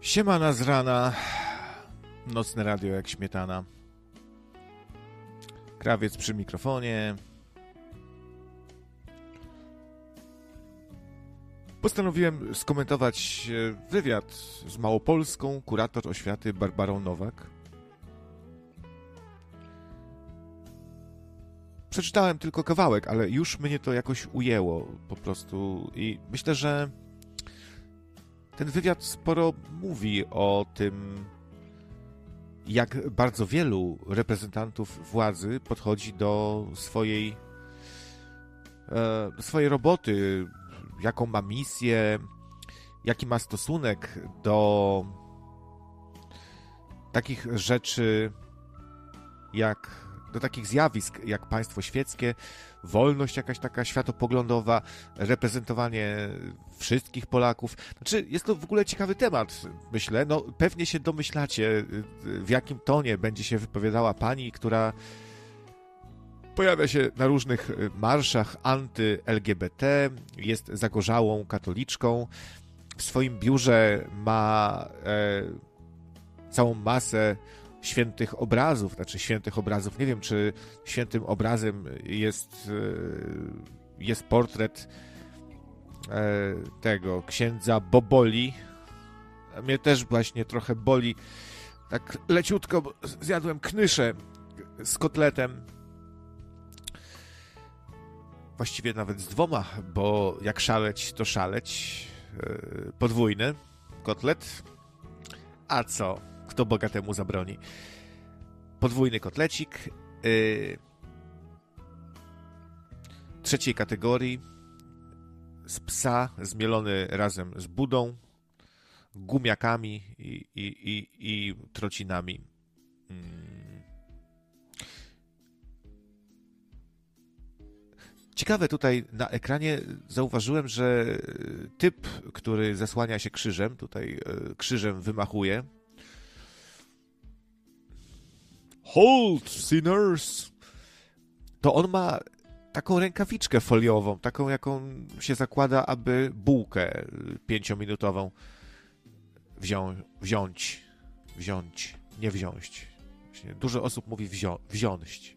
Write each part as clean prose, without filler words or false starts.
Siemana z rana, nocne radio jak śmietana. Krawiec przy mikrofonie. Postanowiłem skomentować wywiad z małopolską kurator oświaty Barbarą Nowak. Przeczytałem tylko kawałek, ale już mnie to jakoś ujęło po prostu i myślę, że ten wywiad sporo mówi o tym, jak bardzo wielu reprezentantów władzy podchodzi do swojej roboty, jaką ma misję, jaki ma stosunek do takich rzeczy, do takich zjawisk jak państwo świeckie, wolność jakaś taka światopoglądowa, reprezentowanie wszystkich Polaków. Znaczy, jest to w ogóle ciekawy temat, myślę. No, pewnie się domyślacie, w jakim tonie będzie się wypowiadała pani, która pojawia się na różnych marszach anty-LGBT, jest zagorzałą katoliczką, w swoim biurze ma całą masę świętych obrazów, nie wiem, czy świętym obrazem jest portret tego księdza Boboli. Mnie też właśnie trochę boli, tak leciutko, bo zjadłem knyszę z kotletem. Właściwie nawet z dwoma, bo jak szaleć, to szaleć. Podwójny kotlet. A co? Kto bogatemu zabroni? Podwójny kotlecik. Trzeciej kategorii. Z psa, zmielony razem z budą, gumiakami i trocinami. Ciekawe, tutaj na ekranie zauważyłem, że typ, który zasłania się krzyżem, tutaj krzyżem wymachuje. Hold, sinners! To on ma taką rękawiczkę foliową, taką, jaką się zakłada, aby bułkę 5-minutową nie wziąć. Dużo osób mówi wziąć.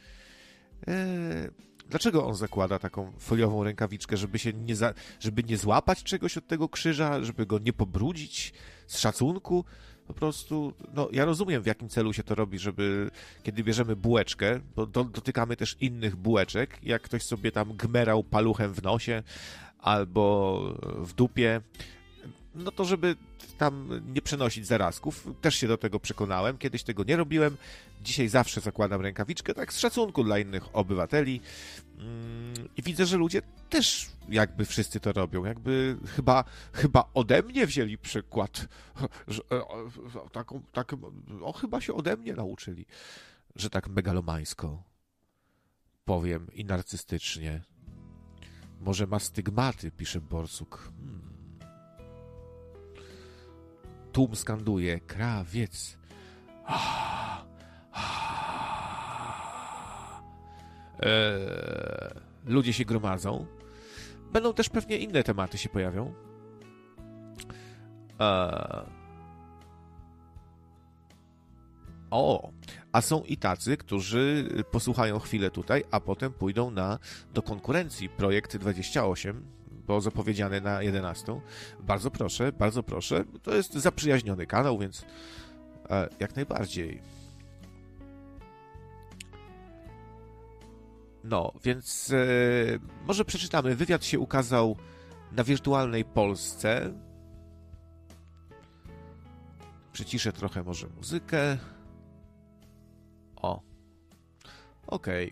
Dlaczego on zakłada taką foliową rękawiczkę, żeby nie złapać czegoś od tego krzyża, żeby go nie pobrudzić z szacunku? Po prostu, no ja rozumiem, w jakim celu się to robi, żeby kiedy bierzemy bułeczkę, bo dotykamy też innych bułeczek, jak ktoś sobie tam gmerał paluchem w nosie albo w dupie, no to żeby tam nie przenosić zarazków. Też się do tego przekonałem, kiedyś tego nie robiłem, dzisiaj zawsze zakładam rękawiczkę, tak z szacunku dla innych obywateli i widzę, że ludzie też jakby wszyscy to robią, jakby chyba ode mnie wzięli przykład, chyba się ode mnie nauczyli, że tak megalomańsko powiem i narcystycznie. Może ma stygmaty, pisze Borsuk. Tłum skanduje, krawiec. Ludzie się gromadzą. Będą też pewnie inne tematy się pojawią. A są i tacy, którzy posłuchają chwilę tutaj, a potem pójdą do konkurencji Projekt 28, bo zapowiedziany na 11. Bardzo proszę. To jest zaprzyjaźniony kanał, więc jak najbardziej. No, więc może przeczytamy. Wywiad się ukazał na Wirtualnej Polsce. Przyciszę trochę może muzykę. Okej.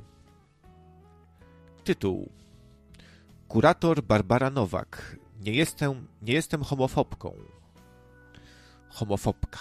Tytuł. Kurator Barbara Nowak. Nie jestem homofobką. Homofobka.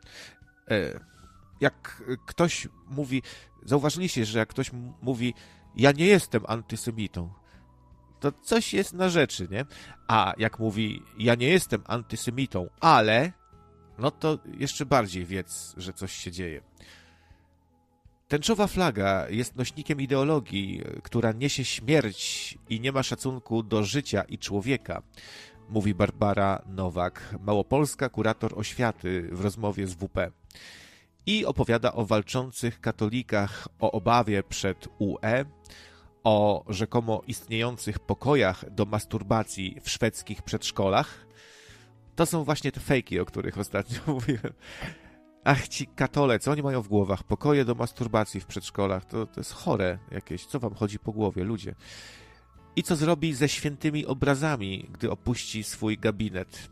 Jak ktoś mówi... Zauważyliście, że jak ktoś mówi ja nie jestem antysemitą, to coś jest na rzeczy, nie? A jak mówi ja nie jestem antysemitą, ale... no to jeszcze bardziej wiedz, że coś się dzieje. Tęczowa flaga jest nośnikiem ideologii, która niesie śmierć i nie ma szacunku do życia i człowieka. mówi Barbara Nowak, małopolska kurator oświaty w rozmowie z WP. I opowiada o walczących katolikach, o obawie przed UE, o rzekomo istniejących pokojach do masturbacji w szwedzkich przedszkolach. To są właśnie te fejki, o których ostatnio mówiłem. Ach, ci katole, co oni mają w głowach? Pokoje do masturbacji w przedszkolach, to jest chore jakieś. Co wam chodzi po głowie, ludzie? I co zrobi ze świętymi obrazami, gdy opuści swój gabinet?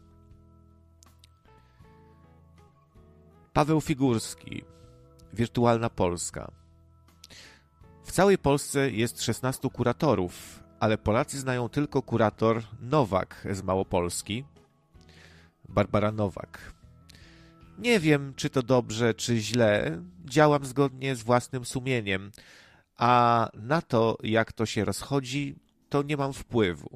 Paweł Figurski, Wirtualna Polska. W całej Polsce jest 16 kuratorów, ale Polacy znają tylko kurator Nowak z Małopolski. Barbara Nowak. Nie wiem, czy to dobrze, czy źle. Działam zgodnie z własnym sumieniem, a na to, jak to się rozchodzi, to nie mam wpływu.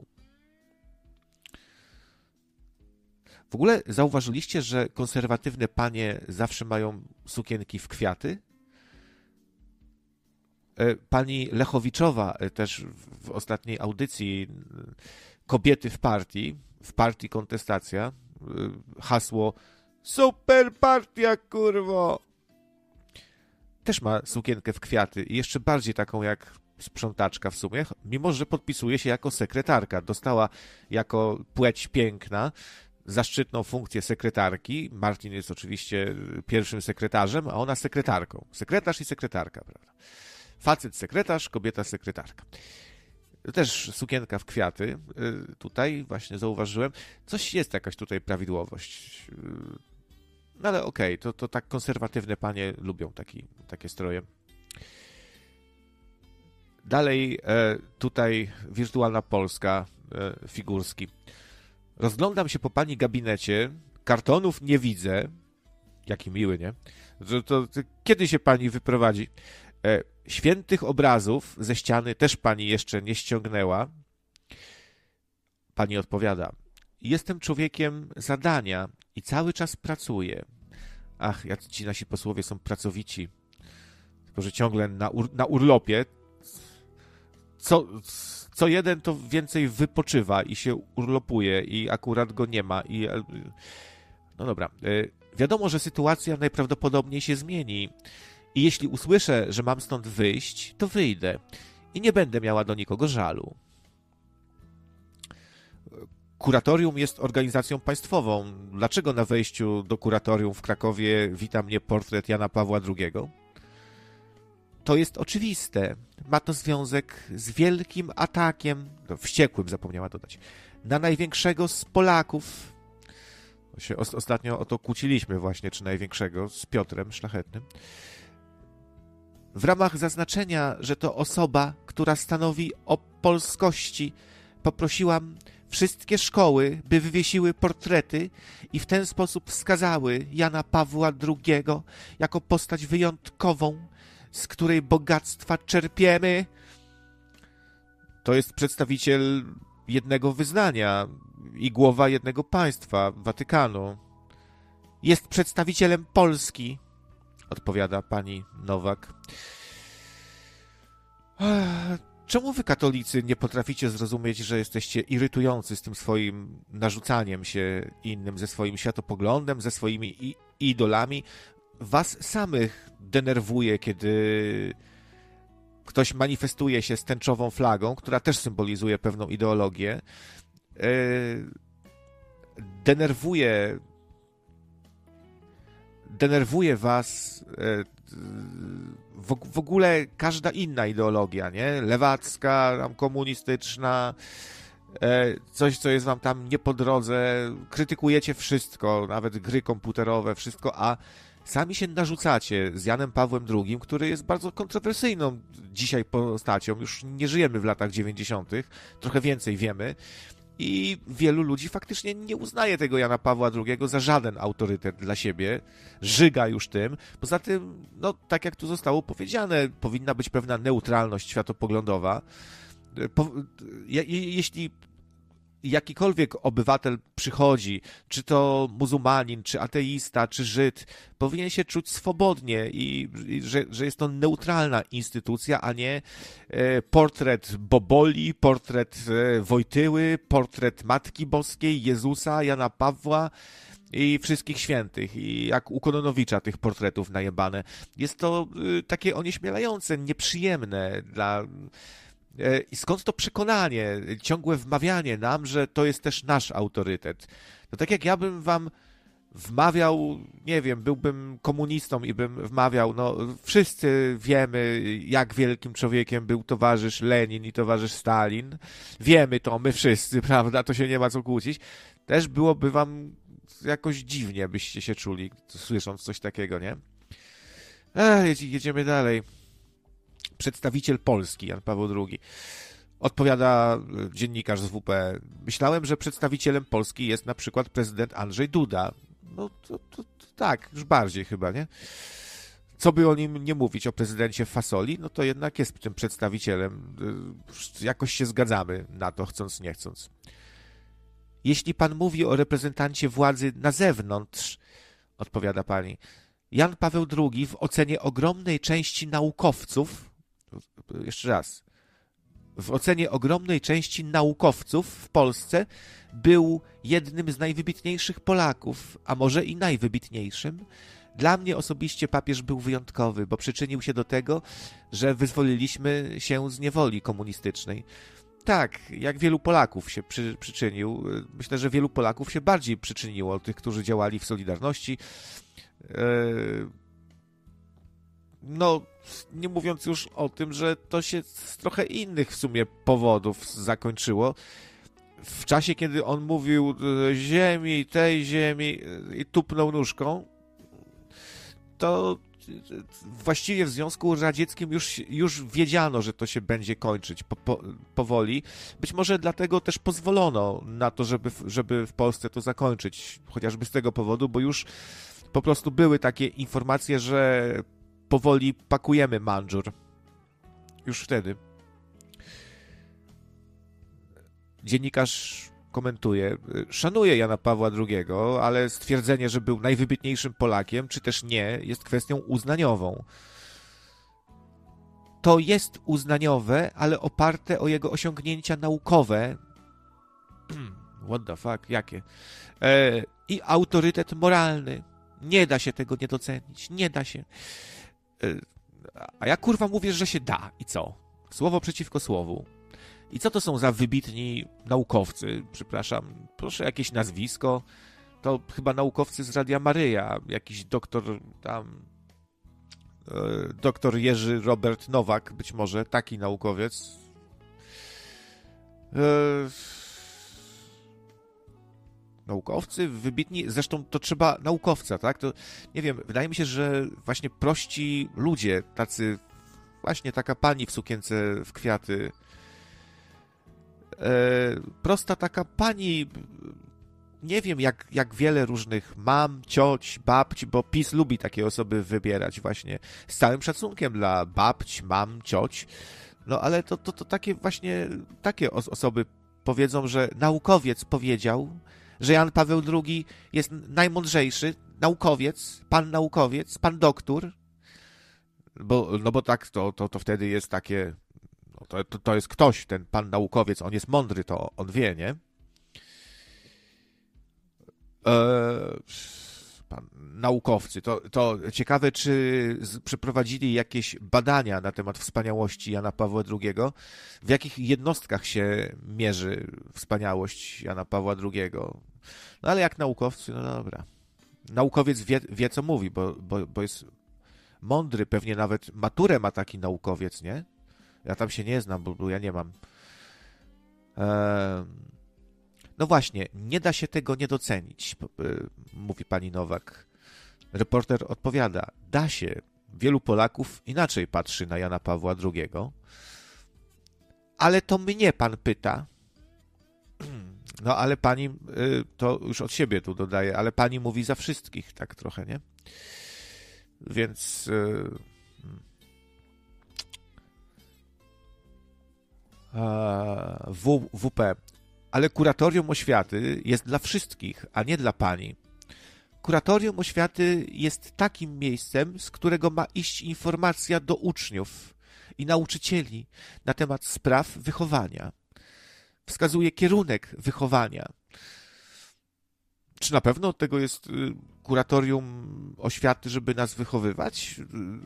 W ogóle zauważyliście, że konserwatywne panie zawsze mają sukienki w kwiaty? Pani Lechowiczowa też w ostatniej audycji Kobiety w partii kontestacja, hasło super partia, kurwo! Też ma sukienkę w kwiaty i jeszcze bardziej taką jak sprzątaczka w sumie, mimo że podpisuje się jako sekretarka. Dostała jako płeć piękna zaszczytną funkcję sekretarki. Martin jest oczywiście pierwszym sekretarzem, a ona sekretarką. Sekretarz i sekretarka, prawda? Facet sekretarz, kobieta sekretarka. Też sukienka w kwiaty. Tutaj właśnie zauważyłem. Coś jest jakaś tutaj prawidłowość. No ale okej, to tak konserwatywne panie lubią takie stroje. Dalej tutaj Wirtualna Polska, Figurski. Rozglądam się po pani gabinecie, kartonów nie widzę. Jaki miły, nie? To kiedy się pani wyprowadzi? Świętych obrazów ze ściany też pani jeszcze nie ściągnęła. Pani odpowiada. Jestem człowiekiem zadania i cały czas pracuję. Ach, jak ci nasi posłowie są pracowici. Tylko, że ciągle na urlopie. Co jeden to więcej wypoczywa i się urlopuje i akurat go nie ma. No dobra. Wiadomo, że sytuacja najprawdopodobniej się zmieni. I jeśli usłyszę, że mam stąd wyjść, to wyjdę. I nie będę miała do nikogo żalu. Kuratorium jest organizacją państwową. Dlaczego na wejściu do kuratorium w Krakowie wita mnie portret Jana Pawła II? To jest oczywiste. Ma to związek z wielkim atakiem, wściekłym zapomniała dodać, na największego z Polaków. Się ostatnio o to kłóciliśmy właśnie, czy największego, z Piotrem Szlachetnym. W ramach zaznaczenia, że to osoba, która stanowi o polskości, poprosiłam wszystkie szkoły, by wywiesiły portrety i w ten sposób wskazały Jana Pawła II jako postać wyjątkową, z której bogactwa czerpiemy. To jest przedstawiciel jednego wyznania i głowa jednego państwa, Watykanu. Jest przedstawicielem Polski, odpowiada pani Nowak. Czemu wy, katolicy, nie potraficie zrozumieć, że jesteście irytujący z tym swoim narzucaniem się innym, ze swoim światopoglądem, ze swoimi idolami? Was samych denerwuje, kiedy ktoś manifestuje się z tęczową flagą, która też symbolizuje pewną ideologię. Denerwuje was w ogóle każda inna ideologia, nie? Lewacka, tam komunistyczna, coś, co jest wam tam nie po drodze. Krytykujecie wszystko, nawet gry komputerowe, wszystko, a sami się narzucacie z Janem Pawłem II, który jest bardzo kontrowersyjną dzisiaj postacią. Już nie żyjemy w latach 90., trochę więcej wiemy. I wielu ludzi faktycznie nie uznaje tego Jana Pawła II za żaden autorytet dla siebie. Żyga już tym. Poza tym, no tak jak tu zostało powiedziane, powinna być pewna neutralność światopoglądowa. jakikolwiek obywatel przychodzi, czy to muzułmanin, czy ateista, czy Żyd, powinien się czuć swobodnie i że jest to neutralna instytucja, a nie portret Boboli, portret Wojtyły, portret Matki Boskiej, Jezusa, Jana Pawła i wszystkich świętych, i jak u Kononowicza tych portretów najebane. Jest to takie onieśmielające, nieprzyjemne dla... I skąd to przekonanie, ciągłe wmawianie nam, że to jest też nasz autorytet? To tak jak ja bym wam wmawiał, nie wiem, byłbym komunistą i bym wmawiał, no wszyscy wiemy, jak wielkim człowiekiem był towarzysz Lenin i towarzysz Stalin. Wiemy to, my wszyscy, prawda? To się nie ma co kłócić. Też byłoby wam jakoś dziwnie, byście się czuli, słysząc coś takiego, nie? Jedziemy dalej. Przedstawiciel Polski, Jan Paweł II. Odpowiada dziennikarz z WP. Myślałem, że przedstawicielem Polski jest na przykład prezydent Andrzej Duda. No to tak, już bardziej chyba, nie? Co by o nim nie mówić, o prezydencie Fasoli, no to jednak jest tym przedstawicielem. Jakoś się zgadzamy na to, chcąc nie chcąc. Jeśli pan mówi o reprezentancie władzy na zewnątrz, odpowiada pani, Jan Paweł II w ocenie ogromnej części naukowców, jeszcze raz, w ocenie ogromnej części naukowców w Polsce był jednym z najwybitniejszych Polaków, a może i najwybitniejszym. Dla mnie osobiście papież był wyjątkowy, bo przyczynił się do tego, że wyzwoliliśmy się z niewoli komunistycznej. Tak, jak wielu Polaków się przyczynił. Myślę, że wielu Polaków się bardziej przyczyniło, tych, którzy działali w Solidarności. No, nie mówiąc już o tym, że to się z trochę innych w sumie powodów zakończyło. W czasie, kiedy on mówił ziemi, tej ziemi i tupnął nóżką, to właściwie w Związku Radzieckim już wiedziano, że to się będzie kończyć powoli. Być może dlatego też pozwolono na to, żeby w Polsce to zakończyć. Chociażby z tego powodu, bo już po prostu były takie informacje, że powoli pakujemy Mandżur. Już wtedy. Dziennikarz komentuje. Szanuję Jana Pawła II, ale stwierdzenie, że był najwybitniejszym Polakiem, czy też nie, jest kwestią uznaniową. To jest uznaniowe, ale oparte o jego osiągnięcia naukowe. What the fuck? Jakie? I autorytet moralny. Nie da się tego nie docenić. Nie da się. A ja kurwa mówię, że się da. I co? Słowo przeciwko słowu. I co to są za wybitni naukowcy? Przepraszam, proszę jakieś nazwisko. To chyba naukowcy z Radia Maryja. Jakiś doktor tam... Doktor Jerzy Robert Nowak, być może, taki naukowiec. Naukowcy wybitni, zresztą to trzeba naukowca, tak? To nie wiem, wydaje mi się, że właśnie prości ludzie, tacy, właśnie taka pani w sukience w kwiaty, prosta taka pani, nie wiem jak wiele różnych mam, cioć, babć, bo PiS lubi takie osoby wybierać właśnie, z całym szacunkiem dla babć, mam, cioć, no ale to takie właśnie, takie osoby powiedzą, że naukowiec powiedział, że Jan Paweł II jest najmądrzejszy, naukowiec, pan doktor, bo tak, to wtedy jest takie, no to jest ktoś, ten pan naukowiec, on jest mądry, to on wie, nie? Naukowcy, to ciekawe, czy przeprowadzili jakieś badania na temat wspaniałości Jana Pawła II, w jakich jednostkach się mierzy wspaniałość Jana Pawła II. No ale jak naukowcy, no dobra. Naukowiec wie co mówi, bo jest mądry, pewnie nawet maturę ma taki naukowiec, nie? Ja tam się nie znam, bo ja nie mam. No właśnie, nie da się tego nie docenić, mówi pani Nowak. Reporter odpowiada, da się. Wielu Polaków inaczej patrzy na Jana Pawła II. Ale to mnie pan pyta. No ale pani, to już od siebie tu dodaje, ale pani mówi za wszystkich, tak trochę, nie? Więc... WP. ale kuratorium oświaty jest dla wszystkich, a nie dla pani. Kuratorium oświaty jest takim miejscem, z którego ma iść informacja do uczniów i nauczycieli na temat spraw wychowania. Wskazuje kierunek wychowania. Czy na pewno od tego jest kuratorium oświaty, żeby nas wychowywać?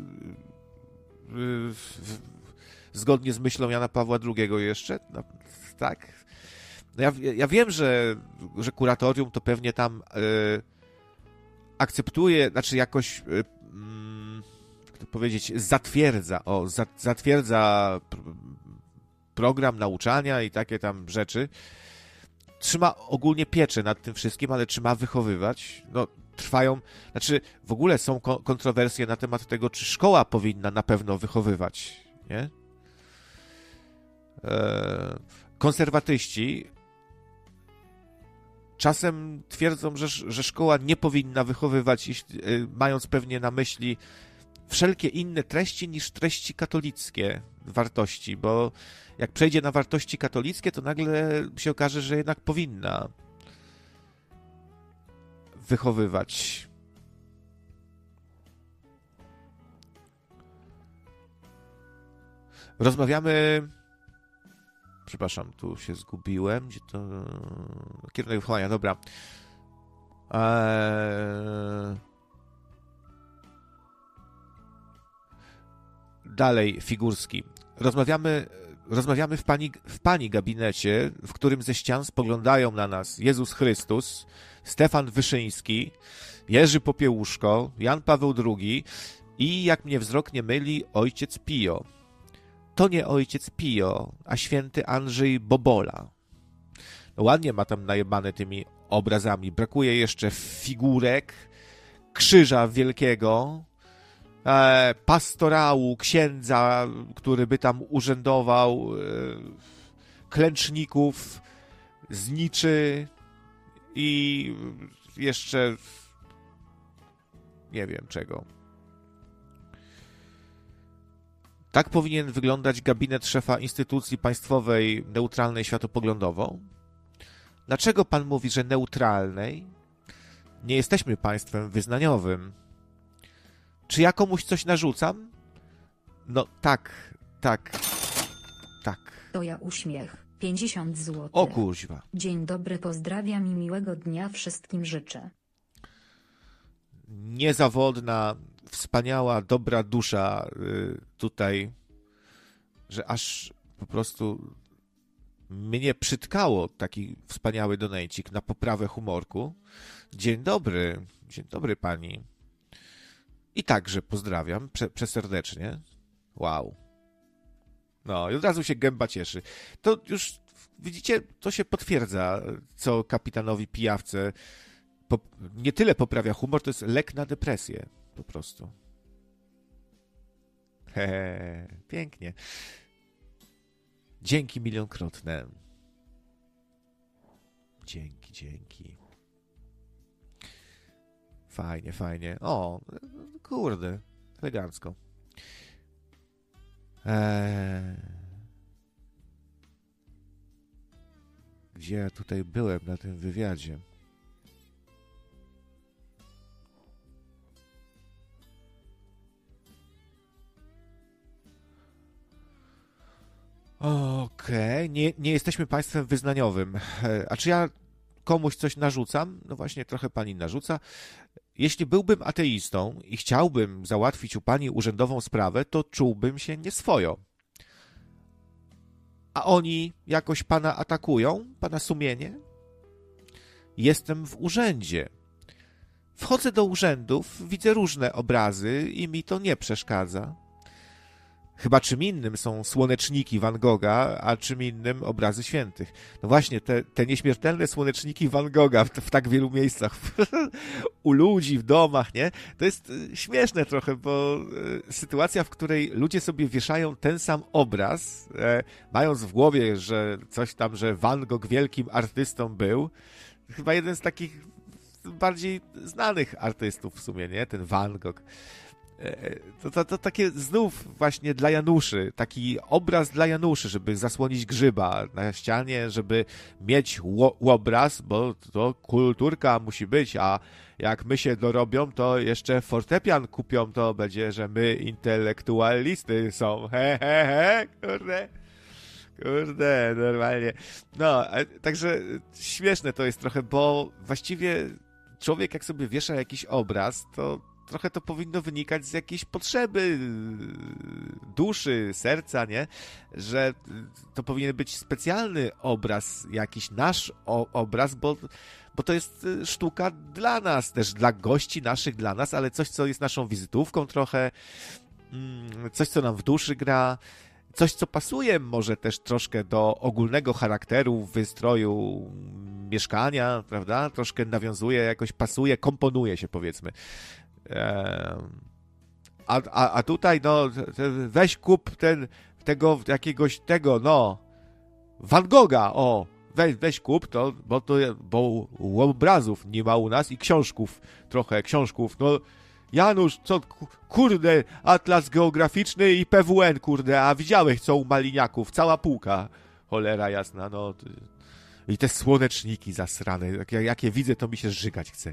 Zgodnie z myślą Jana Pawła II jeszcze? No, tak. No ja wiem, że kuratorium to pewnie tam akceptuje, znaczy jakoś jak to powiedzieć, zatwierdza program nauczania i takie tam rzeczy. Trzyma ogólnie pieczę nad tym wszystkim, ale czy ma wychowywać? No, w ogóle są kontrowersje na temat tego, czy szkoła powinna na pewno wychowywać, nie? Konserwatyści czasem twierdzą, że szkoła nie powinna wychowywać, mając pewnie na myśli wszelkie inne treści niż treści katolickie wartości, bo jak przejdzie na wartości katolickie, to nagle się okaże, że jednak powinna wychowywać. Rozmawiamy... Przepraszam, tu się zgubiłem. Gdzie to... Kierunek wychowania, dobra. Dalej, Figurski. Rozmawiamy w pani gabinecie, w którym ze ścian spoglądają na nas Jezus Chrystus, Stefan Wyszyński, Jerzy Popiełuszko, Jan Paweł II i, jak mnie wzrok nie myli, ojciec Pio. To nie ojciec Pio, a święty Andrzej Bobola. No ładnie ma tam najebane tymi obrazami. Brakuje jeszcze figurek, krzyża wielkiego, pastorału, księdza, który by tam urzędował, klęczników, zniczy i jeszcze nie wiem czego. Tak powinien wyglądać gabinet szefa instytucji państwowej neutralnej światopoglądowo? Dlaczego pan mówi, że neutralnej? Nie jesteśmy państwem wyznaniowym. Czy ja komuś coś narzucam? No tak. To ja uśmiech. 50 zł. O kuźwa. Dzień dobry, pozdrawiam i miłego dnia wszystkim życzę. Niezawodna, wspaniała, dobra dusza tutaj, że aż po prostu mnie przytkało taki wspaniały donejcik na poprawę humorku. Dzień dobry pani. I także pozdrawiam przeserdecznie. Wow. No i od razu się gęba cieszy. To już, widzicie, to się potwierdza, co kapitanowi Pijawce nie tyle poprawia humor, to jest lek na depresję. Po prostu. Pięknie. Dzięki milionkrotne. Dzięki. Fajnie. O, kurde, elegancko. Gdzie ja tutaj byłem na tym wywiadzie? Okej, nie jesteśmy państwem wyznaniowym. A czy ja komuś coś narzucam? No właśnie, trochę pani narzuca. Jeśli byłbym ateistą i chciałbym załatwić u pani urzędową sprawę, to czułbym się nieswojo. A oni jakoś pana atakują? Pana sumienie? Jestem w urzędzie. Wchodzę do urzędów, widzę różne obrazy i mi to nie przeszkadza. Chyba czym innym są słoneczniki Van Gogha, a czym innym obrazy świętych. No właśnie, te nieśmiertelne słoneczniki Van Gogha w tak wielu miejscach, u ludzi, w domach, nie? To jest śmieszne trochę, bo sytuacja, w której ludzie sobie wieszają ten sam obraz, mając w głowie, że coś tam, że Van Gogh wielkim artystą był, chyba jeden z takich bardziej znanych artystów w sumie, nie? Ten Van Gogh. To takie znów właśnie dla Januszy, taki obraz dla Januszy, żeby zasłonić grzyba na ścianie, żeby mieć obraz, bo to kulturka musi być, a jak my się dorobią, to jeszcze fortepian kupią, to będzie, że my intelektualisty są, kurde, normalnie. No, także śmieszne to jest trochę, bo właściwie człowiek jak sobie wiesza jakiś obraz, to trochę to powinno wynikać z jakiejś potrzeby duszy, serca, nie? Że to powinien być specjalny obraz, jakiś nasz obraz, bo to jest sztuka dla nas, też dla gości naszych, dla nas, ale coś, co jest naszą wizytówką trochę, coś, co nam w duszy gra, coś, co pasuje może też troszkę do ogólnego charakteru, wystroju mieszkania, prawda? Troszkę nawiązuje, jakoś pasuje, komponuje się, powiedzmy. A tutaj, no, weź kup tego jakiegoś, no, Van Gogha, weź kup to, bo obrazów nie ma u nas i książków, no, Janusz, co, kurde, Atlas Geograficzny i PWN, kurde, a widziałeś co u Maliniaków, cała półka, cholera jasna, no, i te słoneczniki zasrane, jak je widzę, to mi się żygać chce.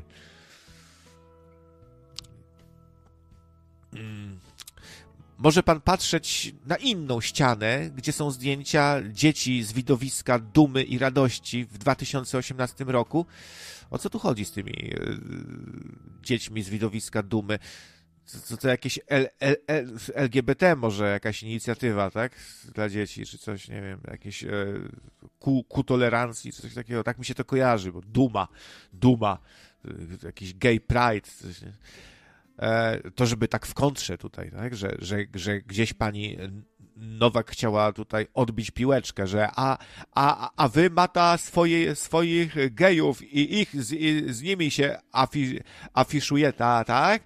Może pan patrzeć na inną ścianę, gdzie są zdjęcia dzieci z widowiska Dumy i Radości w 2018 roku. O co tu chodzi z tymi dziećmi z widowiska Dumy? To jakieś LGBT może, jakaś inicjatywa, tak? Dla dzieci, czy coś, nie wiem, jakieś ku tolerancji, czy coś takiego. Tak mi się to kojarzy, bo Duma, jakiś gay pride, coś, nie? To żeby tak w kontrze tutaj, tak? Że gdzieś pani Nowak chciała tutaj odbić piłeczkę, że a wy mata swoich gejów i ich z nimi się afiszuje, tak?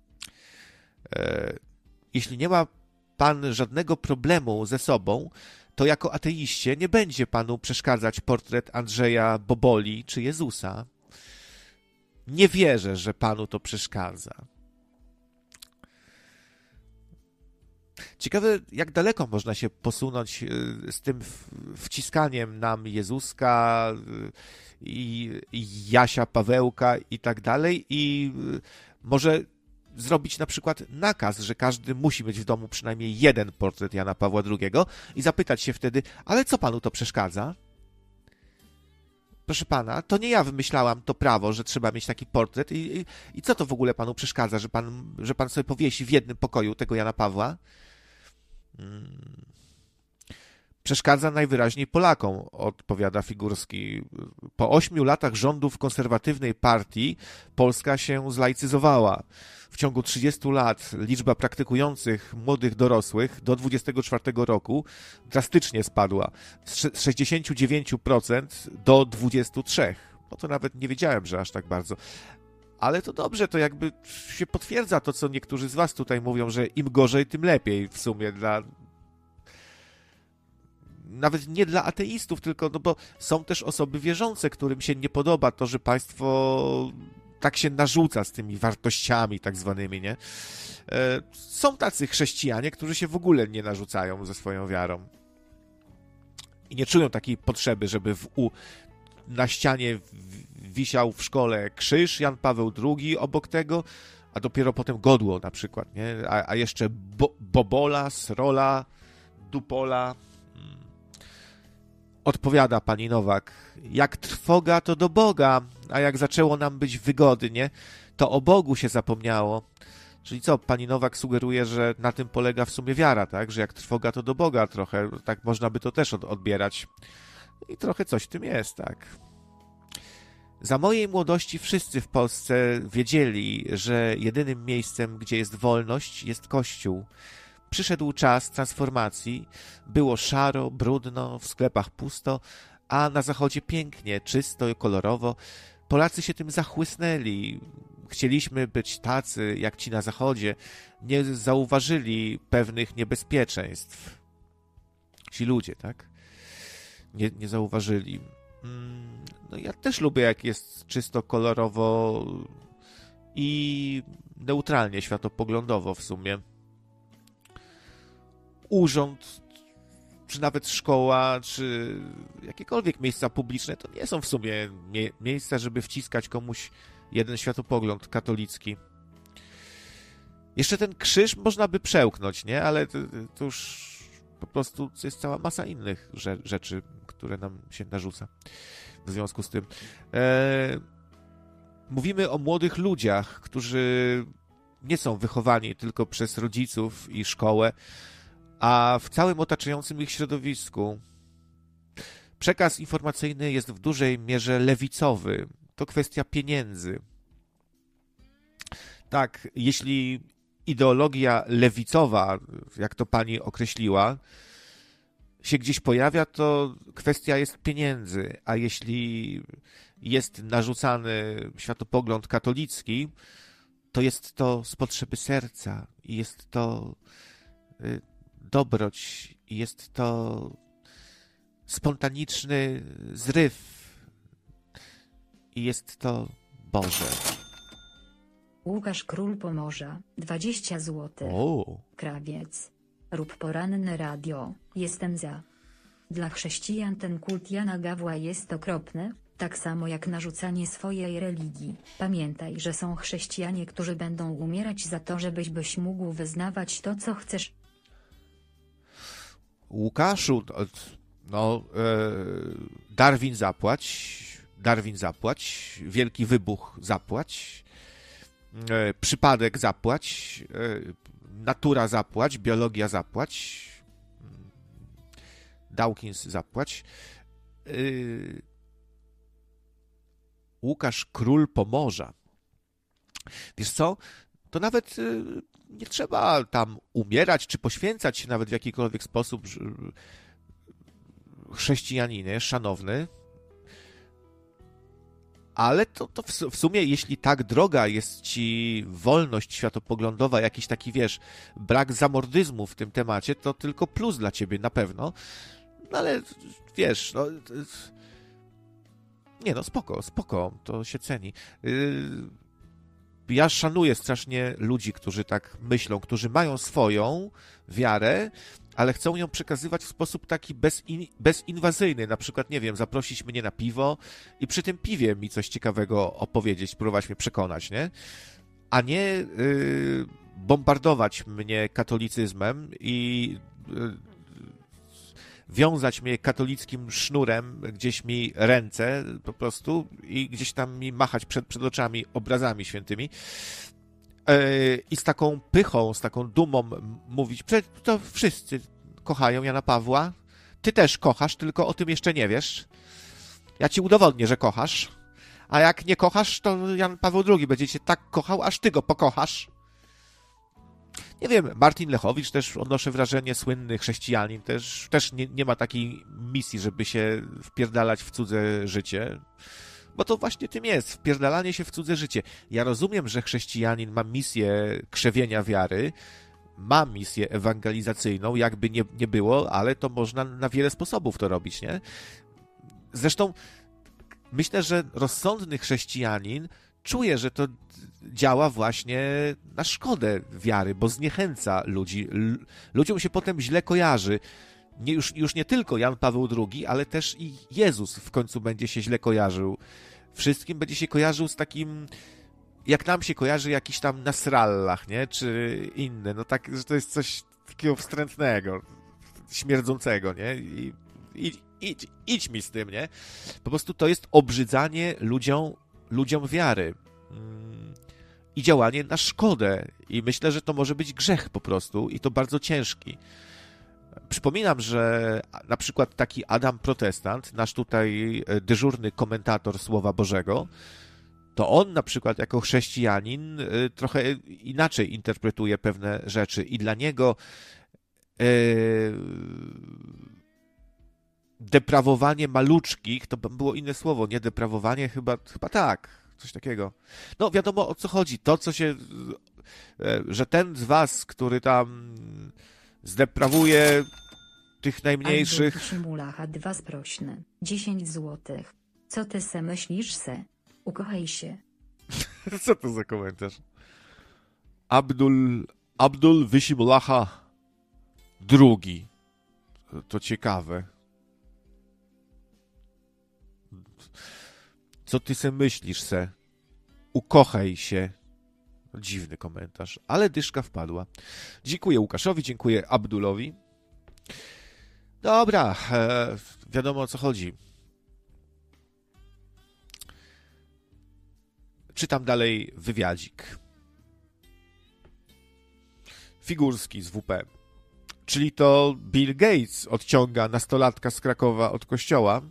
Jeśli nie ma pan żadnego problemu ze sobą, to jako ateiście nie będzie panu przeszkadzać portret Andrzeja Boboli czy Jezusa. Nie wierzę, że panu to przeszkadza. Ciekawe, jak daleko można się posunąć z tym wciskaniem nam Jezuska i Jasia Pawełka i tak dalej i może zrobić na przykład nakaz, że każdy musi mieć w domu przynajmniej jeden portret Jana Pawła II i zapytać się wtedy, ale co panu to przeszkadza? Proszę pana, to nie ja wymyślałam to prawo, że trzeba mieć taki portret i co to w ogóle panu przeszkadza, że pan sobie powiesi w jednym pokoju tego Jana Pawła? Przeszkadza najwyraźniej Polakom, odpowiada Figurski. Po 8 latach rządów konserwatywnej partii Polska się zlaicyzowała. W ciągu 30 lat liczba praktykujących młodych dorosłych do 24 roku drastycznie spadła z 69% do 23%. No to nawet nie wiedziałem, że aż tak bardzo. Ale to dobrze, to jakby się potwierdza to, co niektórzy z was tutaj mówią, że im gorzej, tym lepiej w sumie nawet nie dla ateistów, tylko bo są też osoby wierzące, którym się nie podoba to, że państwo tak się narzuca z tymi wartościami tak zwanymi, nie? Są tacy chrześcijanie, którzy się w ogóle nie narzucają ze swoją wiarą i nie czują takiej potrzeby, żeby na ścianie wisiał w szkole krzyż Jan Paweł II obok tego, a dopiero potem godło na przykład, nie? A jeszcze bobola, srola, dupola. Odpowiada pani Nowak, jak trwoga to do Boga, a jak zaczęło nam być wygodnie, to o Bogu się zapomniało. Czyli co, pani Nowak sugeruje, że na tym polega w sumie wiara, tak? Że jak trwoga to do Boga trochę, tak można by to też odbierać. I trochę coś w tym jest, tak. Za mojej młodości wszyscy w Polsce wiedzieli, że jedynym miejscem, gdzie jest wolność, jest Kościół. Przyszedł czas transformacji, było szaro, brudno, w sklepach pusto, a na zachodzie pięknie, czysto i kolorowo. Polacy się tym zachłysnęli. Chcieliśmy być tacy, jak ci na zachodzie. Nie zauważyli pewnych niebezpieczeństw. Ci ludzie, tak? Nie zauważyli. No ja też lubię, jak jest czysto, kolorowo i neutralnie, światopoglądowo w sumie. Urząd, czy nawet szkoła, czy jakiekolwiek miejsca publiczne, to nie są w sumie miejsca, żeby wciskać komuś jeden światopogląd katolicki. Jeszcze ten krzyż można by przełknąć, nie? Ale to już po prostu jest cała masa innych rzeczy, które nam się narzuca w związku z tym. Mówimy o młodych ludziach, którzy nie są wychowani tylko przez rodziców i szkołę, a w całym otaczającym ich środowisku. Przekaz informacyjny jest w dużej mierze lewicowy. To kwestia pieniędzy. Tak, jeśli ideologia lewicowa, jak to pani określiła, się gdzieś pojawia, to kwestia jest pieniędzy, a jeśli jest narzucany światopogląd katolicki, to jest to z potrzeby serca i jest to dobroć i jest to spontaniczny zryw i jest to Boże. Łukasz Król Pomorza, 20 zł. Krawiec. Rób poranne radio, jestem za. Dla chrześcijan ten kult Jana Gawła jest okropny, tak samo jak narzucanie swojej religii. Pamiętaj, że są chrześcijanie, którzy będą umierać za to, żebyś mógł wyznawać to, co chcesz. Łukaszu, Darwin zapłać, Wielki Wybuch zapłać, przypadek zapłać, natura zapłać, biologia zapłać, Dawkins zapłać. Łukasz Król Pomorza. Wiesz co? To nawet nie trzeba tam umierać, czy poświęcać się nawet w jakikolwiek sposób, chrześcijaninie, szanowny. Ale to w sumie, jeśli tak droga jest ci wolność światopoglądowa, jakiś taki, wiesz, brak zamordyzmu w tym temacie, to tylko plus dla ciebie na pewno. No ale, wiesz, no... Nie no, spoko, to się ceni. Ja szanuję strasznie ludzi, którzy tak myślą, którzy mają swoją wiarę, ale chcą ją przekazywać w sposób taki bezinwazyjny. Na przykład, nie wiem, zaprosić mnie na piwo i przy tym piwie mi coś ciekawego opowiedzieć, próbować mnie przekonać, nie? A nie bombardować mnie katolicyzmem i wiązać mnie katolickim sznurem, gdzieś mi ręce po prostu i gdzieś tam mi machać przed oczami obrazami świętymi i z taką pychą, z taką dumą mówić, to wszyscy kochają Jana Pawła, ty też kochasz, tylko o tym jeszcze nie wiesz. Ja ci udowodnię, że kochasz, a jak nie kochasz, to Jan Paweł II będzie cię tak kochał, aż ty go pokochasz. Nie wiem, Martin Lechowicz też, odnoszę wrażenie, słynny chrześcijanin, też nie ma takiej misji, żeby się wpierdalać w cudze życie, bo to właśnie tym jest, wpierdalanie się w cudze życie. Ja rozumiem, że chrześcijanin ma misję krzewienia wiary, ma misję ewangelizacyjną, jakby nie było, ale to można na wiele sposobów to robić, nie? Zresztą myślę, że rozsądny chrześcijanin czuje, że to działa właśnie na szkodę wiary, bo zniechęca ludzi. Ludziom się potem źle kojarzy. Już nie tylko Jan Paweł II, ale też i Jezus w końcu będzie się źle kojarzył. Wszystkim będzie się kojarzył z takim, jak nam się kojarzy jakiś tam Nasrallah, nie? Czy inne. No tak, że to jest coś takiego wstrętnego, śmierdzącego, nie? Idź mi z tym, nie? Po prostu to jest obrzydzanie ludziom wiary i działanie na szkodę. I myślę, że to może być grzech po prostu i to bardzo ciężki. Przypominam, że na przykład taki Adam Protestant, nasz tutaj dyżurny komentator Słowa Bożego, to on na przykład jako chrześcijanin trochę inaczej interpretuje pewne rzeczy i dla niego deprawowanie maluczkich, to było inne słowo, nie deprawowanie, chyba tak, coś takiego. No wiadomo, o co chodzi. To, co się, że ten z was, który tam zdeprawuje tych najmniejszych... Simulacha 2 sprośne, 10 złotych. Co ty se myślisz se? Ukochaj się. Co to za komentarz? Abdul Wysimlacha II. To ciekawe. Co ty se myślisz, se? Ukochaj się. Dziwny komentarz, ale dyszka wpadła. Dziękuję Łukaszowi, dziękuję Abdulowi. Dobra, wiadomo o co chodzi. Czytam dalej wywiadzik. Figurski z WP. Czyli to Bill Gates odciąga nastolatka z Krakowa od kościoła.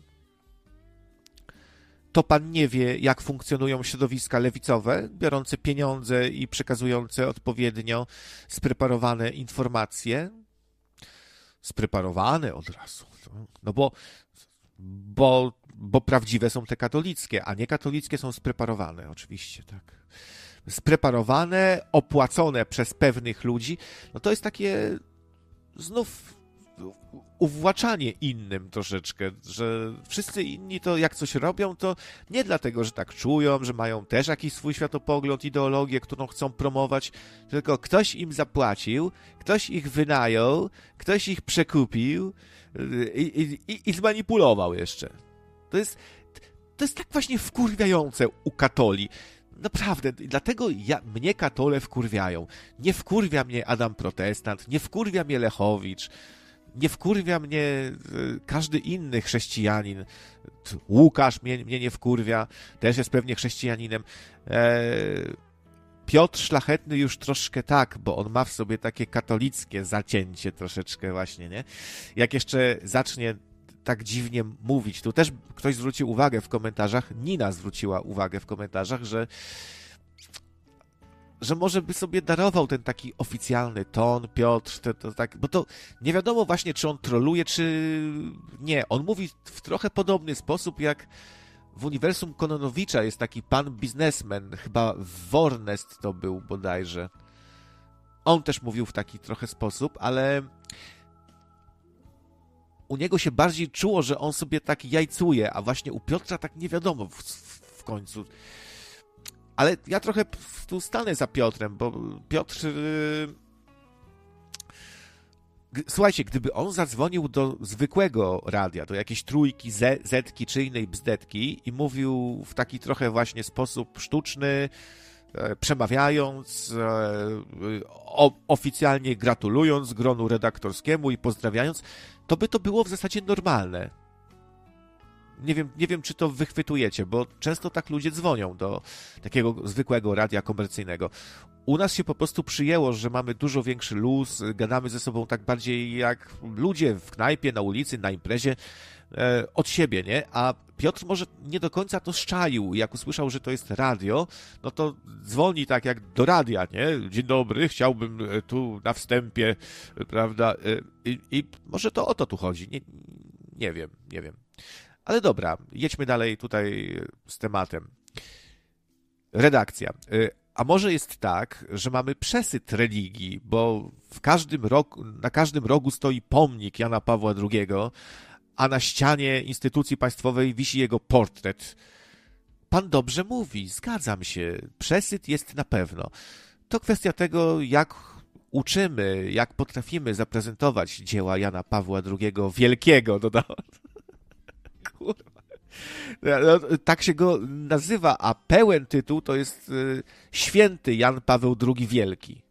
To pan nie wie, jak funkcjonują środowiska lewicowe, biorące pieniądze i przekazujące odpowiednio spreparowane informacje. Spreparowane od razu. No bo prawdziwe są te katolickie, a niekatolickie są spreparowane, oczywiście, tak. Spreparowane, opłacone przez pewnych ludzi, no to jest takie znów uwłaczanie innym troszeczkę, że wszyscy inni to jak coś robią, to nie dlatego, że tak czują, że mają też jakiś swój światopogląd, ideologię, którą chcą promować, tylko ktoś im zapłacił, ktoś ich wynajął, ktoś ich przekupił i zmanipulował jeszcze. To jest tak właśnie wkurwiające u katoli. Naprawdę, dlatego mnie katole wkurwiają. Nie wkurwia mnie Adam Protestant, nie wkurwia mnie Lechowicz, nie wkurwia mnie każdy inny chrześcijanin. Łukasz mnie nie wkurwia, też jest pewnie chrześcijaninem. Piotr Szlachetny już troszkę tak, bo on ma w sobie takie katolickie zacięcie troszeczkę właśnie, nie? Jak jeszcze zacznie tak dziwnie mówić. Tu też ktoś zwrócił uwagę w komentarzach, Nina zwróciła uwagę w komentarzach, że może by sobie darował ten taki oficjalny ton, Piotr, to tak, bo to nie wiadomo właśnie, czy on troluje, czy nie. On mówi w trochę podobny sposób, jak w uniwersum Kononowicza jest taki pan biznesmen, chyba Warnest to był bodajże. On też mówił w taki trochę sposób, ale u niego się bardziej czuło, że on sobie tak jajcuje, a właśnie u Piotra tak nie wiadomo w końcu. Ale ja trochę tu stanę za Piotrem, bo Piotr... Słuchajcie, gdyby on zadzwonił do zwykłego radia, do jakiejś trójki, zetki czy innej bzdetki i mówił w taki trochę właśnie sposób sztuczny, przemawiając, oficjalnie gratulując gronu redaktorskiemu i pozdrawiając, to by to było w zasadzie normalne. Nie wiem, czy to wychwytujecie, bo często tak ludzie dzwonią do takiego zwykłego radia komercyjnego. U nas się po prostu przyjęło, że mamy dużo większy luz, gadamy ze sobą tak bardziej jak ludzie w knajpie, na ulicy, na imprezie, od siebie, nie? A Piotr może nie do końca to szczaił. Jak usłyszał, że to jest radio, no to dzwoni tak jak do radia, nie? Dzień dobry, chciałbym tu na wstępie, prawda? I może to o to tu chodzi. Nie wiem. Ale dobra, jedźmy dalej tutaj z tematem. Redakcja. A może jest tak, że mamy przesyt religii, bo na każdym rogu stoi pomnik Jana Pawła II, a na ścianie instytucji państwowej wisi jego portret. Pan dobrze mówi, zgadzam się, przesyt jest na pewno. To kwestia tego, jak uczymy, jak potrafimy zaprezentować dzieła Jana Pawła II Wielkiego, dodałem. Kurwa. No, tak się go nazywa, a pełen tytuł to jest Święty Jan Paweł II Wielki.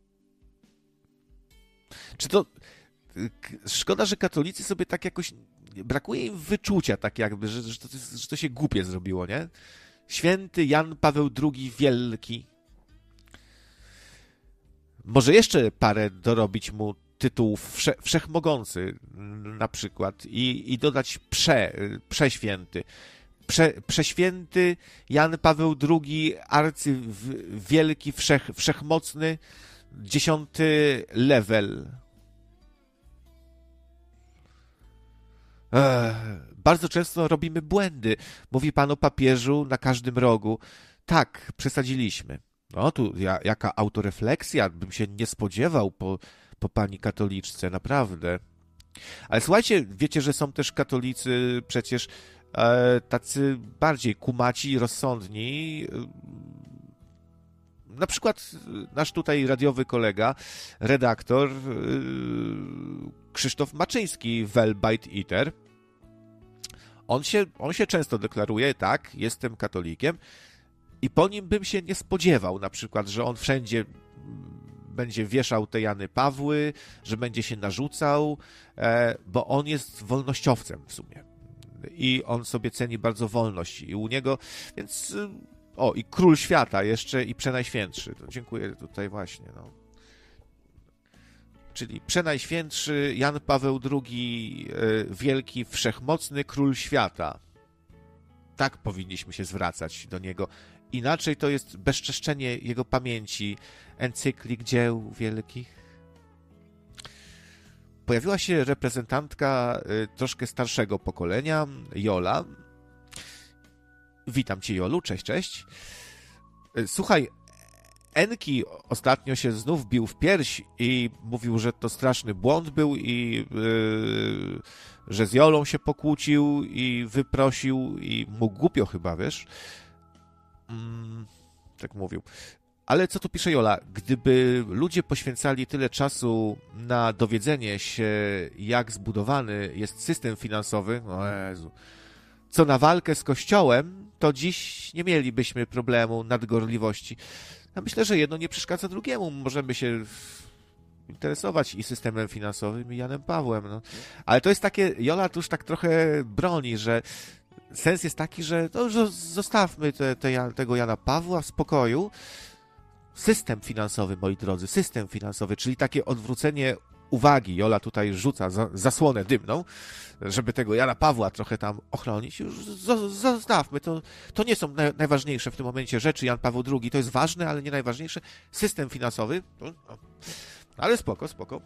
Czy to... Szkoda, że katolicy sobie tak jakoś... Brakuje im wyczucia tak jakby, że to się głupie zrobiło, nie? Święty Jan Paweł II Wielki. Może jeszcze parę dorobić mu tytułów wszechmogący na przykład i dodać prześwięty. Prześwięty Jan Paweł II arcywielki, wszechmocny, 10. level. Bardzo często robimy błędy. Mówi pan o papieżu na każdym rogu. Tak, przesadziliśmy. No tu jaka autorefleksja, bym się nie spodziewał po pani katoliczce, naprawdę. Ale słuchajcie, wiecie, że są też katolicy przecież tacy bardziej kumaci i rozsądni, na przykład nasz tutaj radiowy kolega, redaktor Krzysztof Maczyński, Velbite Eater, on się często deklaruje, tak, jestem katolikiem i po nim bym się nie spodziewał, na przykład, że on wszędzie będzie wieszał te Jany Pawły, że będzie się narzucał, bo on jest wolnościowcem w sumie. I on sobie ceni bardzo wolność i u niego, więc i Król Świata jeszcze i Przenajświętszy. To dziękuję tutaj właśnie, no. Czyli Przenajświętszy Jan Paweł II, wielki, wszechmocny Król Świata. Tak powinniśmy się zwracać do niego. Inaczej to jest bezczeszczenie jego pamięci, encyklik dzieł wielkich. Pojawiła się reprezentantka troszkę starszego pokolenia, Jola. Witam cię, Jolu, cześć. Słuchaj, Enki ostatnio się znów bił w pierś i mówił, że to straszny błąd był i że z Jolą się pokłócił i wyprosił i mu głupio chyba, wiesz? Tak mówił. Ale co tu pisze Jola? Gdyby ludzie poświęcali tyle czasu na dowiedzenie się, jak zbudowany jest system finansowy, o Jezu, co na walkę z Kościołem, to dziś nie mielibyśmy problemu nadgorliwości. Ja myślę, że jedno nie przeszkadza drugiemu. Możemy się interesować i systemem finansowym, i Janem Pawłem. No. Ale to jest takie, Jola tu już tak trochę broni, że sens jest taki, że zostawmy tego Jana Pawła w spokoju. System finansowy, moi drodzy, system finansowy, czyli takie odwrócenie uwagi. Jola tutaj rzuca zasłonę dymną, żeby tego Jana Pawła trochę tam ochronić. Już zostawmy, to nie są najważniejsze w tym momencie rzeczy. Jan Paweł II to jest ważne, ale nie najważniejsze. System finansowy, ale spoko.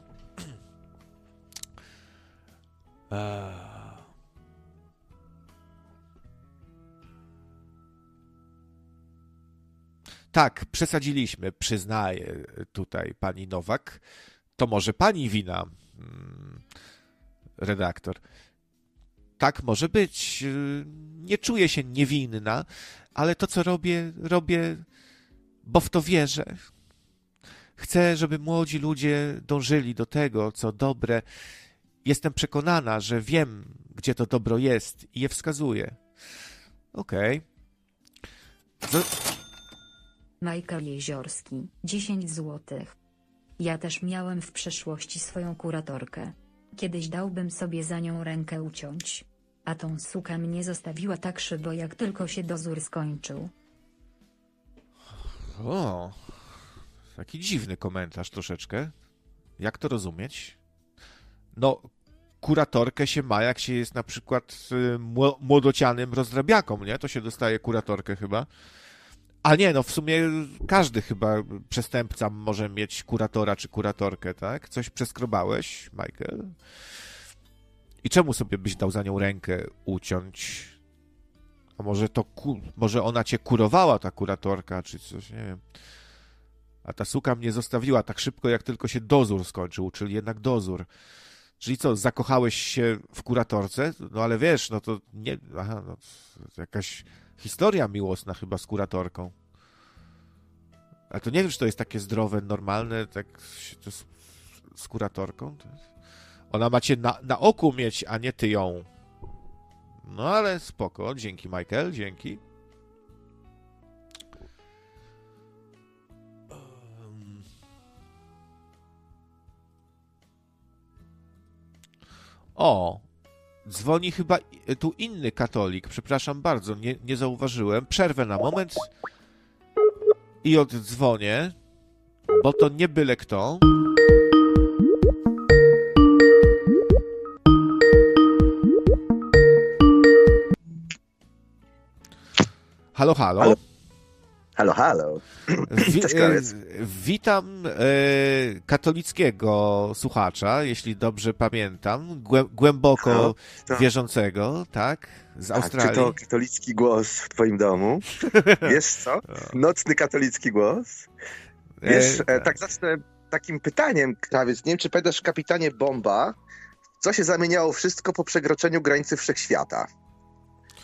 Tak, przesadziliśmy, przyznaje tutaj pani Nowak. To może pani wina, redaktor. Tak może być. Nie czuję się niewinna, ale to, co robię, bo w to wierzę. Chcę, żeby młodzi ludzie dążyli do tego, co dobre. Jestem przekonana, że wiem, gdzie to dobro jest i je wskazuję. Okej. Michael Jeziorski, 10 złotych. Ja też miałem w przeszłości swoją kuratorkę. Kiedyś dałbym sobie za nią rękę uciąć. A tą suka mnie zostawiła tak szybo, jak tylko się dozór skończył. O, taki dziwny komentarz troszeczkę. Jak to rozumieć? No, kuratorkę się ma, jak się jest na przykład młodocianym rozrabiaką, nie? To się dostaje kuratorkę chyba. A nie, no w sumie każdy chyba przestępca może mieć kuratora czy kuratorkę, tak? Coś przeskrobałeś, Michael? I czemu sobie byś dał za nią rękę uciąć? A może ona cię kurowała, ta kuratorka, czy coś, nie wiem. A ta suka mnie zostawiła tak szybko, jak tylko się dozór skończył, czyli jednak dozór. Czyli co, zakochałeś się w kuratorce? No ale wiesz, no to nie... Aha, no to jakaś historia miłosna chyba z kuratorką. Ale to nie wiem, czy to jest takie zdrowe, normalne, tak to z kuratorką? Ona ma cię na oku mieć, a nie ty ją. No ale spoko, dzięki Michael, dzięki. O, dzwoni chyba tu inny katolik, przepraszam bardzo, nie zauważyłem. Przerwę na moment i oddzwonię, bo to nie byle kto. Halo, halo. Halo. Halo, halo. Witam katolickiego słuchacza, jeśli dobrze pamiętam, głęboko wierzącego, tak, z Australii. Czy to katolicki głos w twoim domu? Wiesz co? Nocny katolicki głos. Wiesz, tak zacznę takim pytaniem, krawiec. Nie wiem, czy pamiętasz, kapitanie Bomba, co się zamieniało wszystko po przekroczeniu granicy wszechświata?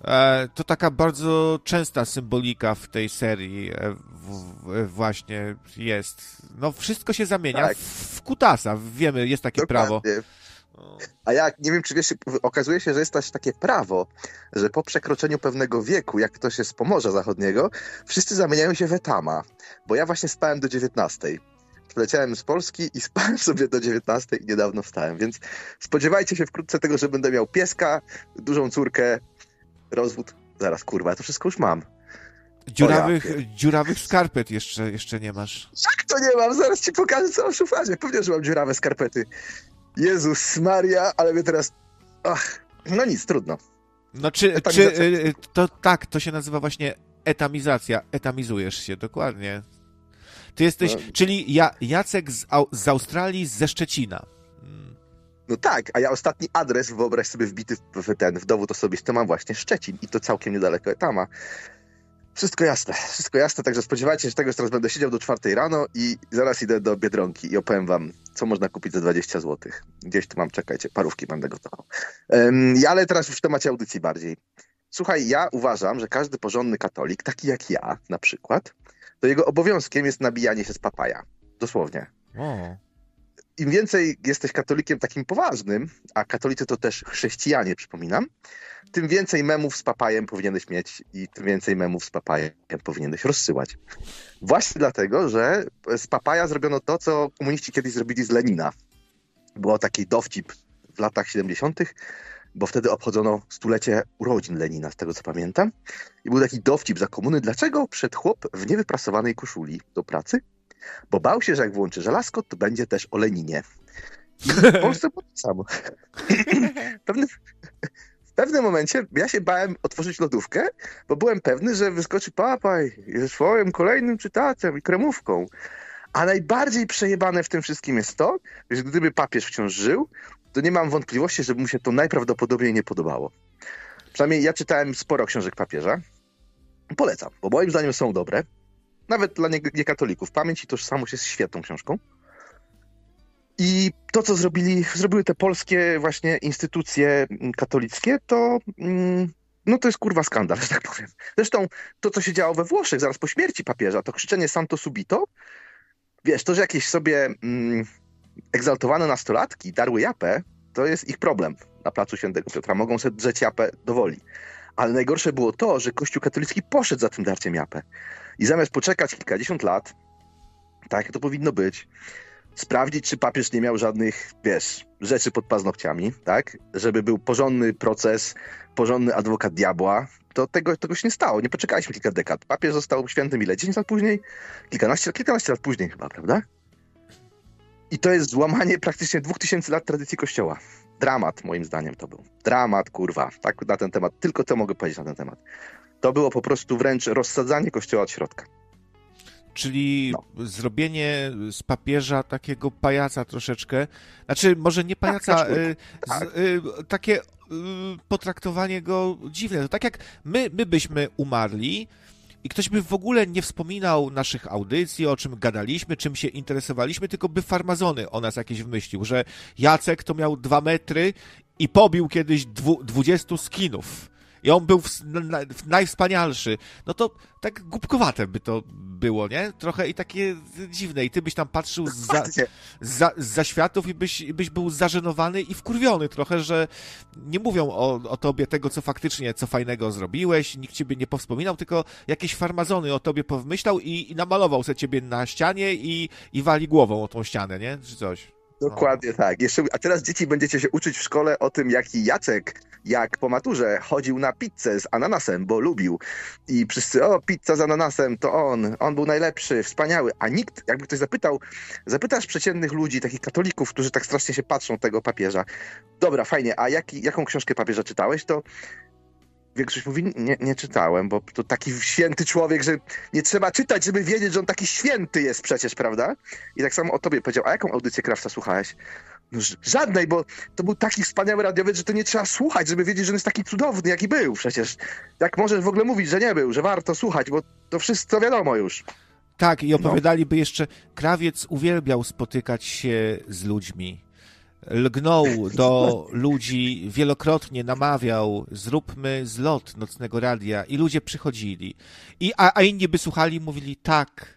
To taka bardzo częsta symbolika w tej serii właśnie jest. No wszystko się zamienia Tak. w kutasa. Wiemy, jest takie Dokładnie. prawo. A jak, nie wiem, czy wiesz, okazuje się, że jest też takie prawo, że po przekroczeniu pewnego wieku, jak ktoś jest z Pomorza Zachodniego, wszyscy zamieniają się w Etama. Bo ja właśnie spałem do 19. Przyleciałem z Polski i spałem sobie do 19 i niedawno wstałem, więc spodziewajcie się wkrótce tego, że będę miał pieska, dużą córkę, rozwód. Zaraz, kurwa, ja to wszystko już mam. Dziurawych skarpet jeszcze nie masz. Jak to nie mam? Zaraz ci pokażę, co mam w szufladzie. Pewnie, że mam dziurawe skarpety. Jezus Maria, ale mnie teraz... Ach, no nic, trudno. No to się nazywa właśnie etamizacja. Etamizujesz się, dokładnie. Ty jesteś, czyli Jacek z Australii, ze Szczecina. No tak, a ja ostatni adres, wyobraź sobie, wbity w dowód osobisty, to mam właśnie Szczecin i to całkiem niedaleko Etama. Wszystko jasne, także spodziewajcie się, że tego, że teraz będę siedział do 4 rano i zaraz idę do Biedronki i opowiem wam, co można kupić za 20 zł. Gdzieś tu mam, czekajcie, parówki będę gotował. Ale teraz już w temacie audycji bardziej. Słuchaj, ja uważam, że każdy porządny katolik, taki jak ja na przykład, to jego obowiązkiem jest nabijanie się z papaja. Dosłownie. O. Im więcej jesteś katolikiem takim poważnym, a katolicy to też chrześcijanie, przypominam, tym więcej memów z papajem powinieneś mieć i tym więcej memów z papajem powinieneś rozsyłać. Właśnie dlatego, że z papaja zrobiono to, co komuniści kiedyś zrobili z Lenina. Było taki dowcip w latach 70., bo wtedy obchodzono 100-lecie urodzin Lenina, z tego co pamiętam. I był taki dowcip za komuny, dlaczego przyszedł chłop w niewyprasowanej koszuli do pracy? Bo bał się, że jak włączy żelazko, to będzie też o Leninie. I w Polsce było to samo. W pewnym momencie ja się bałem otworzyć lodówkę, bo byłem pewny, że wyskoczy papaj ze swoim kolejnym cytatem i kremówką. A najbardziej przejebane w tym wszystkim jest to, że gdyby papież wciąż żył, to nie mam wątpliwości, że mu się to najprawdopodobniej nie podobało. Przynajmniej ja czytałem sporo książek papieża. Polecam, bo moim zdaniem są dobre. Nawet dla niekatolików. Pamięć i tożsamość jest świetną książką. I to, co zrobiły te polskie właśnie instytucje katolickie, to to jest kurwa skandal, że tak powiem. Zresztą to, co się działo we Włoszech zaraz po śmierci papieża, to krzyczenie Santo Subito, wiesz, to, że jakieś sobie egzaltowane nastolatki darły japę, to jest ich problem na placu Świętego Piotra. Mogą sobie drzeć japę do woli. Ale najgorsze było to, że Kościół katolicki poszedł za tym darciem japę. I zamiast poczekać kilkadziesiąt lat, tak jak to powinno być, sprawdzić, czy papież nie miał żadnych, rzeczy pod paznokciami, tak? Żeby był porządny proces, porządny adwokat diabła, to tego się nie stało. Nie poczekaliśmy kilka dekad. Papież został świętym ile? 10 lat później? Kilkanaście lat później chyba, prawda? I to jest złamanie praktycznie 2000 lat tradycji Kościoła. Dramat, moim zdaniem to był. Dramat, kurwa. Tak na ten temat. Tylko to mogę powiedzieć na ten temat. To było po prostu wręcz rozsadzanie Kościoła od środka. Czyli zrobienie z papieża takiego pajaca troszeczkę, znaczy może nie pajaca, takie potraktowanie go dziwne. To tak jak my byśmy umarli i ktoś by w ogóle nie wspominał naszych audycji, o czym gadaliśmy, czym się interesowaliśmy, tylko by farmazony o nas jakieś wymyślił, że Jacek to miał 2 metry i pobił kiedyś 20 skinów. I on był najwspanialszy. No to tak głupkowate by to było, nie? Trochę i takie dziwne. I ty byś tam patrzył za światów i byś był zażenowany i wkurwiony trochę, że nie mówią o tobie tego, co faktycznie, co fajnego zrobiłeś, nikt ciebie nie powspominał, tylko jakieś farmazony o tobie powymyślał i namalował se ciebie na ścianie i wali głową o tą ścianę, nie? Czy coś. Dokładnie tak. A teraz dzieci będziecie się uczyć w szkole o tym, jaki Jacek, jak po maturze, chodził na pizzę z ananasem, bo lubił. I wszyscy, pizza z ananasem, to on był najlepszy, wspaniały. A nikt, jakby ktoś zapytasz przeciętnych ludzi, takich katolików, którzy tak strasznie się patrzą tego papieża. Dobra, fajnie, a jaką książkę papieża czytałeś? To większość mówi, nie czytałem, bo to taki święty człowiek, że nie trzeba czytać, żeby wiedzieć, że on taki święty jest przecież, prawda? I tak samo o tobie powiedział, a jaką audycję Krawca słuchałeś? No żadnej, bo to był taki wspaniały radiowiec, że to nie trzeba słuchać, żeby wiedzieć, że on jest taki cudowny, jaki był przecież. Jak możesz w ogóle mówić, że nie był, że warto słuchać, bo to wszystko wiadomo już. Tak, i opowiadaliby jeszcze, Krawiec uwielbiał spotykać się z ludźmi. lgnął do ludzi, wielokrotnie namawiał, zróbmy zlot Nocnego Radia i ludzie przychodzili. A inni by słuchali i mówili tak.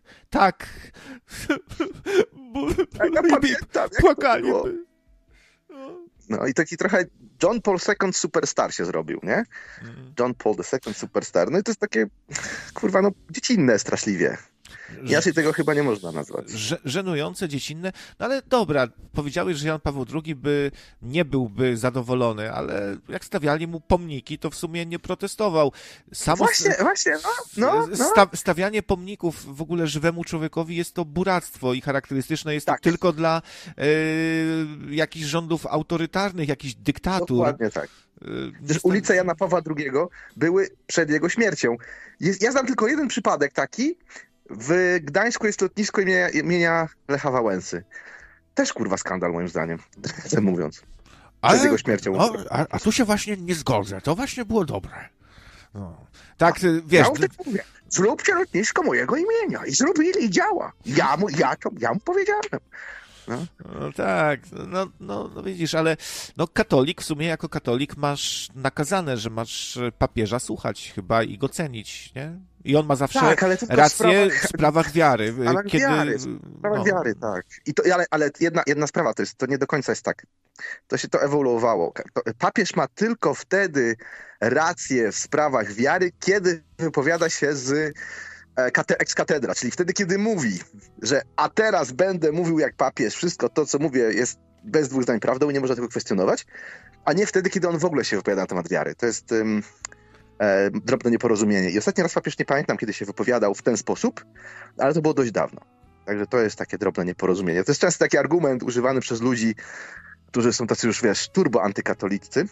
Ja pamiętam, płakaliby. No i taki trochę John Paul II Superstar się zrobił, nie? John Paul II Superstar. No i to jest takie, kurwa, no dziecinne straszliwie. Inaczej tego chyba nie można nazwać. Żenujące, dziecinne, no ale dobra, powiedziałeś, że Jan Paweł II nie byłby zadowolony, ale jak stawiali mu pomniki, to w sumie nie protestował. Właśnie, no. Stawianie pomników w ogóle żywemu człowiekowi jest to buractwo i charakterystyczne jest to tylko dla jakichś rządów autorytarnych, jakichś dyktatur. Dokładnie tak. Ulice Jana Pawła II były przed jego śmiercią. Ja znam tylko jeden przypadek taki. W Gdańsku jest lotnisko imienia Lecha Wałęsy. Też kurwa skandal moim zdaniem, mówiąc. Przed jego śmiercią. A tu się właśnie nie zgodzę. To właśnie było dobre. No. Tak, wiesz... Ja tak mówię. Zróbcie lotnisko mojego imienia. I zrobili, i działa. Ja mu powiedziałem. No tak, no widzisz, ale no katolik, w sumie jako katolik masz nakazane, że masz papieża słuchać chyba i go cenić, nie? I on ma zawsze rację w sprawach wiary. W sprawach wiary, tak. Ale jedna sprawa, to nie do końca jest tak. To ewoluowało. Papież ma tylko wtedy rację w sprawach wiary, kiedy wypowiada się z ex cathedra, czyli wtedy, kiedy mówi, że a teraz będę mówił jak papież, wszystko to, co mówię, jest bez dwóch zdań prawdą i nie można tego kwestionować, a nie wtedy, kiedy on w ogóle się wypowiada na temat wiary. To jest drobne nieporozumienie. I ostatni raz papież, nie pamiętam, kiedy się wypowiadał w ten sposób, ale to było dość dawno. Także to jest takie drobne nieporozumienie. To jest często taki argument używany przez ludzi, którzy są tacy już, wiesz, turbo antykatolicy,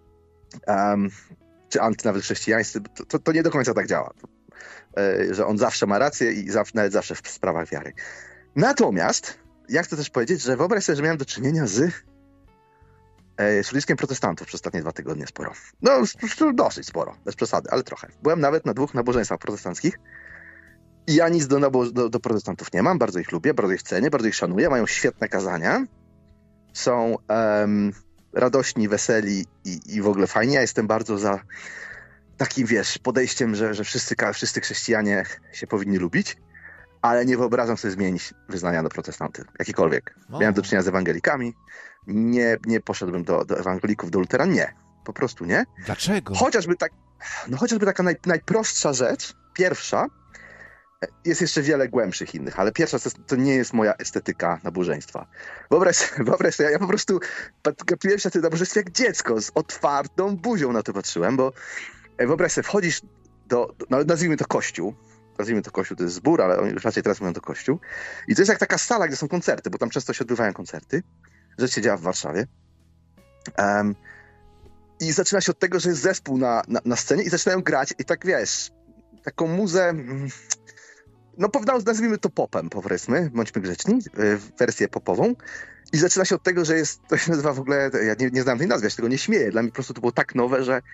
czy nawet chrześcijańscy. To nie do końca tak działa. Że on zawsze ma rację i nawet zawsze w sprawach wiary. Natomiast ja chcę też powiedzieć, że wyobraź sobie, że miałem do czynienia z środowiskiem protestantów przez ostatnie 2 tygodnie sporo. No, dosyć sporo, bez przesady, ale trochę. Byłem nawet na 2 nabożeństwach protestanckich i ja nic do protestantów nie mam. Bardzo ich lubię, bardzo ich cenię, bardzo ich szanuję. Mają świetne kazania. Są radośni, weseli i w ogóle fajnie. Ja jestem bardzo za takim, wiesz, podejściem, że wszyscy chrześcijanie się powinni lubić, ale nie wyobrażam sobie zmienić wyznania na protestanty, jakikolwiek. Miałem do czynienia z ewangelikami, nie poszedłbym do ewangelików, do luteran, nie. Po prostu nie. Dlaczego? Chociażby taka najprostsza rzecz, pierwsza, jest jeszcze wiele głębszych innych, ale pierwsza to nie jest moja estetyka nabożeństwa. Wyobraź sobie, ja po prostu gapiłem się na tym nabożeństwie jak dziecko, z otwartą buzią na to patrzyłem, bo wyobraź sobie, wchodzisz nazwijmy to kościół, to jest zbór, ale oni raczej teraz mówią to kościół. I to jest jak taka sala, gdzie są koncerty, bo tam często się odbywają koncerty. Rzecz się działa w Warszawie. I zaczyna się od tego, że jest zespół na scenie i zaczynają grać i tak, wiesz, taką muzę, no nazwijmy to popem, powiedzmy, bądźmy grzeczni, wersję popową. I zaczyna się od tego, że to się nazywa w ogóle, ja nie znam tej nazwy, ja się tego nie śmieję. Dla mnie po prostu to było tak nowe, że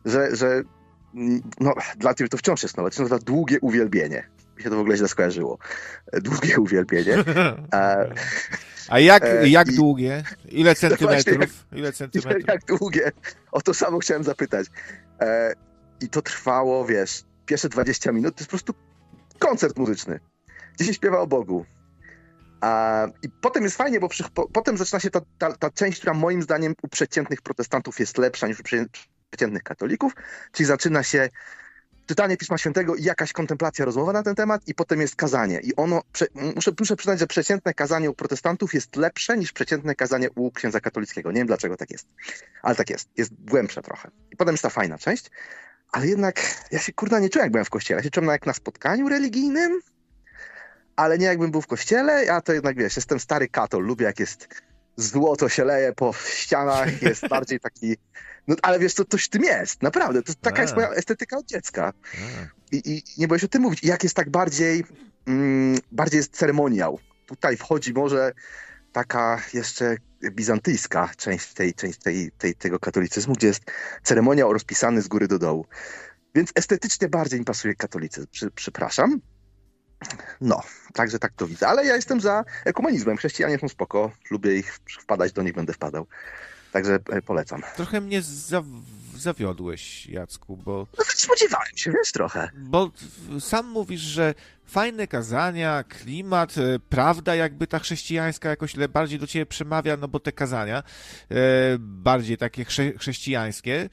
no, dla ciebie to wciąż jest nowe. To się nazywa Długie Uwielbienie. Mi się to w ogóle źle skojarzyło. Długie Uwielbienie. A jak długie? Ile centymetrów? Jak długie? O to samo chciałem zapytać. I to trwało, wiesz, pierwsze 20 minut to jest po prostu koncert muzyczny, gdzie się śpiewa o Bogu. I potem jest fajnie, bo potem zaczyna się ta część, która moim zdaniem u przeciętnych protestantów jest lepsza niż u przeciętnych katolików, czyli zaczyna się czytanie Pisma Świętego i jakaś kontemplacja, rozmowa na ten temat i potem jest kazanie. I muszę przyznać, że przeciętne kazanie u protestantów jest lepsze niż przeciętne kazanie u księdza katolickiego. Nie wiem, dlaczego tak jest, ale tak jest. Jest głębsze trochę. I potem jest ta fajna część, ale jednak ja się nie czułem, jak byłem w kościele. Ja się czułem jak na spotkaniu religijnym, ale nie jakbym był w kościele. Ja to jednak, wiesz, jestem stary katol, lubię jak jest złoto się leje po ścianach, jest bardziej taki... No ale wiesz, to coś w tym jest, naprawdę. Taka jest moja estetyka od dziecka. I nie boję się o tym mówić. I jak jest tak bardziej jest ceremoniał. Tutaj wchodzi może taka jeszcze bizantyjska część tego katolicyzmu, gdzie jest ceremoniał rozpisany z góry do dołu. Więc estetycznie bardziej mi pasuje katolicyzm, przepraszam. No, także tak to widzę. Ale ja jestem za ekumenizmem. Chrześcijanie są spoko. Lubię ich wpadać, do nich będę wpadał. Także polecam. Trochę mnie zawiodłeś, Jacku, bo... No spodziewałem się, wiesz, trochę. Bo sam mówisz, że fajne kazania, klimat, prawda jakby ta chrześcijańska jakoś bardziej do ciebie przemawia, no bo te kazania bardziej takie chrześcijańskie.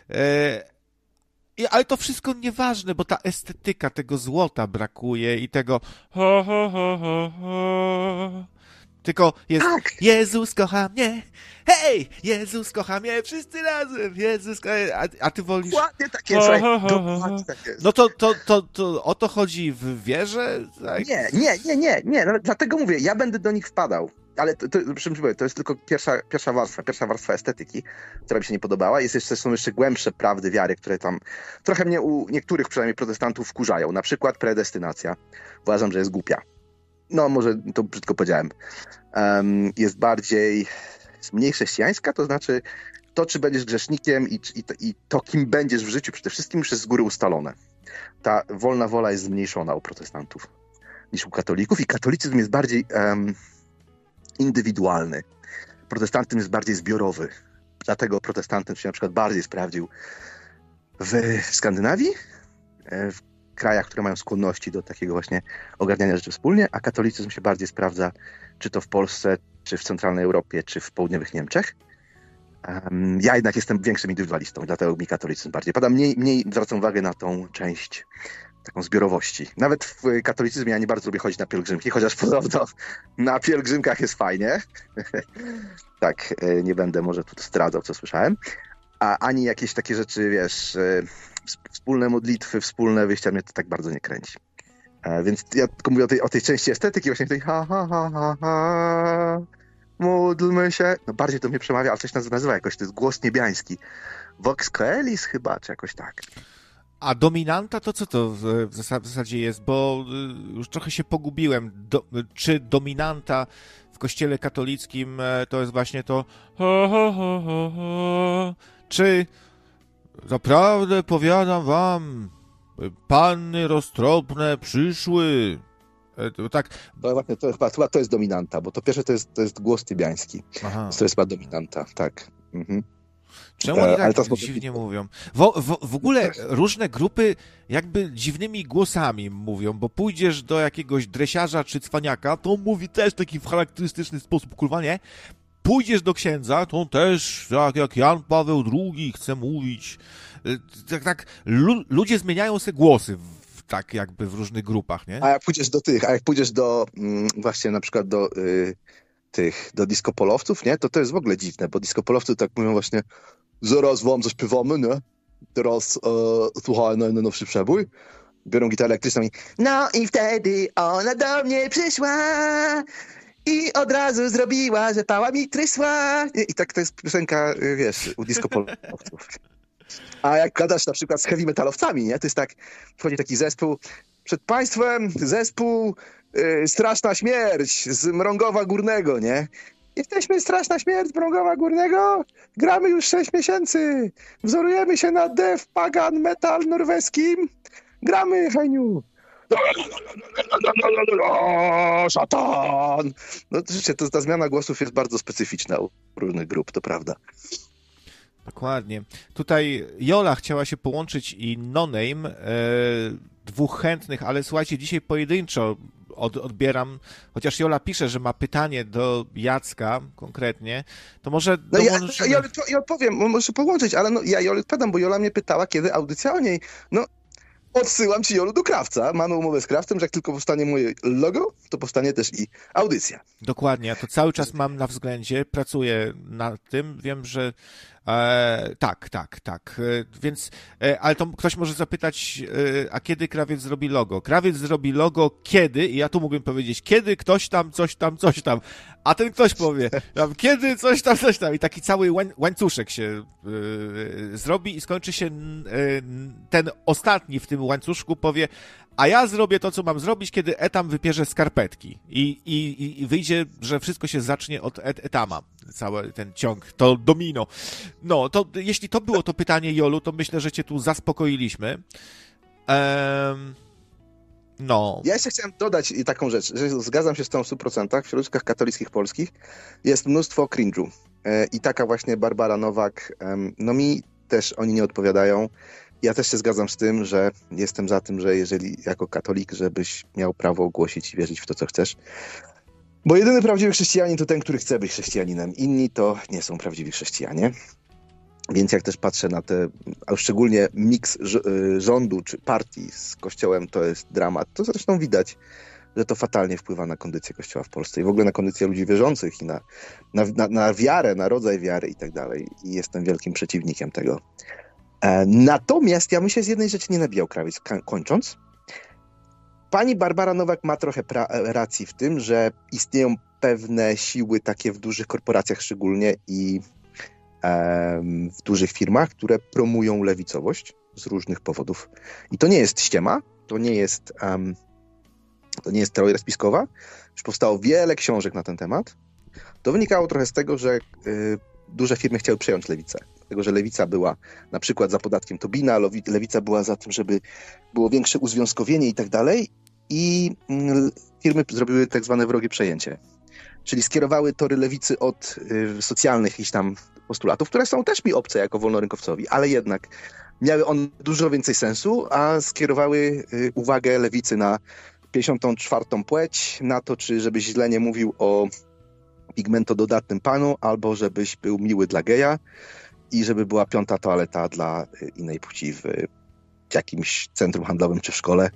Ale to wszystko nieważne, bo ta estetyka tego złota brakuje i tego tylko jest Tak. Jezus kocha mnie, hej, Jezus kocha mnie, wszyscy razem, Jezus kocha mnie, a ty wolisz... Dokładnie tak jest, dokładnie tak jest. No to o to chodzi w wierze? Tak? Nie, no, dlatego mówię, ja będę do nich wpadał. Ale to jest tylko pierwsza warstwa estetyki, która mi się nie podobała. Są jeszcze głębsze prawdy wiary, które tam trochę mnie u niektórych przynajmniej protestantów wkurzają. Na przykład predestynacja. Uważam, że jest głupia. No może to brzydko powiedziałem. Jest mniej chrześcijańska, to znaczy to, czy będziesz grzesznikiem i to, kim będziesz w życiu przede wszystkim już jest z góry ustalone. Ta wolna wola jest zmniejszona u protestantów niż u katolików i katolicyzm jest bardziej... indywidualny. Protestantyzm jest bardziej zbiorowy. Dlatego protestantyzm się na przykład bardziej sprawdził w Skandynawii, w krajach, które mają skłonności do takiego właśnie ogarniania rzeczy wspólnie, a katolicyzm się bardziej sprawdza czy to w Polsce, czy w centralnej Europie, czy w południowych Niemczech. Ja jednak jestem większym indywidualistą i dlatego mi katolicyzm bardziej pada. Mniej zwracam uwagę na tą część taką zbiorowości. Nawet w katolicyzmie ja nie bardzo lubię chodzić na pielgrzymki, chociaż podobno na pielgrzymkach jest fajnie. Tak, nie będę może tu zdradzał, co słyszałem. A ani jakieś takie rzeczy, wiesz, wspólne modlitwy, wspólne wyjścia mnie to tak bardzo nie kręci. Więc ja tylko mówię o tej części estetyki, właśnie tej módlmy się. No bardziej to mnie przemawia, ale coś nazywa jakoś, to jest głos niebiański. Vox Coelis chyba, czy jakoś tak. A dominanta to co to w zasadzie jest? Bo już trochę się pogubiłem. Czy dominanta w kościele katolickim to jest właśnie to czy zaprawdę powiadam wam, panny roztropne przyszły. Tak. Chyba to jest dominanta, bo to pierwsze to jest głos tybiański. Aha. To jest chyba dominanta, tak. Mhm. Czemu oni tak dziwnie mówią? W ogóle różne grupy jakby dziwnymi głosami mówią, bo pójdziesz do jakiegoś dresiarza czy cwaniaka, to on mówi też taki w charakterystyczny sposób, kurwa, nie? Pójdziesz do księdza, to on też, tak jak Jan Paweł II chce mówić. Tak, ludzie zmieniają sobie głosy tak jakby w różnych grupach, nie? A jak pójdziesz do właśnie na przykład do disco-polowców, nie? To jest w ogóle dziwne, bo disco-polowcy tak mówią właśnie zaraz wam zaśpiewamy, nie? Teraz słuchaj najnowszy przebój. Biorą gitarę elektryczną i no i wtedy ona do mnie przyszła i od razu zrobiła, że pała mi trysła. I tak to jest piosenka, wiesz, u disco-polowców. A jak gadasz na przykład z heavy metalowcami, nie? To jest tak, wchodzi taki zespół, przed państwem zespół Straszna Śmierć z Mrągowa Górnego, nie? Jesteśmy Straszna Śmierć z Mrągowa Górnego, gramy już 6 miesięcy, wzorujemy się na death pagan metal norweskim, gramy, hejniu. Szatan! No rzeczywiście, ta zmiana głosów jest bardzo specyficzna u różnych grup, to prawda. Dokładnie. Tutaj Jola chciała się połączyć i No Name, dwóch chętnych, ale słuchajcie, dzisiaj pojedynczo odbieram, chociaż Jola pisze, że ma pytanie do Jacka konkretnie, to może... No ja odpowiem, możesz połączyć, ale no, ja Jolę odpowiadam, bo Jola mnie pytała, kiedy audycja o niej. No, odsyłam ci, Jolu, do Krawca. Mamy umowę z Krawcem, że jak tylko powstanie moje logo, to powstanie też i audycja. Dokładnie, ja to cały czas mam na względzie, pracuję nad tym, wiem, że tak. Więc, ale to ktoś może zapytać, a kiedy Krawiec zrobi logo? Krawiec zrobi logo kiedy? I ja tu mógłbym powiedzieć, kiedy ktoś tam, coś tam. A ten ktoś powie, kiedy coś tam. I taki cały łańcuszek się zrobi i skończy się ten ostatni w tym łańcuszku powie, a ja zrobię to, co mam zrobić, kiedy Etam wypierze skarpetki. I wyjdzie, że wszystko się zacznie od Etama. Cały ten ciąg, to domino. No, to jeśli to było to pytanie, Jolu, to myślę, że cię tu zaspokoiliśmy. No. Ja jeszcze chciałem dodać taką rzecz, że zgadzam się z tą w 100%. W środowiskach katolickich polskich jest mnóstwo cringe'u. I taka właśnie Barbara Nowak, no mi też oni nie odpowiadają. Ja też się zgadzam z tym, że jestem za tym, że jeżeli jako katolik, żebyś miał prawo głosić i wierzyć w to, co chcesz. Bo jedyny prawdziwy chrześcijanin to ten, który chce być chrześcijaninem. Inni to nie są prawdziwi chrześcijanie. Więc jak też patrzę na te, a szczególnie miks rządu czy partii z Kościołem, to jest dramat. To zresztą widać, że to fatalnie wpływa na kondycję Kościoła w Polsce i w ogóle na kondycję ludzi wierzących i na wiarę, na rodzaj wiary i tak dalej. I jestem wielkim przeciwnikiem tego. Natomiast ja bym się z jednej rzeczy nie nabijał, Krawiec, kończąc. Pani Barbara Nowak ma trochę racji w tym, że istnieją pewne siły takie w dużych korporacjach szczególnie i w dużych firmach, które promują lewicowość z różnych powodów. I to nie jest ściema, to nie jest teoria spiskowa. Już powstało wiele książek na ten temat. To wynikało trochę z tego, że duże firmy chciały przejąć lewicę. Dlatego, że lewica była na przykład za podatkiem Tobina, lewica była za tym, żeby było większe uzwiązkowienie i tak dalej. I firmy zrobiły tak zwane wrogie przejęcie. Czyli skierowały tory lewicy od socjalnych jakichś tam postulatów, które są też mi obce jako wolnorynkowcowi, ale jednak miały one dużo więcej sensu, a skierowały uwagę lewicy na 54. płeć, na to, czy żebyś źle nie mówił o pigmentododatnym panu, albo żebyś był miły dla geja i żeby była 5. toaleta dla innej płci w jakimś centrum handlowym czy w szkole,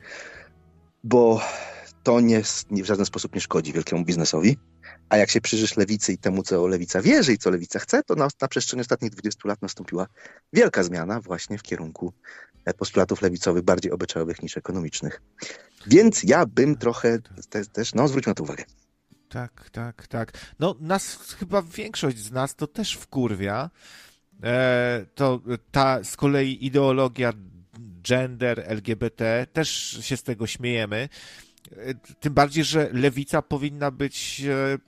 bo to w żaden sposób nie szkodzi wielkiemu biznesowi. A jak się przyjrzysz lewicy i temu, co lewica wierzy i co lewica chce, to na przestrzeni ostatnich 20 lat nastąpiła wielka zmiana właśnie w kierunku postulatów lewicowych, bardziej obyczajowych niż ekonomicznych. Więc ja bym trochę też, zwróćmy na to uwagę. Tak. No nas, chyba większość z nas to też wkurwia. To ta z kolei ideologia gender, LGBT, też się z tego śmiejemy. Tym bardziej, że lewica powinna być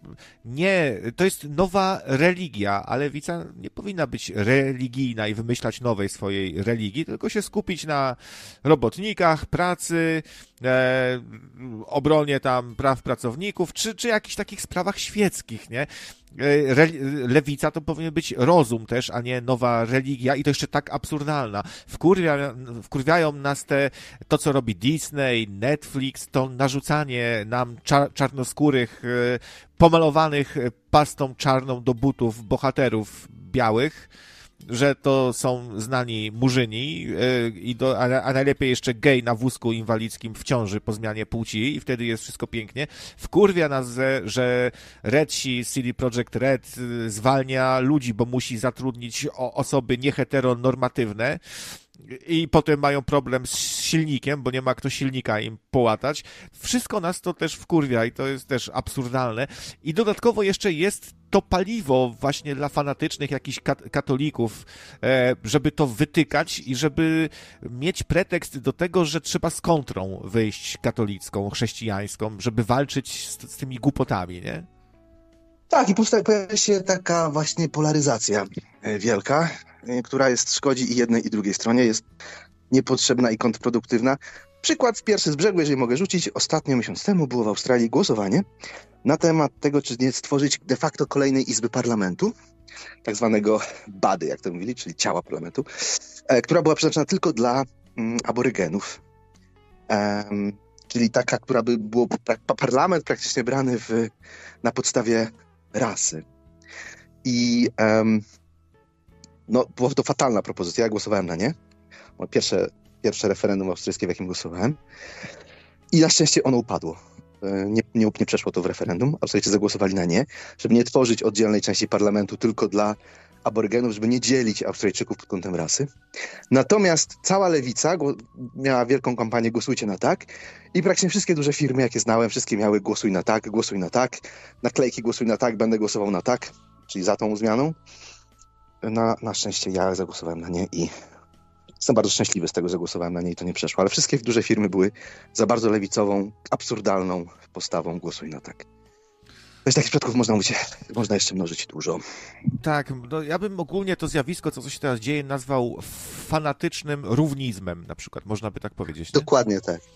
to jest nowa religia, a lewica nie powinna być religijna i wymyślać nowej swojej religii, tylko się skupić na robotnikach, pracy, obronie tam praw pracowników, czy jakichś takich sprawach świeckich, nie? Lewica to powinien być rozum też, a nie nowa religia i to jeszcze tak absurdalna. Wkurwiają nas to, co robi Disney, Netflix, to narzucanie nam czarnoskórych, pomalowanych pastą czarną do butów bohaterów białych, że to są znani murzyni, a najlepiej jeszcze gej na wózku inwalidzkim w ciąży po zmianie płci i wtedy jest wszystko pięknie. Wkurwia nas, że CD Projekt Red zwalnia ludzi, bo musi zatrudnić osoby nieheteronormatywne i potem mają problem z silnikiem, bo nie ma kto silnika im połatać. Wszystko nas to też wkurwia i to jest też absurdalne. I dodatkowo jeszcze jest to paliwo właśnie dla fanatycznych jakichś katolików, żeby to wytykać i żeby mieć pretekst do tego, że trzeba z kontrą wyjść katolicką, chrześcijańską, żeby walczyć z tymi głupotami, nie? Tak, i pojawia się taka właśnie polaryzacja wielka, która szkodzi i jednej, i drugiej stronie, jest niepotrzebna i kontrproduktywna. Przykład pierwszy z brzegu, jeżeli mogę rzucić. Ostatnio, miesiąc temu, było w Australii głosowanie na temat tego, czy nie stworzyć de facto kolejnej izby parlamentu, tak zwanego bady, jak to mówili, czyli ciała parlamentu, która była przeznaczona tylko dla aborygenów. Czyli taka, która by było parlament praktycznie brany na podstawie rasy. I była to fatalna propozycja, ja głosowałem na nie. Pierwsze referendum austriackie, w jakim głosowałem. I na szczęście ono upadło. Nie przeszło to w referendum. Austriacy zagłosowali na nie, żeby nie tworzyć oddzielnej części parlamentu tylko dla aborygenów, żeby nie dzielić Australijczyków pod kątem rasy. Natomiast cała lewica miała wielką kampanię "Głosujcie na tak" i praktycznie wszystkie duże firmy, jakie znałem, wszystkie miały "Głosuj na tak", naklejki "Głosuj na tak", będę głosował na tak, czyli za tą zmianą. Na szczęście ja zagłosowałem na nie i jestem bardzo szczęśliwy z tego, że głosowałem na nie i to nie przeszło, ale wszystkie duże firmy były za bardzo lewicową, absurdalną postawą "Głosuj na tak". Takich przypadków można jeszcze mnożyć dużo. Tak, ja bym ogólnie to zjawisko, co się teraz dzieje, nazwał fanatycznym równizmem, na przykład, można by tak powiedzieć. Nie? Dokładnie tak.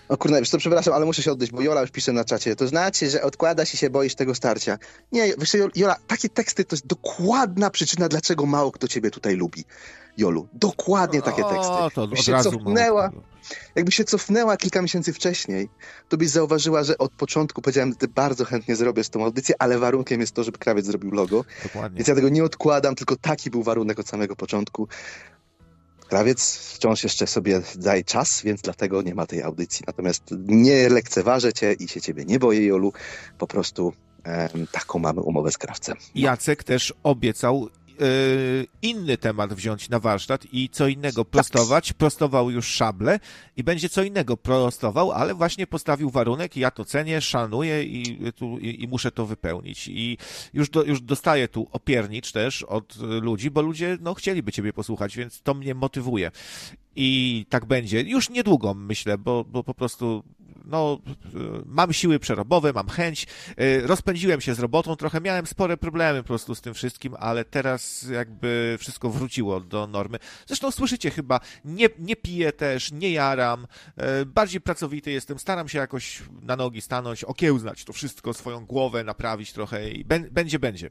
O kurna, wiesz co, przepraszam, ale muszę się odejść, bo Jola już pisze na czacie. To znaczy, że odkładasz i się boisz tego starcia. Nie, wiesz co, Jola, takie teksty to jest dokładna przyczyna, dlaczego mało kto ciebie tutaj lubi. Jolu, dokładnie takie teksty. To od razu jakby się cofnęła kilka miesięcy wcześniej, to byś zauważyła, że od początku powiedziałem, że bardzo chętnie zrobię z tą audycję, ale warunkiem jest to, żeby Krawiec zrobił logo. Dokładnie. Więc ja tego nie odkładam, tylko taki był warunek od samego początku. Krawiec wciąż jeszcze sobie daje czas, więc dlatego nie ma tej audycji. Natomiast nie lekceważę cię i się ciebie nie boję, Jolu. Po prostu taką mamy umowę z Krawcem. No. Jacek też obiecał inny temat wziąć na warsztat i co innego prostować. Prostował już szable i będzie co innego prostował, ale właśnie postawił warunek i ja to cenię, szanuję i muszę to wypełnić. I już dostaję tu opiernicz też od ludzi, bo ludzie chcieliby ciebie posłuchać, więc to mnie motywuje. I tak będzie. Już niedługo, myślę, bo po prostu mam siły przerobowe, mam chęć. Rozpędziłem się z robotą, trochę miałem spore problemy po prostu z tym wszystkim, ale teraz jakby wszystko wróciło do normy. Zresztą słyszycie chyba, nie piję też, nie jaram, bardziej pracowity jestem, staram się jakoś na nogi stanąć, okiełznać to wszystko, swoją głowę naprawić trochę i będzie.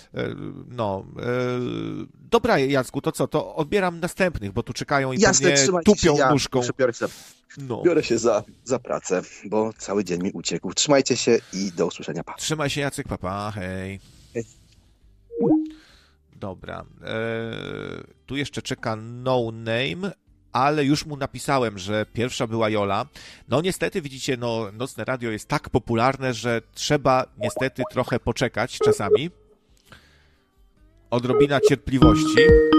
Dobra, Jacku, to co? To odbieram następnych, bo tu czekają i Jasne, pewnie tupią nóżką. Biorę się za pracę, bo cały dzień mi uciekł. Trzymajcie się i do usłyszenia. Pa. Trzymaj się, Jacek, papa, hej. Hej. Dobra. Tu jeszcze czeka No Name, ale już mu napisałem, że pierwsza była Jola. Niestety, widzicie, nocne radio jest tak popularne, że trzeba niestety trochę poczekać czasami. Odrobina cierpliwości.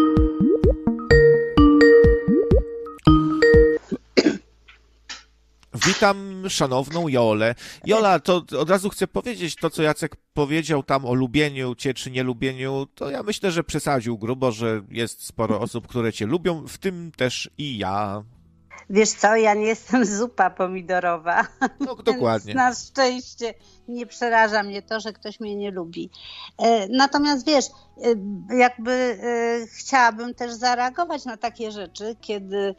Witam szanowną Jolę. Jola, to od razu chcę powiedzieć to, co Jacek powiedział tam o lubieniu cię czy nielubieniu, to ja myślę, że przesadził grubo, że jest sporo osób, które cię lubią, w tym też i ja. Wiesz co, ja nie jestem zupa pomidorowa. Dokładnie. Na szczęście nie przeraża mnie to, że ktoś mnie nie lubi. Natomiast wiesz, chciałabym też zareagować na takie rzeczy, kiedy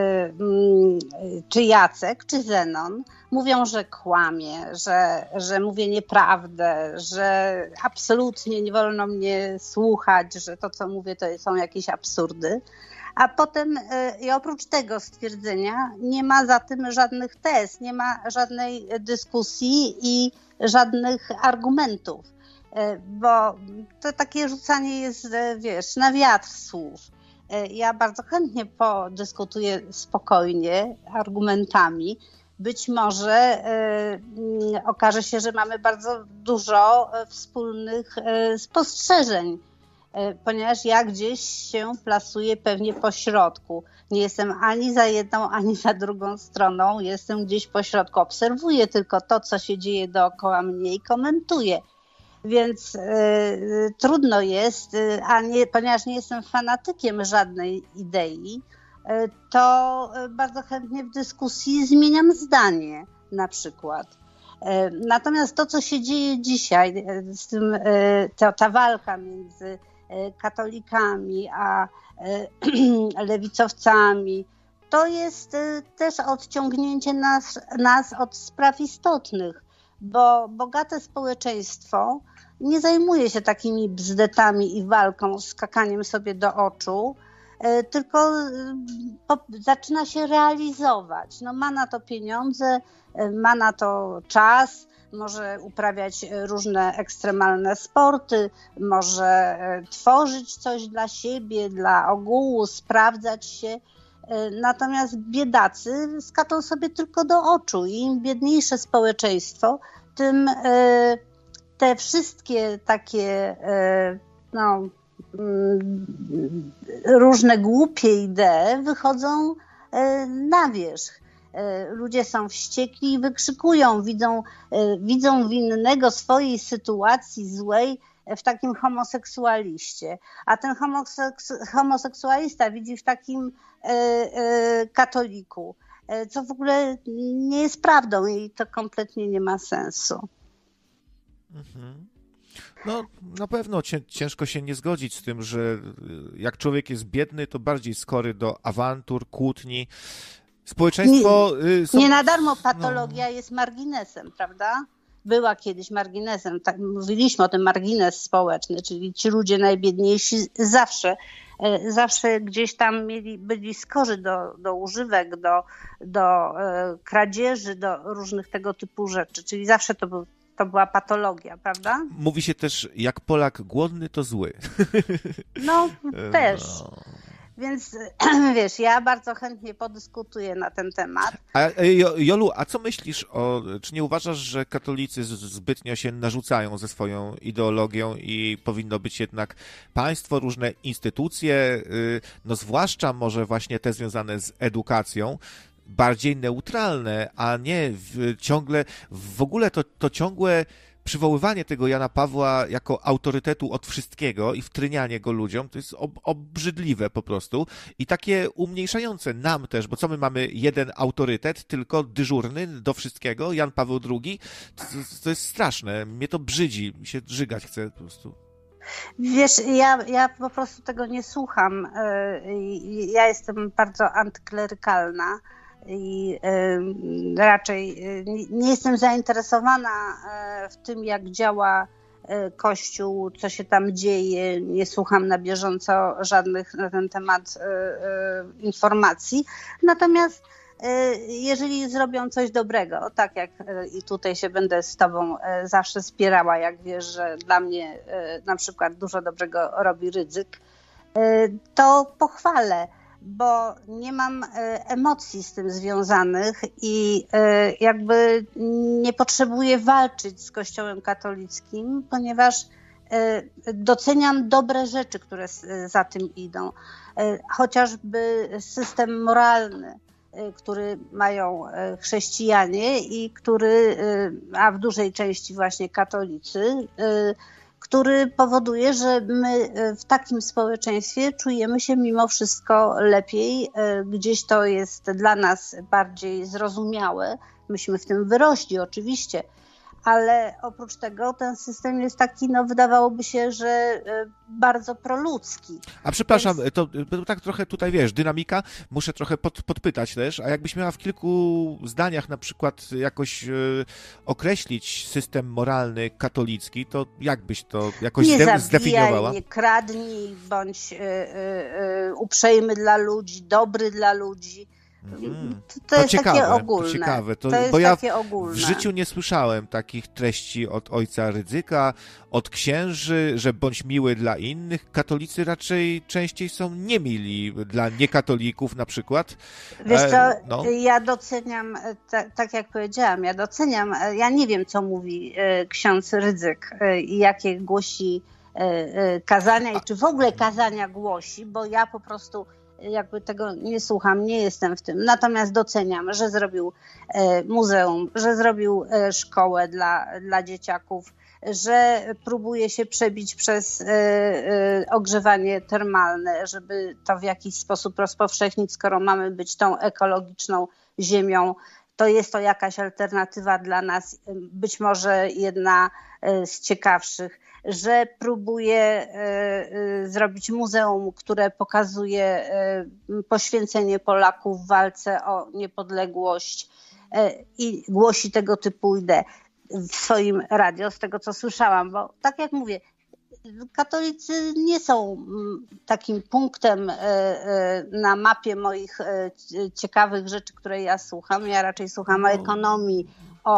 czy Jacek, czy Zenon mówią, że kłamie, że mówię nieprawdę, że absolutnie nie wolno mnie słuchać, że to, co mówię, to są jakieś absurdy. A potem i oprócz tego stwierdzenia nie ma za tym żadnych tez, nie ma żadnej dyskusji i żadnych argumentów, bo to takie rzucanie jest, wiesz, na wiatr słów. Ja bardzo chętnie podyskutuję spokojnie argumentami. Być może okaże się, że mamy bardzo dużo wspólnych spostrzeżeń, ponieważ ja gdzieś się plasuję pewnie po środku. Nie jestem ani za jedną, ani za drugą stroną. Jestem gdzieś po środku. Obserwuję tylko to, co się dzieje dookoła mnie i komentuję. Więc trudno jest, ponieważ nie jestem fanatykiem żadnej idei, to bardzo chętnie w dyskusji zmieniam zdanie na przykład. Natomiast to, co się dzieje dzisiaj, z tym, ta walka między katolikami a lewicowcami, to jest też odciągnięcie nas od spraw istotnych, bo bogate społeczeństwo nie zajmuje się takimi bzdetami i walką, skakaniem sobie do oczu, tylko zaczyna się realizować. Ma na to pieniądze, ma na to czas, może uprawiać różne ekstremalne sporty, może tworzyć coś dla siebie, dla ogółu, sprawdzać się. Natomiast biedacy skaczą sobie tylko do oczu i im biedniejsze społeczeństwo, tym te wszystkie takie różne głupie idee wychodzą na wierzch. Ludzie są wściekli i wykrzykują, widzą winnego swojej sytuacji złej w takim homoseksualiście, a ten homoseksualista widzi w takim katoliku, co w ogóle nie jest prawdą i to kompletnie nie ma sensu. Mhm. Na pewno ciężko się nie zgodzić z tym, że jak człowiek jest biedny, to bardziej skory do awantur, kłótni. Społeczeństwo... Nie na darmo patologia jest marginesem, prawda? Była kiedyś marginesem, tak mówiliśmy o tym, margines społeczny, czyli ci ludzie najbiedniejsi zawsze gdzieś tam byli skorzy do używek, do kradzieży, do różnych tego typu rzeczy, czyli zawsze to była patologia, prawda? Mówi się też, jak Polak głodny, to zły. No, też. Więc wiesz, ja bardzo chętnie podyskutuję na ten temat. Jolu, a co myślisz czy nie uważasz, że katolicy zbytnio się narzucają ze swoją ideologią i powinno być jednak państwo, różne instytucje, no zwłaszcza może właśnie te związane z edukacją, bardziej neutralne, a nie w ogóle to ciągłe przywoływanie tego Jana Pawła jako autorytetu od wszystkiego i wtrynianie go ludziom, to jest obrzydliwe po prostu i takie umniejszające nam też, bo co my mamy jeden autorytet, tylko dyżurny do wszystkiego, Jan Paweł II, to jest straszne, mnie to brzydzi, mi się żygać chce po prostu. Wiesz, ja po prostu tego nie słucham, ja jestem bardzo antyklerykalna i raczej nie jestem zainteresowana w tym, jak działa Kościół, co się tam dzieje, nie słucham na bieżąco żadnych na ten temat informacji, natomiast jeżeli zrobią coś dobrego, tak jak i tutaj się będę z tobą zawsze spierała, jak wiesz, że dla mnie na przykład dużo dobrego robi Rydzyk, to pochwalę, bo nie mam emocji z tym związanych i jakby nie potrzebuję walczyć z Kościołem katolickim, ponieważ doceniam dobre rzeczy, które za tym idą. Chociażby system moralny, który mają chrześcijanie i a w dużej części właśnie katolicy, który powoduje, że my w takim społeczeństwie czujemy się mimo wszystko lepiej. Gdzieś to jest dla nas bardziej zrozumiałe. Myśmy w tym wyrośli oczywiście, ale oprócz tego ten system jest taki, no wydawałoby się, że bardzo proludzki. A przepraszam, to tak trochę tutaj, wiesz, dynamika, muszę trochę podpytać też, a jakbyś miała w kilku zdaniach na przykład jakoś określić system moralny katolicki, to jak byś to jakoś zdefiniowała? Nie kradnij, bądź uprzejmy dla ludzi, dobry dla ludzi. To jest ciekawe, takie ogólne. To ciekawe, bo ja takie ogólne. W życiu nie słyszałem takich treści od ojca Rydzyka, od księży, że bądź miły dla innych. Katolicy raczej częściej są niemili dla niekatolików na przykład. Wiesz co, ja doceniam, tak jak powiedziałam, ja nie wiem, co mówi ksiądz Rydzyk i jakie głosi kazania i czy w ogóle kazania głosi, bo ja po prostu jakby tego nie słucham, nie jestem w tym. Natomiast doceniam, że zrobił muzeum, że zrobił szkołę dla dzieciaków, że próbuje się przebić przez ogrzewanie termalne, żeby to w jakiś sposób rozpowszechnić, skoro mamy być tą ekologiczną ziemią. To jest to jakaś alternatywa dla nas, być może jedna z ciekawszych, że próbuje zrobić muzeum, które pokazuje poświęcenie Polaków w walce o niepodległość i głosi tego typu ideę w swoim radio, z tego co słyszałam, bo tak jak mówię, katolicy nie są takim punktem na mapie moich ciekawych rzeczy, które ja słucham. Ja raczej słucham o ekonomii,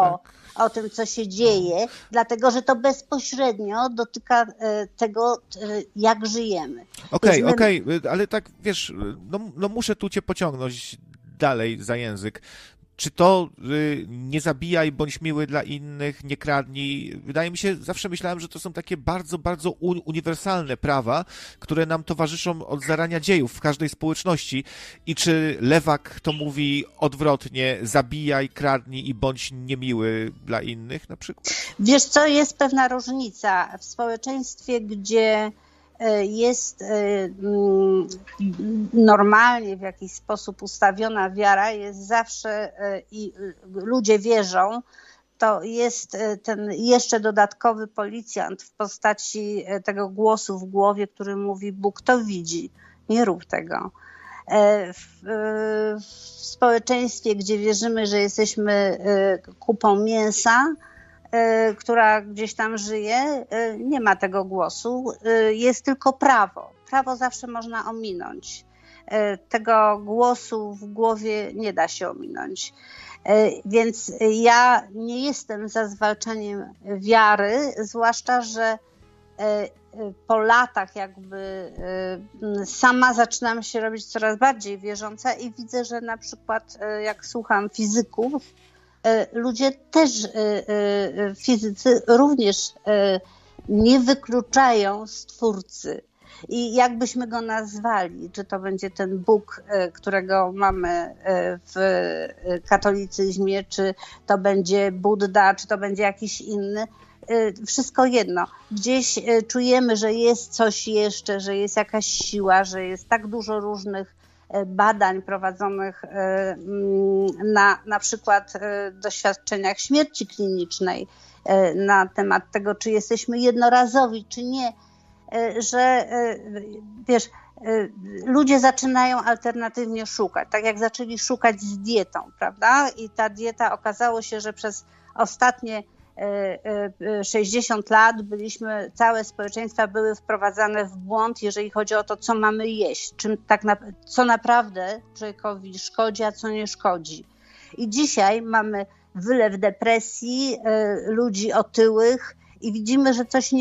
o tym, co się dzieje, Dlatego że to bezpośrednio dotyka tego, jak żyjemy. Okej, ale tak wiesz, no muszę tu cię pociągnąć dalej za język. Czy to nie zabijaj, bądź miły dla innych, nie kradnij? Wydaje mi się, zawsze myślałem, że to są takie bardzo, bardzo uniwersalne prawa, które nam towarzyszą od zarania dziejów w każdej społeczności. I czy lewak to mówi odwrotnie, zabijaj, kradnij i bądź niemiły dla innych na przykład? Wiesz co, jest pewna różnica w społeczeństwie, gdzie jest normalnie w jakiś sposób ustawiona wiara, jest zawsze i ludzie wierzą, to jest ten jeszcze dodatkowy policjant w postaci tego głosu w głowie, który mówi: Bóg to widzi, nie rób tego. W społeczeństwie, gdzie wierzymy, że jesteśmy kupą mięsa, która gdzieś tam żyje, nie ma tego głosu, jest tylko prawo. Prawo zawsze można ominąć. Tego głosu w głowie nie da się ominąć. Więc ja nie jestem za zwalczaniem wiary, zwłaszcza, że po latach jakby sama zaczynam się robić coraz bardziej wierząca i widzę, że na przykład jak słucham fizyków, ludzie też, fizycy również nie wykluczają Stwórcy. I jakbyśmy go nazwali, czy to będzie ten Bóg, którego mamy w katolicyzmie, czy to będzie Budda, czy to będzie jakiś inny, wszystko jedno. Gdzieś czujemy, że jest coś jeszcze, że jest jakaś siła, że jest tak dużo różnych badań prowadzonych na przykład doświadczeniach śmierci klinicznej, na temat tego, czy jesteśmy jednorazowi, czy nie, że wiesz, ludzie zaczynają alternatywnie szukać, tak jak zaczęli szukać z dietą, prawda? I ta dieta okazało się, że przez ostatnie 60 lat całe społeczeństwa były wprowadzane w błąd, jeżeli chodzi o to, co mamy jeść, co naprawdę człowiekowi szkodzi, a co nie szkodzi. I dzisiaj mamy wylew depresji, ludzi otyłych i widzimy, że coś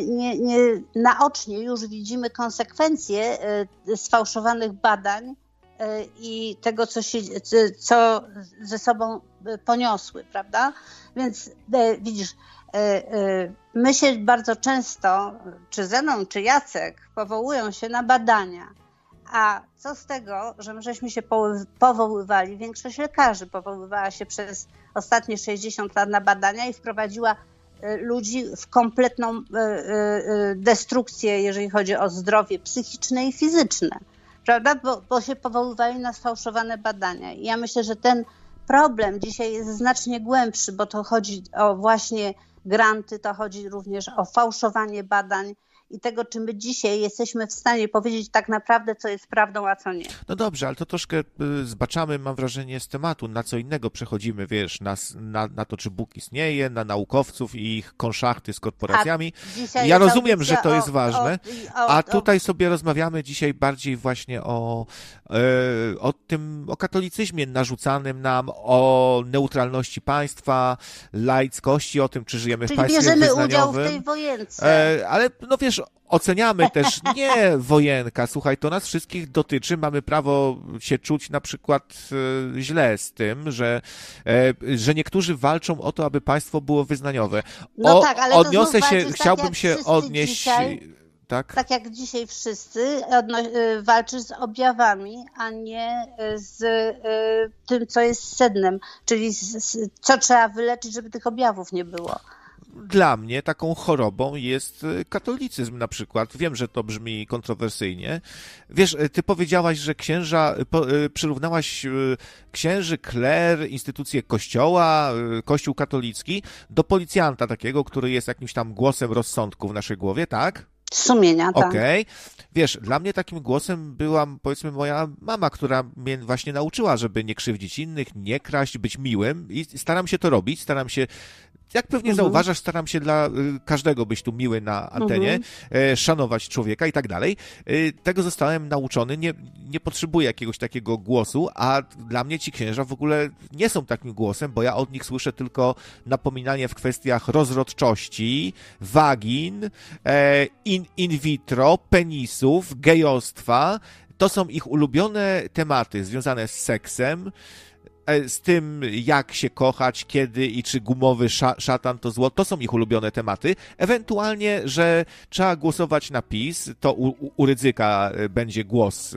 naocznie już widzimy konsekwencje sfałszowanych badań i tego, co ze sobą poniosły, prawda? Więc widzisz, my się bardzo często, czy Zenon, czy Jacek, powołują się na badania. A co z tego, że my żeśmy się powoływali, większość lekarzy powoływała się przez ostatnie 60 lat na badania i wprowadziła ludzi w kompletną destrukcję, jeżeli chodzi o zdrowie psychiczne i fizyczne, prawda? Bo się powoływali na sfałszowane badania. I ja myślę, że ten problem dzisiaj jest znacznie głębszy, bo to chodzi o właśnie granty, to chodzi również o fałszowanie badań i tego, czy my dzisiaj jesteśmy w stanie powiedzieć tak naprawdę, co jest prawdą, a co nie. No dobrze, ale to troszkę zbaczamy, mam wrażenie, z tematu, na co innego przechodzimy, wiesz, na to, czy Bóg istnieje, na naukowców i ich konszachty z korporacjami. Ja rozumiem, że to jest ważne, a tutaj sobie rozmawiamy dzisiaj bardziej właśnie o katolicyzmie narzucanym nam, o neutralności państwa, laickości, o tym, czy żyjemy w państwie wyznaniowym. Czyli bierzemy udział w tej wojence. Ale no wiesz, oceniamy też nie wojenka, słuchaj, to nas wszystkich dotyczy, mamy prawo się czuć na przykład źle z tym, że niektórzy walczą o to, aby państwo było wyznaniowe. No tak, ale odniosę się, chciałbym się odnieść... Dzisiaj, tak jak dzisiaj wszyscy walczysz z objawami, a nie z tym, co jest sednem, czyli co trzeba wyleczyć, żeby tych objawów nie było. Dla mnie taką chorobą jest katolicyzm na przykład. Wiem, że to brzmi kontrowersyjnie. Wiesz, ty powiedziałaś, że przyrównałaś księży, kler, instytucje kościoła, kościół katolicki do policjanta takiego, który jest jakimś tam głosem rozsądku w naszej głowie, tak? Sumienia, tak. Okej. Wiesz, dla mnie takim głosem była, powiedzmy, moja mama, która mnie właśnie nauczyła, żeby nie krzywdzić innych, nie kraść, być miłym i staram się to robić, jak pewnie zauważasz, staram się dla każdego być tu miły na antenie, szanować człowieka i tak dalej. Tego zostałem nauczony, nie potrzebuję jakiegoś takiego głosu, a dla mnie ci księża w ogóle nie są takim głosem, bo ja od nich słyszę tylko napominanie w kwestiach rozrodczości, wagin, in vitro, penisów, gejostwa. To są ich ulubione tematy związane z seksem, z tym, jak się kochać, kiedy i czy gumowy szatan to zło, to są ich ulubione tematy. Ewentualnie, że trzeba głosować na PiS, to u Rydzyka będzie głos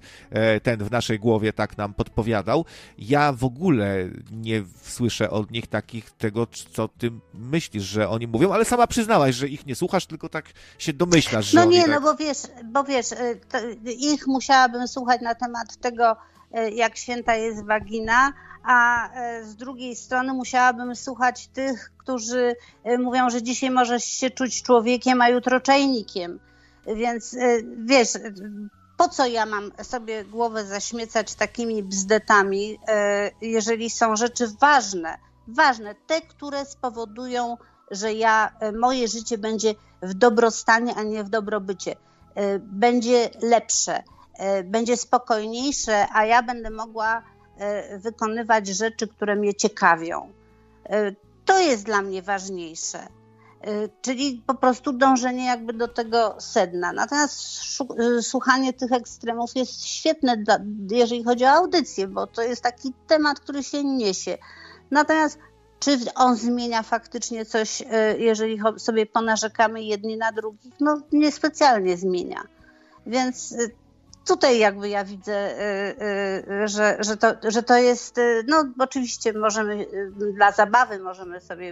ten w naszej głowie, tak nam podpowiadał. Ja w ogóle nie słyszę od nich tego, co ty myślisz, że oni mówią, ale sama przyznałaś, że ich nie słuchasz, tylko tak się domyślasz, że no nie, tak... no bo wiesz, ich musiałabym słuchać na temat tego, jak święta jest wagina, a z drugiej strony musiałabym słuchać tych, którzy mówią, że dzisiaj możesz się czuć człowiekiem, a jutro czajnikiem. Więc wiesz, po co ja mam sobie głowę zaśmiecać takimi bzdetami, jeżeli są rzeczy ważne, te, które spowodują, że moje życie będzie w dobrostanie, a nie w dobrobycie. Będzie lepsze, będzie spokojniejsze, a ja będę mogła wykonywać rzeczy, które mnie ciekawią. To jest dla mnie ważniejsze. Czyli po prostu dążenie jakby do tego sedna. Natomiast słuchanie tych ekstremów jest świetne, jeżeli chodzi o audycję, bo to jest taki temat, który się niesie. Natomiast czy on zmienia faktycznie coś, jeżeli sobie ponarzekamy jedni na drugich? No niespecjalnie zmienia. Więc tutaj jakby ja widzę, że to jest, no oczywiście możemy dla zabawy możemy sobie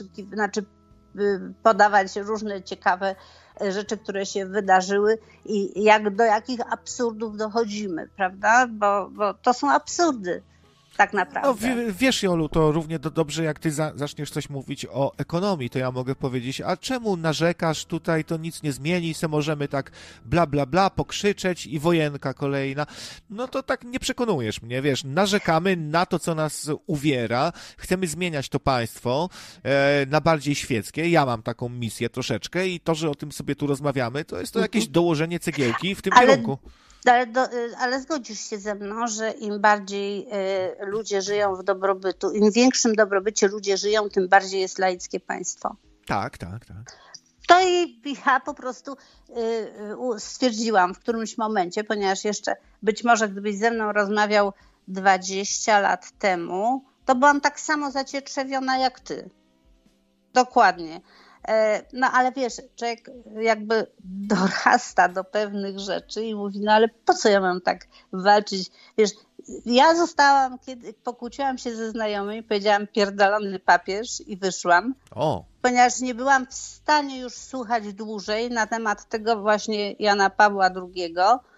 podawać różne ciekawe rzeczy, które się wydarzyły i do jakich absurdów dochodzimy, prawda? Bo to są absurdy. Tak naprawdę. No, wiesz, Jolu, to równie dobrze, jak ty zaczniesz coś mówić o ekonomii, to ja mogę powiedzieć, a czemu narzekasz tutaj, to nic nie zmieni, se możemy tak bla, bla, bla, pokrzyczeć i wojenka kolejna. No to tak nie przekonujesz mnie, wiesz, narzekamy na to, co nas uwiera, chcemy zmieniać to państwo na bardziej świeckie, ja mam taką misję troszeczkę i to, że o tym sobie tu rozmawiamy, to jest to jakieś dołożenie cegiełki w tym kierunku. Ale zgodzisz się ze mną, że im bardziej ludzie żyją w dobrobytu, im większym dobrobycie ludzie żyją, tym bardziej jest laickie państwo. Tak. To i ja po prostu stwierdziłam w którymś momencie, ponieważ jeszcze być może gdybyś ze mną rozmawiał 20 lat temu, to byłam tak samo zacietrzewiona jak ty. Dokładnie. No ale wiesz, człowiek jakby dorasta do pewnych rzeczy i mówi, no ale po co ja mam tak walczyć? Wiesz, ja kiedy pokłóciłam się ze znajomymi, powiedziałam pierdolony papież i wyszłam, ponieważ nie byłam w stanie już słuchać dłużej na temat tego właśnie Jana Pawła II,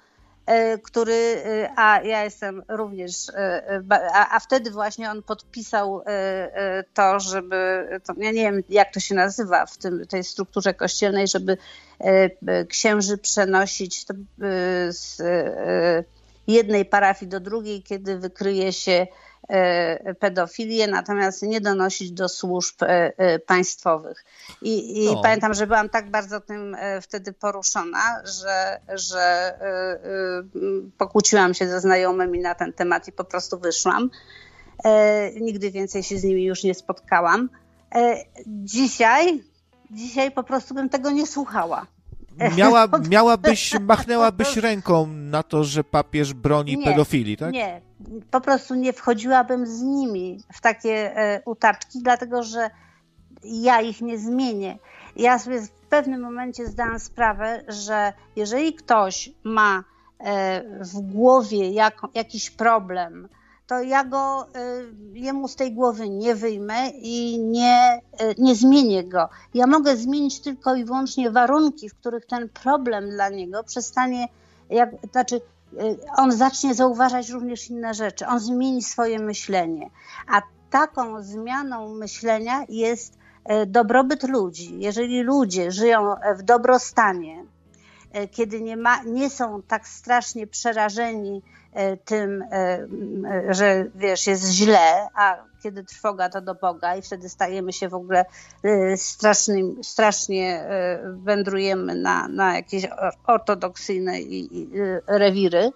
a ja jestem również, a wtedy właśnie on podpisał to, ja nie wiem jak to się nazywa w tej strukturze kościelnej, żeby księży przenosić z jednej parafii do drugiej, kiedy wykryje się pedofilię, natomiast nie donosić do służb państwowych. I pamiętam, że byłam tak bardzo tym wtedy poruszona, że pokłóciłam się ze znajomymi na ten temat i po prostu wyszłam. Nigdy więcej się z nimi już nie spotkałam. Dzisiaj po prostu bym tego nie słuchała. Machnęłabyś ręką na to, że papież broni pedofilii, tak? Nie, po prostu nie wchodziłabym z nimi w takie utaczki, dlatego że ja ich nie zmienię. Ja sobie w pewnym momencie zdałam sprawę, że jeżeli ktoś ma w głowie jakiś problem, to ja jemu z tej głowy nie wyjmę i nie zmienię go. Ja mogę zmienić tylko i wyłącznie warunki, w których ten problem dla niego przestanie, on zacznie zauważać również inne rzeczy, on zmieni swoje myślenie. A taką zmianą myślenia jest dobrobyt ludzi. Jeżeli ludzie żyją w dobrostanie, kiedy nie są tak strasznie przerażeni tym, że wiesz, jest źle, a kiedy trwoga to do Boga i wtedy stajemy się w ogóle strasznie wędrujemy na jakieś ortodoksyjne rewiry,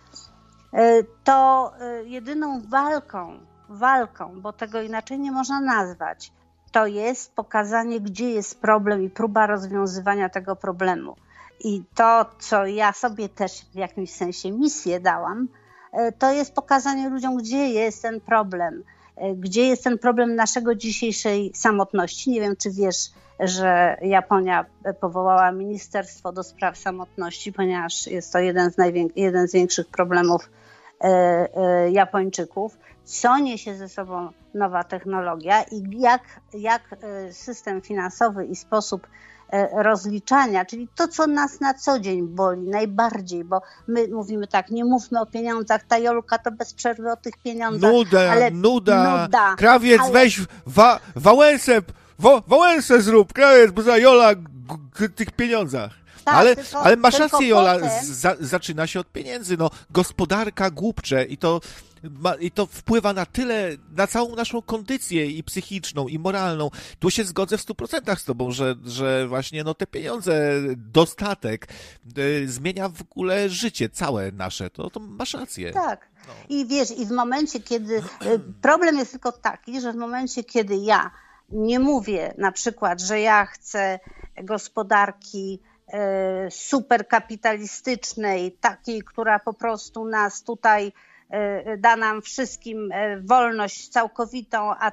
to jedyną walką, bo tego inaczej nie można nazwać, to jest pokazanie, gdzie jest problem i próba rozwiązywania tego problemu. I to, co ja sobie też w jakimś sensie misję dałam, to jest pokazanie ludziom, gdzie jest ten problem. Gdzie jest ten problem naszego dzisiejszej samotności. Nie wiem, czy wiesz, że Japonia powołała Ministerstwo do Spraw Samotności, ponieważ jest to jeden z większych problemów Japończyków. Co niesie ze sobą nowa technologia i jak system finansowy i sposób rozliczania, czyli to, co nas na co dzień boli najbardziej, bo my mówimy tak, nie mówmy o pieniądzach, ta Jolka to bez przerwy o tych pieniądzach. Nuda. Krawiec, weź Wałęsę zrób, krawiec, bo za Jola tych pieniądzach. Tak, ale masz rację, Jola, potem... zaczyna się od pieniędzy. No, gospodarka głupcze i to wpływa na całą naszą kondycję i psychiczną, i moralną. Tu się zgodzę w 100% z tobą, że właśnie te pieniądze, dostatek zmienia w ogóle życie całe nasze. To masz rację. Tak. No. I wiesz, i w momencie, kiedy... Problem jest tylko taki, że w momencie, kiedy ja nie mówię na przykład, że ja chcę gospodarki superkapitalistycznej, takiej, która po prostu nas tutaj da nam wszystkim wolność całkowitą, a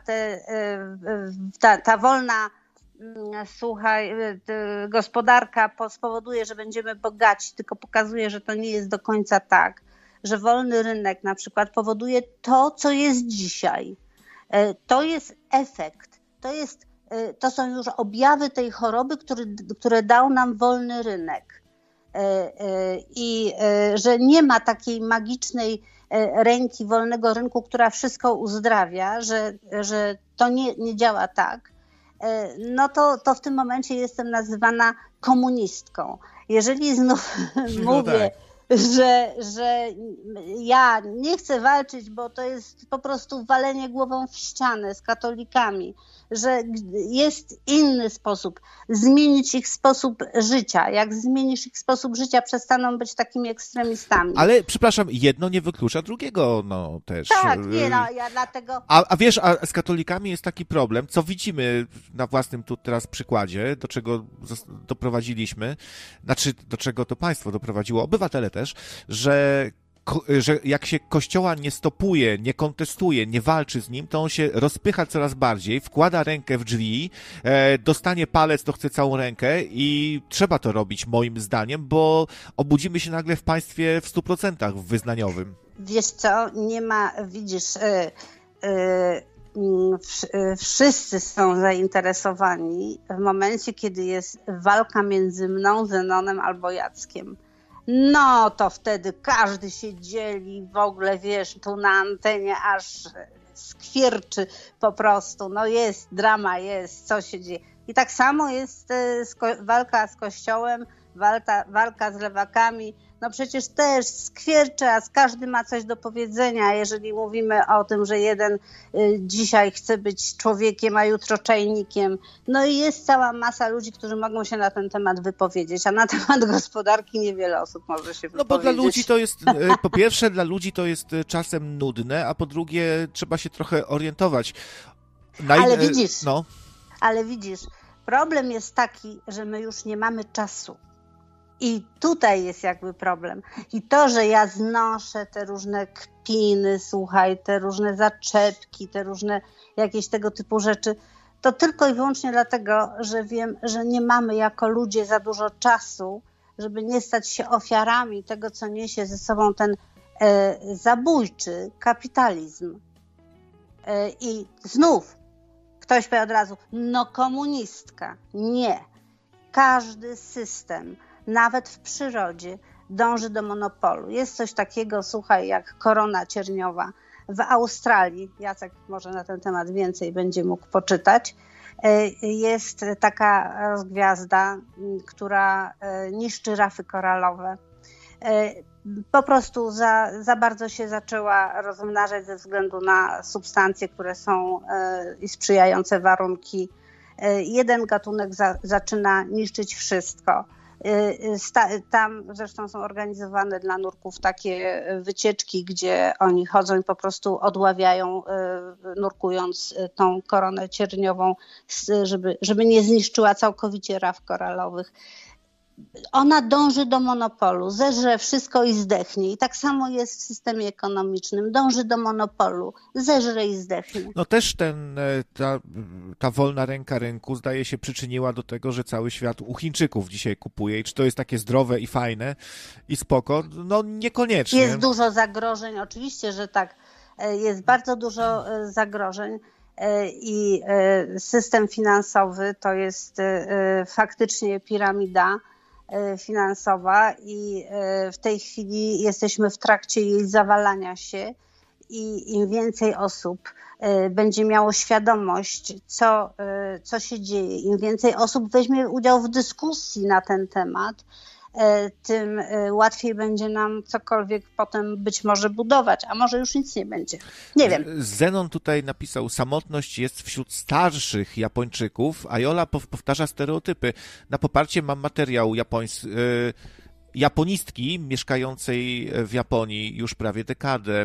ta wolna, słuchaj, gospodarka spowoduje, że będziemy bogaci, tylko pokazuje, że to nie jest do końca tak, że wolny rynek na przykład powoduje to, co jest dzisiaj. To jest efekt, to są już objawy tej choroby, które dał nam wolny rynek. I że nie ma takiej magicznej ręki wolnego rynku, która wszystko uzdrawia, że to nie działa tak, no to w tym momencie jestem nazywana komunistką. Jeżeli znów mówię, że ja nie chcę walczyć, bo to jest po prostu walenie głową w ścianę z katolikami, że jest inny sposób, zmienić ich sposób życia. Jak zmienisz ich sposób życia, przestaną być takimi ekstremistami. Ale, przepraszam, jedno nie wyklucza drugiego, też. Tak, ja dlatego... A wiesz, a z katolikami jest taki problem, co widzimy na własnym tu teraz przykładzie, do czego doprowadziliśmy, do czego to państwo doprowadziło, obywatele też, że jak się Kościoła nie stopuje, nie kontestuje, nie walczy z nim, to on się rozpycha coraz bardziej, wkłada rękę w drzwi, dostanie palec, to chce całą rękę i trzeba to robić moim zdaniem, bo obudzimy się nagle w państwie w 100% wyznaniowym. Wiesz co, nie ma, widzisz, wszyscy są zainteresowani w momencie, kiedy jest walka między mną, Zenonem albo Jackiem. No to wtedy każdy się dzieli, w ogóle wiesz, tu na antenie aż skwierczy po prostu, no jest drama, jest, co się dzieje. I tak samo jest walka z Kościołem, walka z lewakami, no przecież też skwierczy, a każdy ma coś do powiedzenia, jeżeli mówimy o tym, że jeden dzisiaj chce być człowiekiem, a jutro czajnikiem. No i jest cała masa ludzi, którzy mogą się na ten temat wypowiedzieć, a na temat gospodarki niewiele osób może się wypowiedzieć. No bo dla ludzi to jest, po pierwsze dla ludzi to jest czasem nudne, a po drugie trzeba się trochę orientować. Ale widzisz, problem jest taki, że my już nie mamy czasu. I tutaj jest jakby problem. I to, że ja znoszę te różne kpiny, słuchaj, te różne zaczepki, te różne jakieś tego typu rzeczy, to tylko i wyłącznie dlatego, że wiem, że nie mamy jako ludzie za dużo czasu, żeby nie stać się ofiarami tego, co niesie ze sobą ten zabójczy kapitalizm. I znów ktoś powie od razu, no komunistka. Nie. Każdy system, nawet w przyrodzie, dąży do monopolu. Jest coś takiego, słuchaj, jak korona cierniowa w Australii. Jacek może na ten temat więcej będzie mógł poczytać. Jest taka rozgwiazda, która niszczy rafy koralowe. Po prostu za bardzo się zaczęła rozmnażać ze względu na substancje, które są i sprzyjające warunki. Jeden gatunek zaczyna niszczyć wszystko. Tam zresztą są organizowane dla nurków takie wycieczki, gdzie oni chodzą i po prostu odławiają, nurkując tą koronę cierniową, żeby nie zniszczyła całkowicie raf koralowych. Ona dąży do monopolu, zeżre wszystko i zdechnie. I tak samo jest w systemie ekonomicznym. Dąży do monopolu, zeżre i zdechnie. No też ta wolna ręka rynku zdaje się przyczyniła do tego, że cały świat u Chińczyków dzisiaj kupuje. I czy to jest takie zdrowe i fajne i spoko? No niekoniecznie. Jest dużo zagrożeń, oczywiście, że tak. Jest bardzo dużo zagrożeń. I system finansowy to jest faktycznie piramida finansowa i w tej chwili jesteśmy w trakcie jej zawalania się i im więcej osób będzie miało świadomość, co się dzieje, im więcej osób weźmie udział w dyskusji na ten temat, tym łatwiej będzie nam cokolwiek potem być może budować, a może już nic nie będzie. Nie wiem. Zenon tutaj napisał, samotność jest wśród starszych Japończyków, a Jola powtarza stereotypy. Na poparcie mam materiał japonistki mieszkającej w Japonii już prawie dekadę.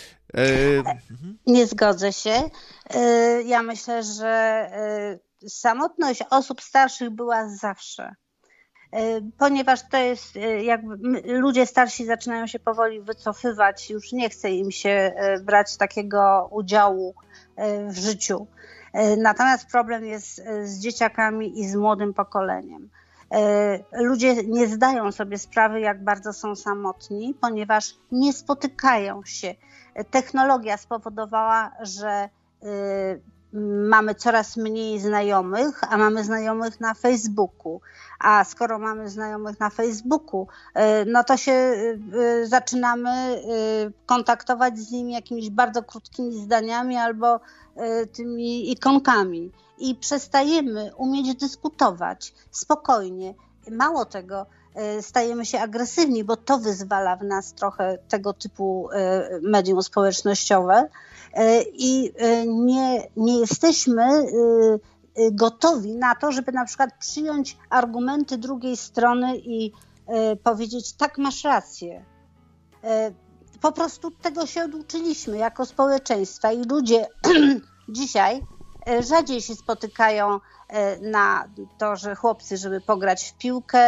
Nie zgodzę się. Ja myślę, że samotność osób starszych była zawsze. Ponieważ to jest jakby ludzie starsi zaczynają się powoli wycofywać, już nie chce im się brać takiego udziału w życiu. Natomiast problem jest z dzieciakami i z młodym pokoleniem. Ludzie nie zdają sobie sprawy, jak bardzo są samotni, ponieważ nie spotykają się. Technologia spowodowała, że mamy coraz mniej znajomych, a mamy znajomych na Facebooku. A skoro mamy znajomych na Facebooku, no to się zaczynamy kontaktować z nimi jakimiś bardzo krótkimi zdaniami albo tymi ikonkami. I przestajemy umieć dyskutować spokojnie. Mało tego, stajemy się agresywni, bo to wyzwala w nas trochę tego typu medium społecznościowe i nie jesteśmy gotowi na to, żeby na przykład przyjąć argumenty drugiej strony i powiedzieć, tak, masz rację. Po prostu tego się oduczyliśmy jako społeczeństwa i ludzie dzisiaj rzadziej się spotykają na to, że chłopcy, żeby pograć w piłkę,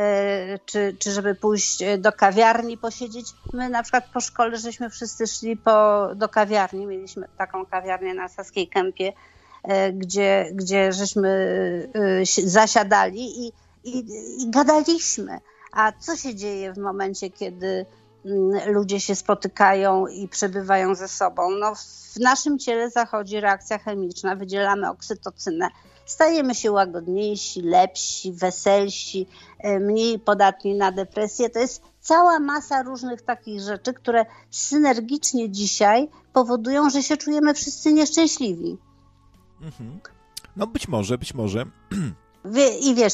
czy żeby pójść do kawiarni posiedzieć. My na przykład po szkole żeśmy wszyscy szli do kawiarni, mieliśmy taką kawiarnię na Saskiej Kępie, gdzie żeśmy zasiadali i gadaliśmy. A co się dzieje w momencie, kiedy ludzie się spotykają i przebywają ze sobą? No, w naszym ciele zachodzi reakcja chemiczna, wydzielamy oksytocynę, stajemy się łagodniejsi, lepsi, weselsi, mniej podatni na depresję. To jest cała masa różnych takich rzeczy, które synergicznie dzisiaj powodują, że się czujemy wszyscy nieszczęśliwi. No być może. I wiesz,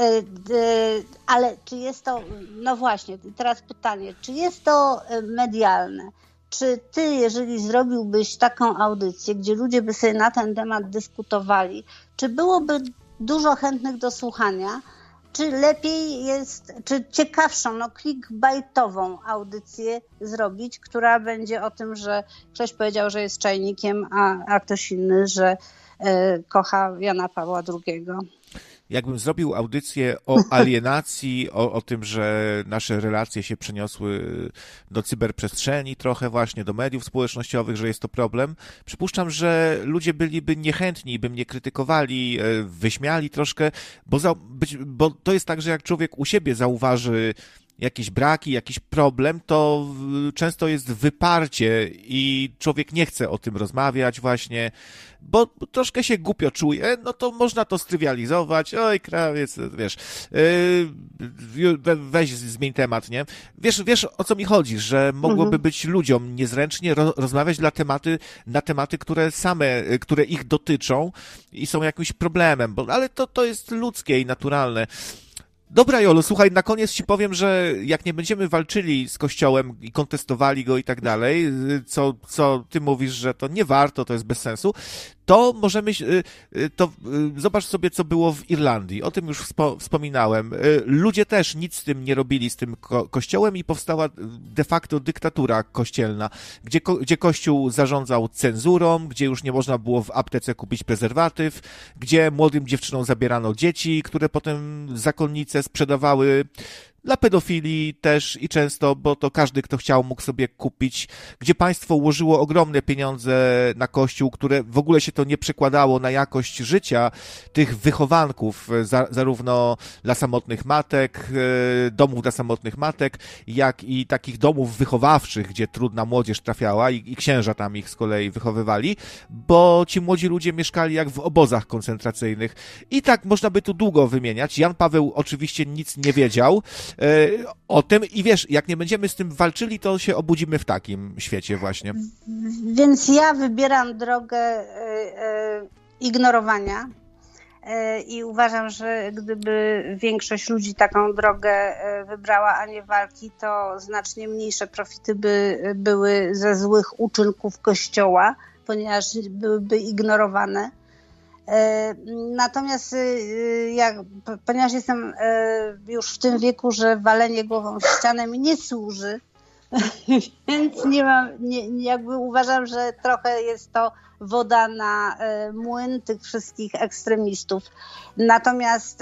ale czy jest to, no właśnie, teraz pytanie, czy jest to medialne? Czy ty, jeżeli zrobiłbyś taką audycję, gdzie ludzie by sobie na ten temat dyskutowali, czy byłoby dużo chętnych do słuchania, czy lepiej jest, czy ciekawszą, no clickbaitową audycję zrobić, która będzie o tym, że ktoś powiedział, że jest czajnikiem, a ktoś inny, że kocha Jana Pawła II. Jakbym zrobił audycję o alienacji, o tym, że nasze relacje się przeniosły do cyberprzestrzeni, trochę właśnie do mediów społecznościowych, że jest to problem, przypuszczam, że ludzie byliby niechętni, by mnie krytykowali, wyśmiali troszkę, bo to jest tak, że jak człowiek u siebie zauważy jakieś braki, jakiś problem, to często jest wyparcie i człowiek nie chce o tym rozmawiać właśnie, bo troszkę się głupio czuje, no to można to strywializować, oj krawiec, wiesz, weź zmień temat, nie? Wiesz o co mi chodzi, że mogłoby być ludziom niezręcznie rozmawiać na tematy, które ich dotyczą i są jakimś problemem, ale to jest ludzkie i naturalne. Dobra, Jolu, słuchaj, na koniec ci powiem, że jak nie będziemy walczyli z Kościołem i kontestowali go i tak dalej, co ty mówisz, że to nie warto, to jest bez sensu, to możemy, zobacz sobie, co było w Irlandii, o tym już wspominałem. Ludzie też nic z tym nie robili, z tym Kościołem i powstała de facto dyktatura kościelna, gdzie Kościół zarządzał cenzurą, gdzie już nie można było w aptece kupić prezerwatyw, gdzie młodym dziewczynom zabierano dzieci, które potem zakonnice sprzedawały dla pedofilii też i często, bo to każdy, kto chciał, mógł sobie kupić, gdzie państwo ułożyło ogromne pieniądze na Kościół, które w ogóle się to nie przekładało na jakość życia tych wychowanków, zarówno dla samotnych matek, domów dla samotnych matek, jak i takich domów wychowawczych, gdzie trudna młodzież trafiała i księża tam ich z kolei wychowywali, bo ci młodzi ludzie mieszkali jak w obozach koncentracyjnych. I tak można by tu długo wymieniać. Jan Paweł oczywiście nic nie wiedział, o tym i wiesz, jak nie będziemy z tym walczyli, to się obudzimy w takim świecie właśnie. Więc ja wybieram drogę ignorowania i uważam, że gdyby większość ludzi taką drogę wybrała, a nie walki, to znacznie mniejsze profity by były ze złych uczynków Kościoła, ponieważ byłyby ignorowane. Natomiast ponieważ jestem już w tym wieku, że walenie głową w ścianę mi nie służy, więc jakby uważam, że trochę jest to woda na młyn tych wszystkich ekstremistów. Natomiast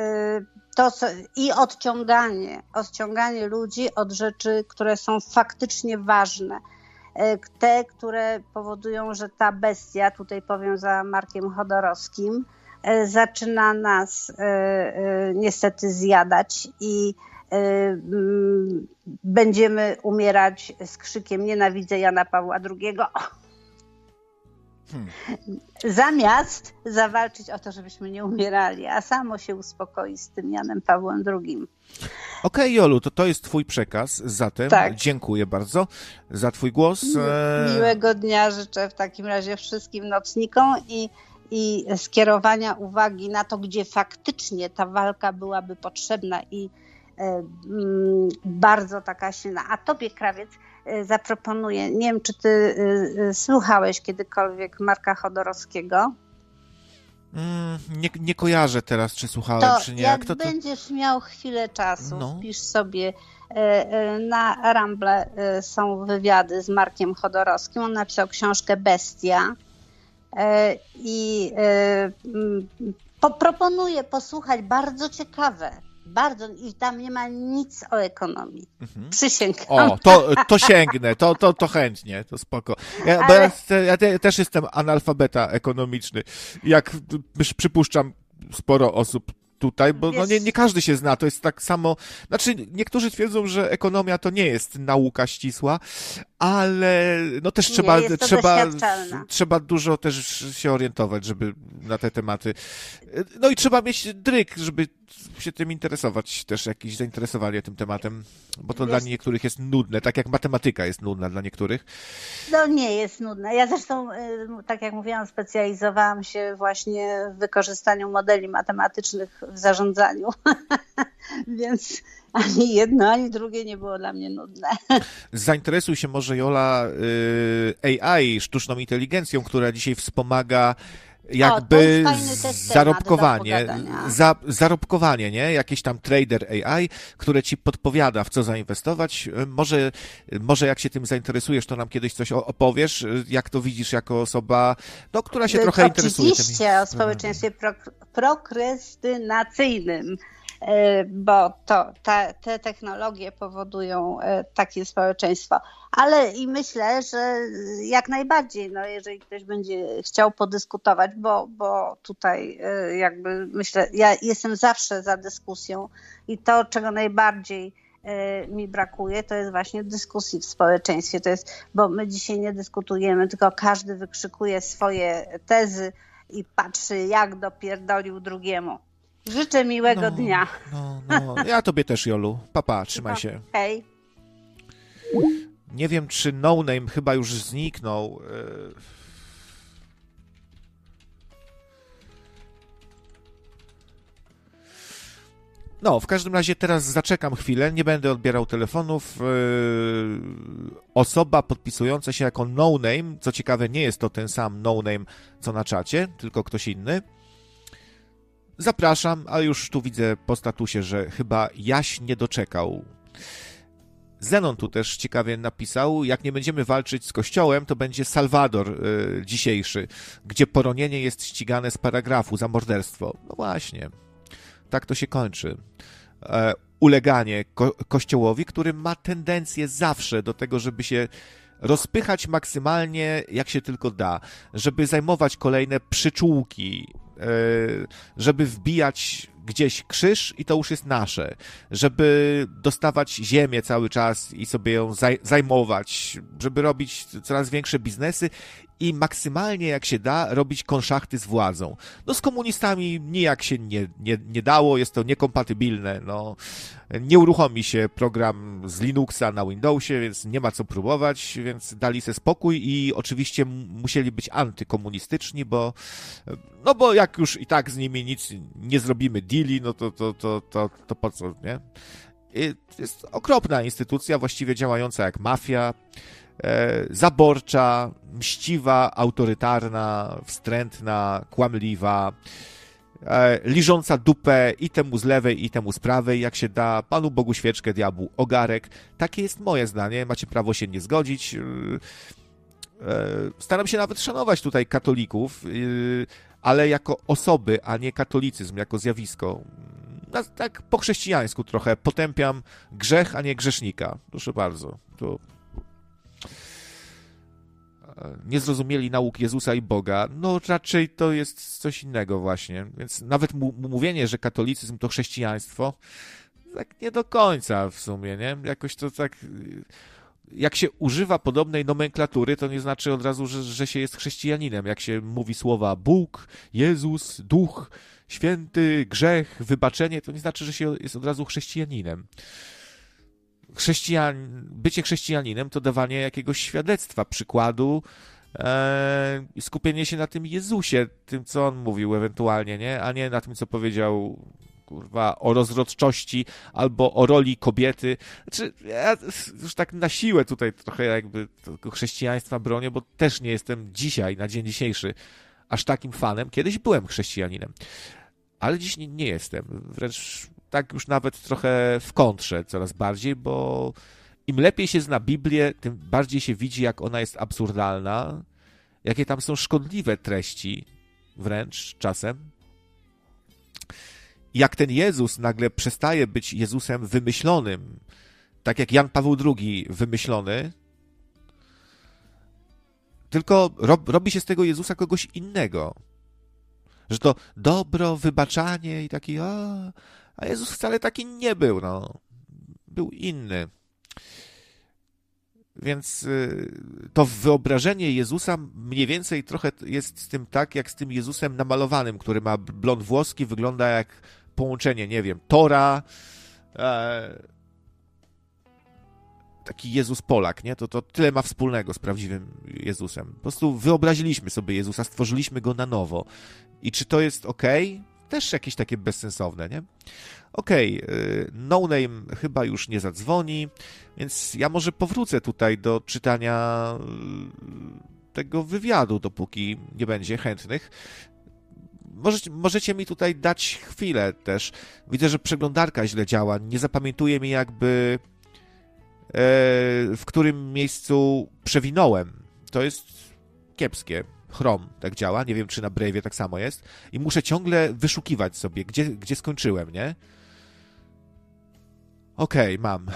i odciąganie ludzi od rzeczy, które są faktycznie ważne. Te, które powodują, że ta bestia, tutaj powiem za Markiem Chodorowskim, zaczyna nas niestety zjadać i będziemy umierać z krzykiem "Nienawidzę Jana Pawła II". Zamiast zawalczyć o to, żebyśmy nie umierali, a samo się uspokoi z tym Janem Pawłem II. Okej, Jolu, to jest twój przekaz, zatem tak. Dziękuję bardzo za twój głos. Miłego dnia życzę w takim razie wszystkim nocnikom i skierowania uwagi na to, gdzie faktycznie ta walka byłaby potrzebna i bardzo taka silna. A tobie, Krawiec, zaproponuję, nie wiem, czy ty słuchałeś kiedykolwiek Marka Chodorowskiego? Nie kojarzę teraz, czy słuchałem, czy nie. Jak będziesz miał chwilę czasu, wpisz sobie na Rumble, są wywiady z Markiem Chodorowskim. On napisał książkę Bestia i proponuję posłuchać, bardzo ciekawe. Bardzo, i tam nie ma nic o ekonomii. Przysięgam. O, to sięgnę, to chętnie, to spoko. Ja też jestem analfabeta ekonomiczny. Jak przypuszczam, sporo osób tutaj, bo nie każdy się zna, to jest tak samo, znaczy niektórzy twierdzą, że ekonomia to nie jest nauka ścisła, ale też trzeba dużo też się orientować, żeby na te tematy, i trzeba mieć dryg, żeby się tym interesować, też jakiś zainteresowanie tym tematem, bo to dla niektórych jest nudne, tak jak matematyka jest nudna dla niektórych. No nie jest nudna. Ja zresztą, tak jak mówiłam, specjalizowałam się właśnie w wykorzystaniu modeli matematycznych w zarządzaniu, więc ani jedno, ani drugie nie było dla mnie nudne. Zainteresuj się może, Jola, AI, sztuczną inteligencją, która dzisiaj wspomaga jakby zarobkowanie, nie? Jakiś tam trader AI, które ci podpowiada, w co zainwestować. Może jak się tym zainteresujesz, to nam kiedyś coś opowiesz, jak to widzisz jako osoba, która się trochę interesuje. Oczywiście o społeczeństwie prokrestynacyjnym, bo te technologie powodują takie społeczeństwo. Ale i myślę, że jak najbardziej, jeżeli ktoś będzie chciał podyskutować, bo tutaj jakby myślę, ja jestem zawsze za dyskusją i to, czego najbardziej mi brakuje, to jest właśnie dyskusji w społeczeństwie. To jest, bo my dzisiaj nie dyskutujemy, tylko każdy wykrzykuje swoje tezy i patrzy, jak dopierdolił drugiemu. Życzę miłego dnia. Ja tobie też, Jolu. Papa, trzymaj się. Hej. Nie wiem, czy No Name chyba już zniknął. W każdym razie teraz zaczekam chwilę, nie będę odbierał telefonów. Osoba podpisująca się jako No Name, co ciekawe, nie jest to ten sam No Name, co na czacie, tylko ktoś inny. Zapraszam, ale już tu widzę po statusie, że chyba Jaś nie doczekał. Zenon tu też ciekawie napisał, jak nie będziemy walczyć z Kościołem, to będzie Salwador dzisiejszy, gdzie poronienie jest ścigane z paragrafu za morderstwo. No właśnie, tak to się kończy. Uleganie Kościołowi, który ma tendencję zawsze do tego, żeby się rozpychać maksymalnie, jak się tylko da, żeby zajmować kolejne przyczółki, żeby wbijać gdzieś krzyż i to już jest nasze, żeby dostawać ziemię cały czas i sobie ją zajmować, żeby robić coraz większe biznesy i maksymalnie jak się da robić konszachty z władzą. No z komunistami nijak się nie dało, jest to niekompatybilne, no nie uruchomi się program z Linuxa na Windowsie, więc nie ma co próbować, więc dali sobie spokój i oczywiście musieli być antykomunistyczni, bo jak już i tak z nimi nic nie zrobimy deali, no to po co, nie? Jest okropna instytucja, właściwie działająca jak mafia, zaborcza, mściwa, autorytarna, wstrętna, kłamliwa, liżąca dupę i temu z lewej, i temu z prawej, jak się da, Panu Bogu świeczkę, diabłu ogarek. Takie jest moje zdanie, macie prawo się nie zgodzić. Staram się nawet szanować tutaj katolików, ale jako osoby, a nie katolicyzm, jako zjawisko. Tak po chrześcijańsku trochę potępiam grzech, a nie grzesznika. Proszę bardzo. To nie zrozumieli nauk Jezusa i Boga, no raczej to jest coś innego właśnie. Więc nawet mówienie, że katolicyzm to chrześcijaństwo, tak nie do końca w sumie, nie? Jakoś to tak... Jak się używa podobnej nomenklatury, to nie znaczy od razu, że się jest chrześcijaninem. Jak się mówi słowa Bóg, Jezus, Duch, Święty, grzech, wybaczenie, to nie znaczy, że się jest od razu chrześcijaninem. Bycie chrześcijaninem to dawanie jakiegoś świadectwa, przykładu i skupienie się na tym Jezusie, tym, co On mówił ewentualnie, nie? A nie na tym, co powiedział, kurwa, o rozrodczości albo o roli kobiety. Znaczy, ja już tak na siłę tutaj trochę jakby tego chrześcijaństwa bronię, bo też nie jestem dzisiaj, na dzień dzisiejszy, aż takim fanem. Kiedyś byłem chrześcijaninem, ale dziś nie jestem. Wręcz tak już nawet trochę w kontrze coraz bardziej, bo im lepiej się zna Biblię, tym bardziej się widzi, jak ona jest absurdalna, jakie tam są szkodliwe treści wręcz czasem. Jak ten Jezus nagle przestaje być Jezusem wymyślonym, tak jak Jan Paweł II wymyślony, tylko robi się z tego Jezusa kogoś innego. Że to dobro, wybaczanie i taki, a Jezus wcale taki nie był, no. Był inny. Więc to wyobrażenie Jezusa mniej więcej trochę jest z tym tak, jak z tym Jezusem namalowanym, który ma blond włoski, wygląda jak połączenie, nie wiem, Tora, taki Jezus Polak, nie? To tyle ma wspólnego z prawdziwym Jezusem. Po prostu wyobraziliśmy sobie Jezusa, stworzyliśmy go na nowo. I czy to jest okej? Też jakieś takie bezsensowne, nie? Okej, No Name chyba już nie zadzwoni, więc ja może powrócę tutaj do czytania tego wywiadu, dopóki nie będzie chętnych. Możecie mi tutaj dać chwilę też. Widzę, że przeglądarka źle działa. Nie zapamiętuję mi jakby w którym miejscu przewinąłem. To jest kiepskie. Chrome tak działa. Nie wiem, czy na Brave'ie tak samo jest. I muszę ciągle wyszukiwać sobie, gdzie skończyłem, nie? Okej, mam.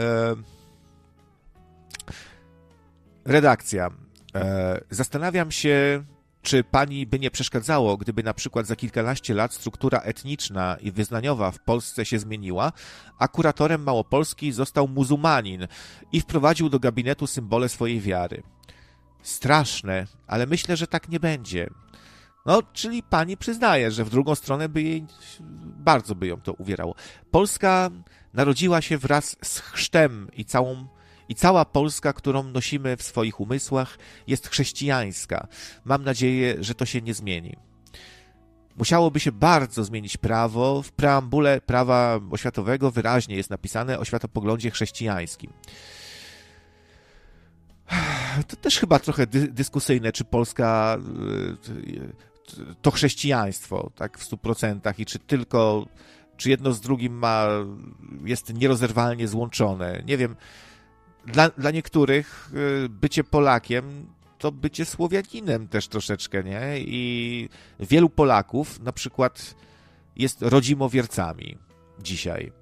Redakcja. Zastanawiam się, czy pani by nie przeszkadzało, gdyby na przykład za kilkanaście lat struktura etniczna i wyznaniowa w Polsce się zmieniła, a kuratorem Małopolski został muzułmanin i wprowadził do gabinetu symbole swojej wiary. Straszne, ale myślę, że tak nie będzie. No, czyli pani przyznaje, że w drugą stronę bardzo by ją to uwierało. Polska narodziła się wraz z chrztem i cała Polska, którą nosimy w swoich umysłach, jest chrześcijańska. Mam nadzieję, że to się nie zmieni. Musiałoby się bardzo zmienić prawo. W preambule prawa oświatowego wyraźnie jest napisane o światopoglądzie chrześcijańskim. To też chyba trochę dyskusyjne, czy Polska to chrześcijaństwo, tak w 100% i czy jedno z drugim jest nierozerwalnie złączone. Nie wiem, dla niektórych bycie Polakiem to bycie Słowianinem też troszeczkę, nie? I wielu Polaków na przykład jest rodzimowiercami dzisiaj.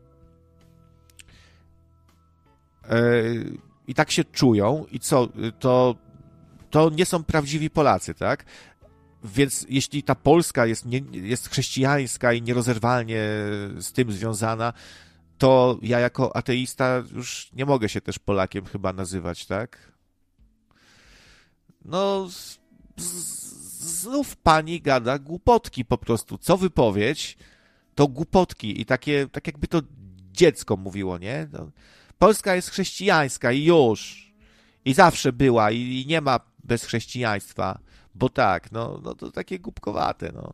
I tak się czują i co? To nie są prawdziwi Polacy, tak? Więc jeśli ta Polska jest chrześcijańska i nierozerwalnie z tym związana, to ja jako ateista już nie mogę się też Polakiem chyba nazywać, tak? No, znów pani gada głupotki po prostu. Co wypowiedź, to głupotki i takie, tak jakby to dziecko mówiło, nie? No, Polska jest chrześcijańska i już. I zawsze była i nie ma bez chrześcijaństwa, bo tak, no to takie głupkowate, no.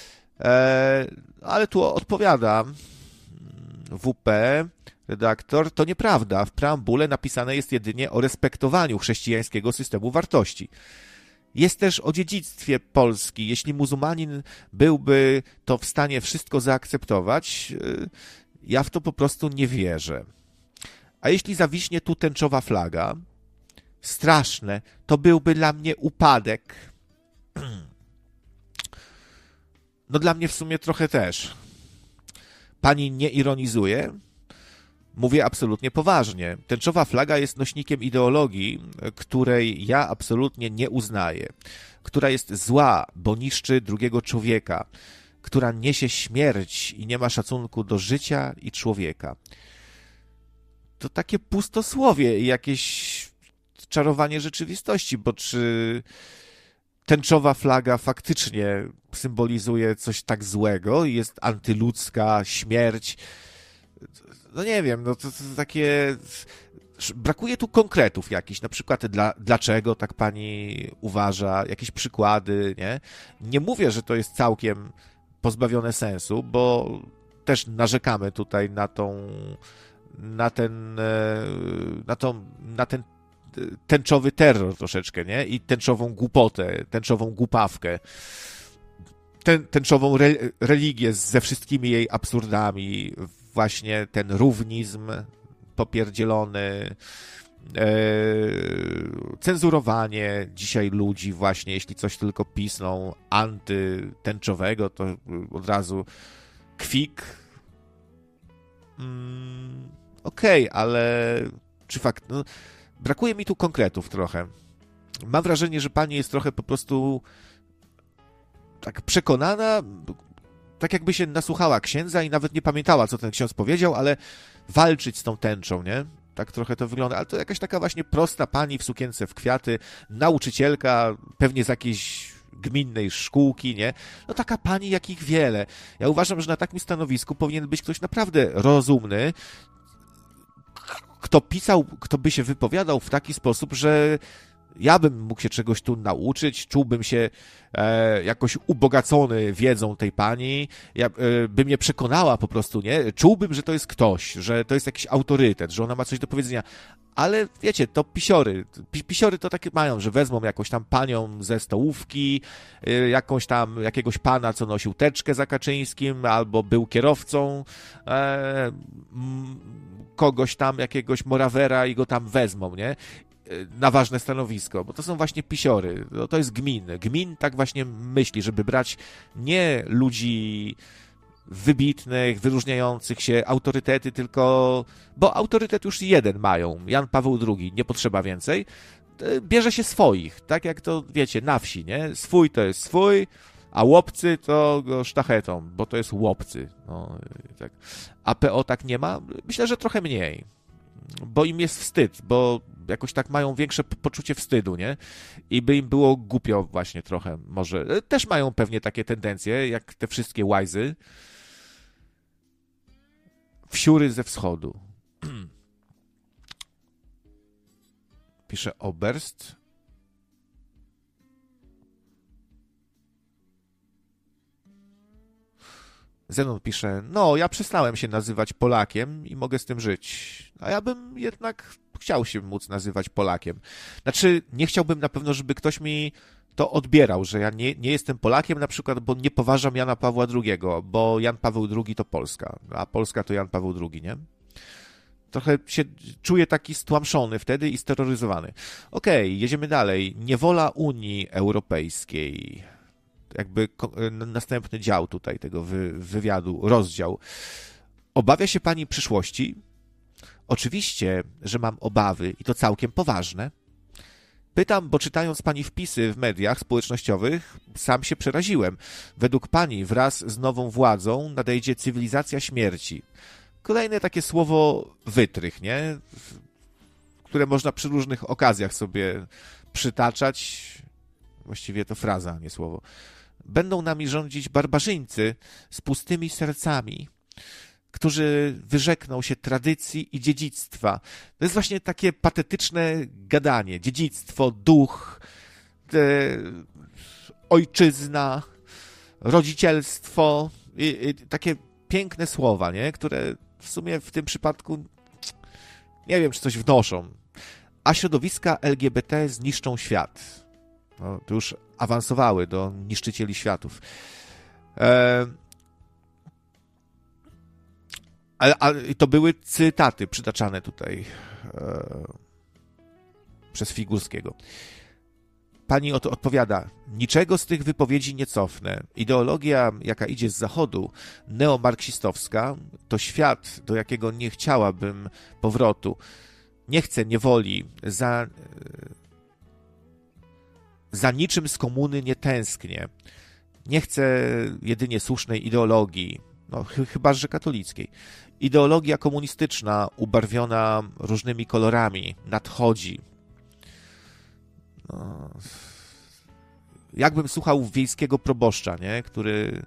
Ale tu odpowiadam WP, redaktor, to nieprawda. W preambule napisane jest jedynie o respektowaniu chrześcijańskiego systemu wartości. Jest też o dziedzictwie Polski. Jeśli muzułmanin byłby to w stanie wszystko zaakceptować, ja w to po prostu nie wierzę. A jeśli zawiśnie tu tęczowa flaga, straszne, to byłby dla mnie upadek. No dla mnie w sumie trochę też. Pani nie ironizuje? Mówię absolutnie poważnie. Tęczowa flaga jest nośnikiem ideologii, której ja absolutnie nie uznaję. Która jest zła, bo niszczy drugiego człowieka. Która niesie śmierć i nie ma szacunku do życia i człowieka. To takie pustosłowie i jakieś czarowanie rzeczywistości, bo czy tęczowa flaga faktycznie symbolizuje coś tak złego i jest antyludzka, śmierć? No nie wiem, no to takie... Brakuje tu konkretów jakichś, na przykład dlaczego tak pani uważa, jakieś przykłady, nie? Nie mówię, że to jest całkiem pozbawione sensu, bo też narzekamy tutaj na ten tęczowy terror troszeczkę, nie? I tęczową głupotę, tęczową głupawkę, tęczową religię ze wszystkimi jej absurdami, właśnie ten równizm popierdzielony, cenzurowanie dzisiaj ludzi właśnie, jeśli coś tylko pisną antytęczowego, to od razu kwik. Okej, ale czy fakt... No, brakuje mi tu konkretów trochę. Mam wrażenie, że pani jest trochę po prostu tak przekonana, tak jakby się nasłuchała księdza i nawet nie pamiętała, co ten ksiądz powiedział, ale walczyć z tą tęczą, nie? Tak trochę to wygląda, ale to jakaś taka właśnie prosta pani w sukience w kwiaty, nauczycielka, pewnie z jakiejś gminnej szkółki, nie? No taka pani, jakich wiele. Ja uważam, że na takim stanowisku powinien być ktoś naprawdę rozumny, kto by się wypowiadał w taki sposób, że ja bym mógł się czegoś tu nauczyć, czułbym się jakoś ubogacony wiedzą tej pani, by mnie przekonała po prostu, nie? Czułbym, że to jest ktoś, że to jest jakiś autorytet, że ona ma coś do powiedzenia. Ale wiecie, to pisiory. Pisiory to takie mają, że wezmą jakąś tam panią ze stołówki, jakiegoś pana, co nosił teczkę za Kaczyńskim, albo był kierowcą, kogoś tam, jakiegoś Morawera i go tam wezmą, nie? Na ważne stanowisko, bo to są właśnie pisiory. To jest gmin. Gmin tak właśnie myśli, żeby brać nie ludzi wybitnych, wyróżniających się, autorytety, tylko... Bo autorytet już jeden mają. Jan Paweł II, nie potrzeba więcej. Bierze się swoich, tak jak to, wiecie, na wsi, nie? Swój to jest swój, a łopcy to go sztachetą, bo to jest łopcy. No, tak. A PO tak nie ma? Myślę, że trochę mniej. Bo im jest wstyd, bo jakoś tak mają większe poczucie wstydu, nie? I by im było głupio właśnie trochę, może. Też mają pewnie takie tendencje, jak te wszystkie łajzy. Wsiury ze wschodu. Pisze Oberst. Zenon pisze, no ja przestałem się nazywać Polakiem i mogę z tym żyć. A ja bym jednak chciał się móc nazywać Polakiem. Znaczy, nie chciałbym na pewno, żeby ktoś mi to odbierał, że ja nie jestem Polakiem na przykład, bo nie poważam Jana Pawła II, bo Jan Paweł II to Polska, a Polska to Jan Paweł II, nie? Trochę się czuję taki stłamszony wtedy i steroryzowany. Okej, jedziemy dalej. Niewola Unii Europejskiej. Jakby następny dział tutaj tego wywiadu, rozdział. Obawia się pani przyszłości? Oczywiście, że mam obawy i to całkiem poważne. Pytam, bo czytając pani wpisy w mediach społecznościowych, sam się przeraziłem. Według pani wraz z nową władzą nadejdzie cywilizacja śmierci. Kolejne takie słowo wytrych, nie? Które można przy różnych okazjach sobie przytaczać. właściwie to fraza, nie słowo. Będą nami rządzić barbarzyńcy z pustymi sercami, którzy wyrzekną się tradycji i dziedzictwa. To jest właśnie takie patetyczne gadanie. Dziedzictwo, duch, ojczyzna, rodzicielstwo i takie piękne słowa, nie? Które w sumie w tym przypadku nie wiem, czy coś wnoszą. A środowiska LGBT zniszczą świat. No, to już awansowały do niszczycieli światów. Ale to były cytaty przytaczane tutaj przez Figurskiego. Pani odpowiada, niczego z tych wypowiedzi nie cofnę. Ideologia, jaka idzie z zachodu, neomarksistowska, to świat, do jakiego nie chciałabym powrotu. Nie chcę niewoli, za niczym z komuny nie tęsknię. Nie chcę jedynie słusznej ideologii, no, chyba że katolickiej. Ideologia komunistyczna, ubarwiona różnymi kolorami, nadchodzi. No, jakbym słuchał wiejskiego proboszcza, nie? Który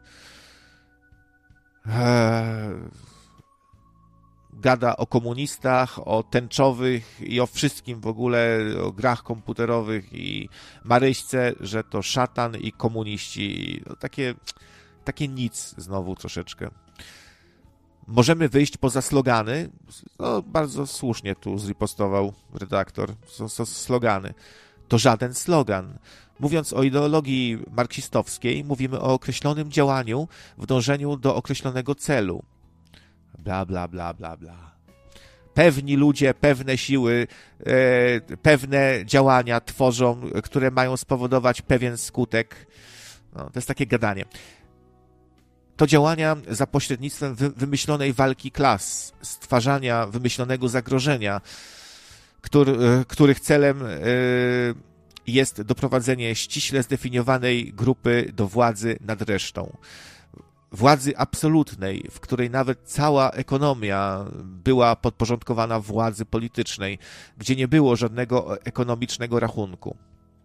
gada o komunistach, o tęczowych i o wszystkim w ogóle, o grach komputerowych i Maryśce, że to szatan i komuniści. No, takie nic znowu troszeczkę. Możemy wyjść poza slogany. No, bardzo słusznie tu zripostował redaktor. Są slogany. To żaden slogan. Mówiąc o ideologii marksistowskiej, mówimy o określonym działaniu w dążeniu do określonego celu. Bla, bla, bla, bla, bla. Pewni ludzie, pewne siły, pewne działania tworzą, które mają spowodować pewien skutek. No, to jest takie gadanie. To działania za pośrednictwem wymyślonej walki klas, stwarzania wymyślonego zagrożenia, których celem jest doprowadzenie ściśle zdefiniowanej grupy do władzy nad resztą. Władzy absolutnej, w której nawet cała ekonomia była podporządkowana władzy politycznej, gdzie nie było żadnego ekonomicznego rachunku.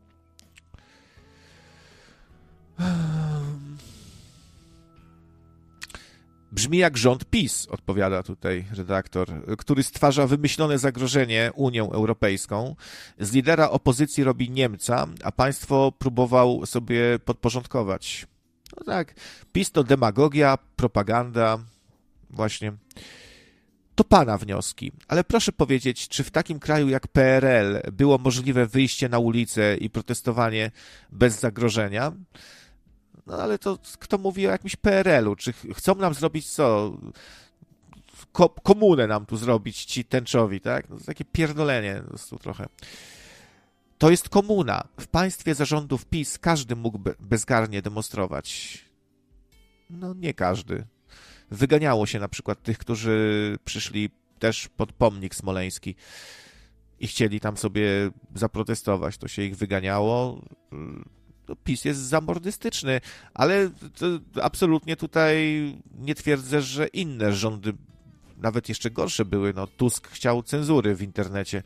Brzmi jak rząd PiS, odpowiada tutaj redaktor, który stwarza wymyślone zagrożenie Unią Europejską. Z lidera opozycji robi Niemca, a państwo próbował sobie podporządkować. No tak, PiS to demagogia, propaganda, właśnie. To pana wnioski, ale proszę powiedzieć, czy w takim kraju jak PRL było możliwe wyjście na ulicę i protestowanie bez zagrożenia? No ale to kto mówi o jakimś PRL-u? Czy chcą nam zrobić co? Komunę nam tu zrobić ci tęczowi, tak? No to takie pierdolenie po prostu trochę. To jest komuna. W państwie zarządów PiS każdy mógł bezkarnie demonstrować. No nie każdy. Wyganiało się na przykład tych, którzy przyszli też pod pomnik smoleński i chcieli tam sobie zaprotestować. To się ich wyganiało. PiS jest zamordystyczny, ale absolutnie tutaj nie twierdzę, że inne rządy nawet jeszcze gorsze były. No, Tusk chciał cenzury w internecie.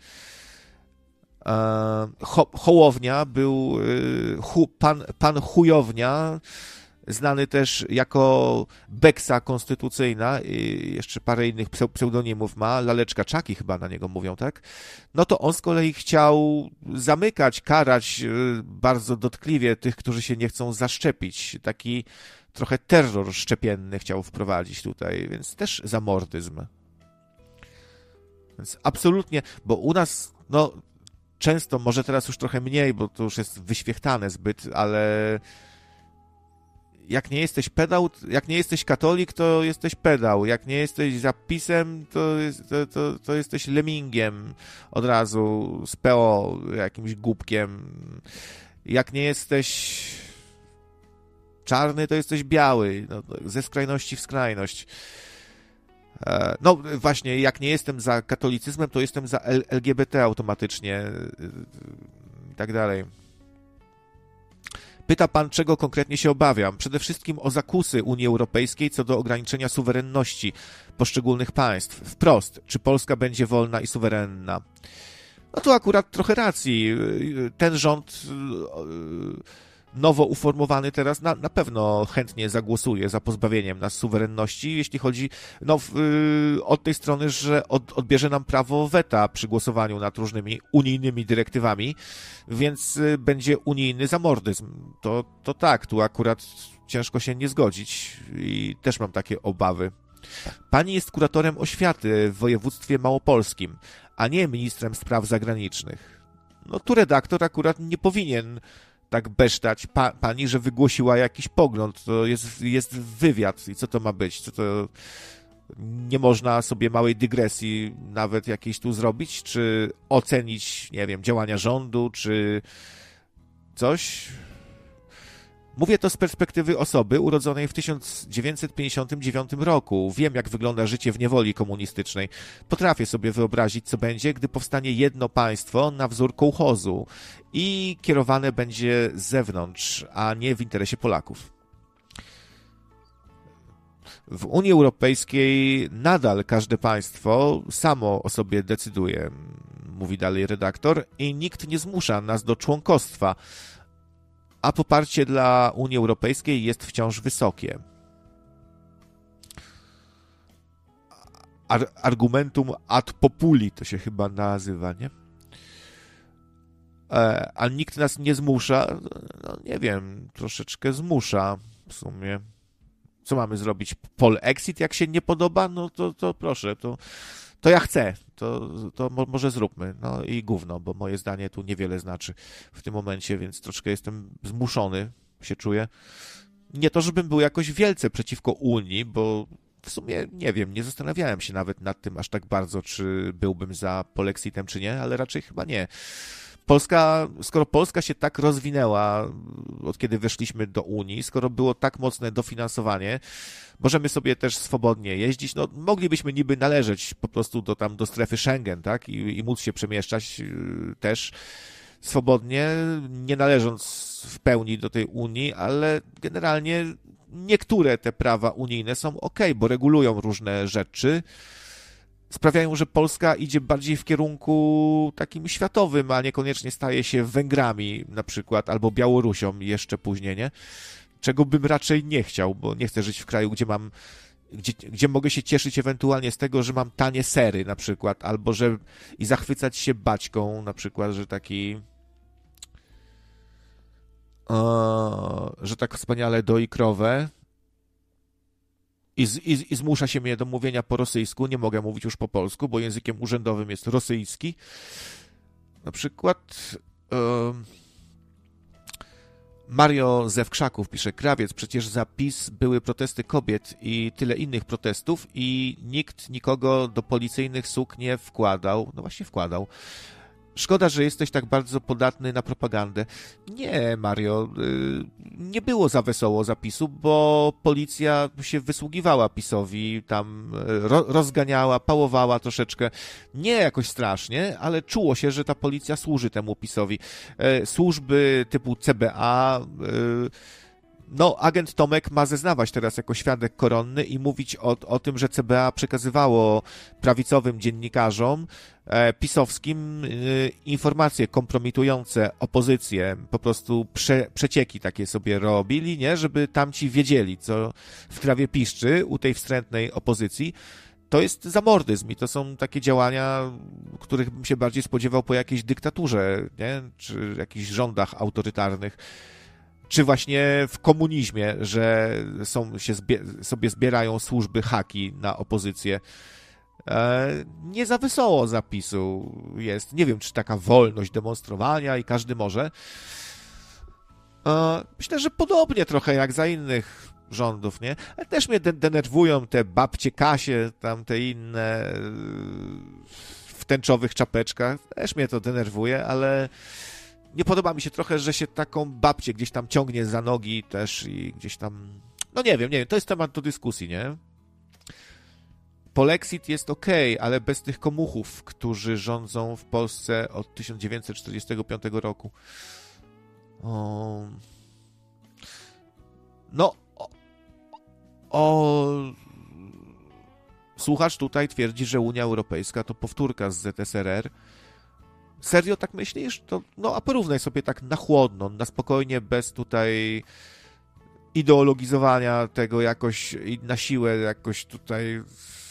Hołownia był pan Chujownia, znany też jako Beksa Konstytucyjna i jeszcze parę innych pseudonimów ma, Laleczka Czaki chyba na niego mówią, tak? No to on z kolei chciał zamykać, karać bardzo dotkliwie tych, którzy się nie chcą zaszczepić. Taki trochę terror szczepienny chciał wprowadzić tutaj, więc też zamordyzm. Więc absolutnie, bo u nas, no często, może teraz już trochę mniej, bo to już jest wyświechtane zbyt, ale jak nie jesteś pedał, jak nie jesteś katolik, to jesteś pedał. Jak nie jesteś zapisem, to jesteś lemmingiem od razu z PO, jakimś głupkiem. Jak nie jesteś czarny, to jesteś biały. No, ze skrajności w skrajność. No właśnie, jak nie jestem za katolicyzmem, to jestem za LGBT automatycznie i tak dalej. Pyta pan, czego konkretnie się obawiam? Przede wszystkim o zakusy Unii Europejskiej co do ograniczenia suwerenności poszczególnych państw. Wprost, czy Polska będzie wolna i suwerenna? No tu akurat trochę racji. Ten rząd nowo uformowany teraz na pewno chętnie zagłosuje za pozbawieniem nas suwerenności, jeśli chodzi od tej strony, że odbierze nam prawo weta przy głosowaniu nad różnymi unijnymi dyrektywami, więc będzie unijny zamordyzm. To tak, tu akurat ciężko się nie zgodzić i też mam takie obawy. Pani jest kuratorem oświaty w województwie małopolskim, a nie ministrem spraw zagranicznych. No tu redaktor akurat nie powinien tak besztać pani, że wygłosiła jakiś pogląd. To jest wywiad i co to ma być? Nie można sobie małej dygresji nawet jakiejś tu zrobić? Czy ocenić, nie wiem, działania rządu, czy coś? Mówię to z perspektywy osoby urodzonej w 1959 roku. Wiem, jak wygląda życie w niewoli komunistycznej. Potrafię sobie wyobrazić, co będzie, gdy powstanie jedno państwo na wzór kołchozu i kierowane będzie z zewnątrz, a nie w interesie Polaków. W Unii Europejskiej nadal każde państwo samo o sobie decyduje, mówi dalej redaktor, i nikt nie zmusza nas do członkostwa, a poparcie dla Unii Europejskiej jest wciąż wysokie. Argumentum ad populi to się chyba nazywa, nie? A nikt nas nie zmusza, no nie wiem, troszeczkę zmusza w sumie. Co mamy zrobić? Polexit, jak się nie podoba? No to proszę, to ja chcę, to może zróbmy. No i gówno, bo moje zdanie tu niewiele znaczy w tym momencie, więc troszkę jestem zmuszony, się czuję. Nie to, żebym był jakoś wielce przeciwko Unii, bo w sumie nie wiem, nie zastanawiałem się nawet nad tym aż tak bardzo, czy byłbym za polexitem, czy nie, ale raczej chyba nie. Skoro Polska się tak rozwinęła, od kiedy weszliśmy do Unii, skoro było tak mocne dofinansowanie, możemy sobie też swobodnie jeździć, no moglibyśmy niby należeć po prostu do strefy Schengen, tak, i móc się przemieszczać też swobodnie, nie należąc w pełni do tej Unii, ale generalnie niektóre te prawa unijne są okej, bo regulują różne rzeczy, sprawiają, że Polska idzie bardziej w kierunku takim światowym, a niekoniecznie staje się Węgrami na przykład, albo Białorusią jeszcze później, nie? Czego bym raczej nie chciał, bo nie chcę żyć w kraju, gdzie mogę się cieszyć ewentualnie z tego, że mam tanie sery na przykład, albo i zachwycać się baćką na przykład, że tak wspaniale doi krowę. I zmusza się mnie do mówienia po rosyjsku, nie mogę mówić już po polsku, bo językiem urzędowym jest rosyjski. Na przykład Mario ze Wkrzaków pisze: Krawiec, przecież za PiS były protesty kobiet i tyle innych protestów i nikt nikogo do policyjnych suk nie wkładał. No właśnie wkładał. Szkoda, że jesteś tak bardzo podatny na propagandę. Nie, Mario, nie było za wesoło zapisu, bo policja się wysługiwała PiS-owi, tam rozganiała, pałowała troszeczkę. Nie jakoś strasznie, ale czuło się, że ta policja służy temu PiS-owi. Służby typu CBA... No, agent Tomek ma zeznawać teraz jako świadek koronny i mówić o tym, że CBA przekazywało prawicowym dziennikarzom pisowskim informacje kompromitujące opozycję, po prostu przecieki takie sobie robili, nie, żeby tamci wiedzieli, co w trawie piszczy u tej wstrętnej opozycji. To jest zamordyzm i to są takie działania, których bym się bardziej spodziewał po jakiejś dyktaturze, nie, czy jakichś rządach autorytarnych. Czy właśnie w komunizmie, że sobie zbierają służby haki na opozycję. Nie za wesoło zapisu jest. Nie wiem, czy taka wolność demonstrowania i każdy może. Myślę, że podobnie trochę jak za innych rządów, nie? Ale też mnie denerwują te babcie Kasie, tam te inne w tęczowych czapeczkach. Też mnie to denerwuje, ale... Nie podoba mi się trochę, że się taką babcię gdzieś tam ciągnie za nogi też i gdzieś tam... No nie wiem, to jest temat do dyskusji, nie? Polexit jest okej, ale bez tych komuchów, którzy rządzą w Polsce od 1945 roku. Słuchacz tutaj twierdzi, że Unia Europejska to powtórka z ZSRR. Serio tak myślisz? To, no a porównaj sobie tak na chłodno, na spokojnie, bez tutaj ideologizowania tego jakoś i na siłę jakoś tutaj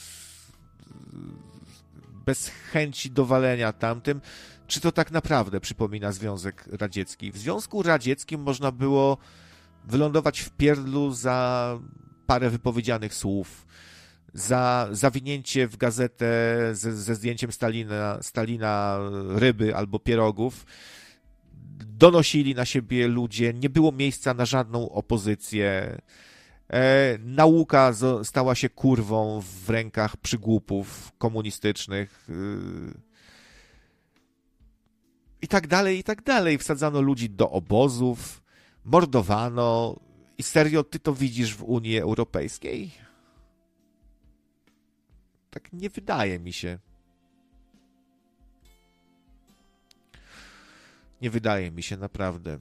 bez chęci dowalenia tamtym. Czy to tak naprawdę przypomina Związek Radziecki? W Związku Radzieckim można było wylądować w pierdlu za parę wypowiedzianych słów, za zawinięcie w gazetę ze zdjęciem Stalina ryby albo pierogów. Donosili na siebie ludzie, nie było miejsca na żadną opozycję. Nauka stała się kurwą w rękach przygłupów komunistycznych. I tak dalej, i tak dalej. Wsadzano ludzi do obozów, mordowano. I serio, ty to widzisz w Unii Europejskiej? Tak nie wydaje mi się. Nie wydaje mi się, naprawdę.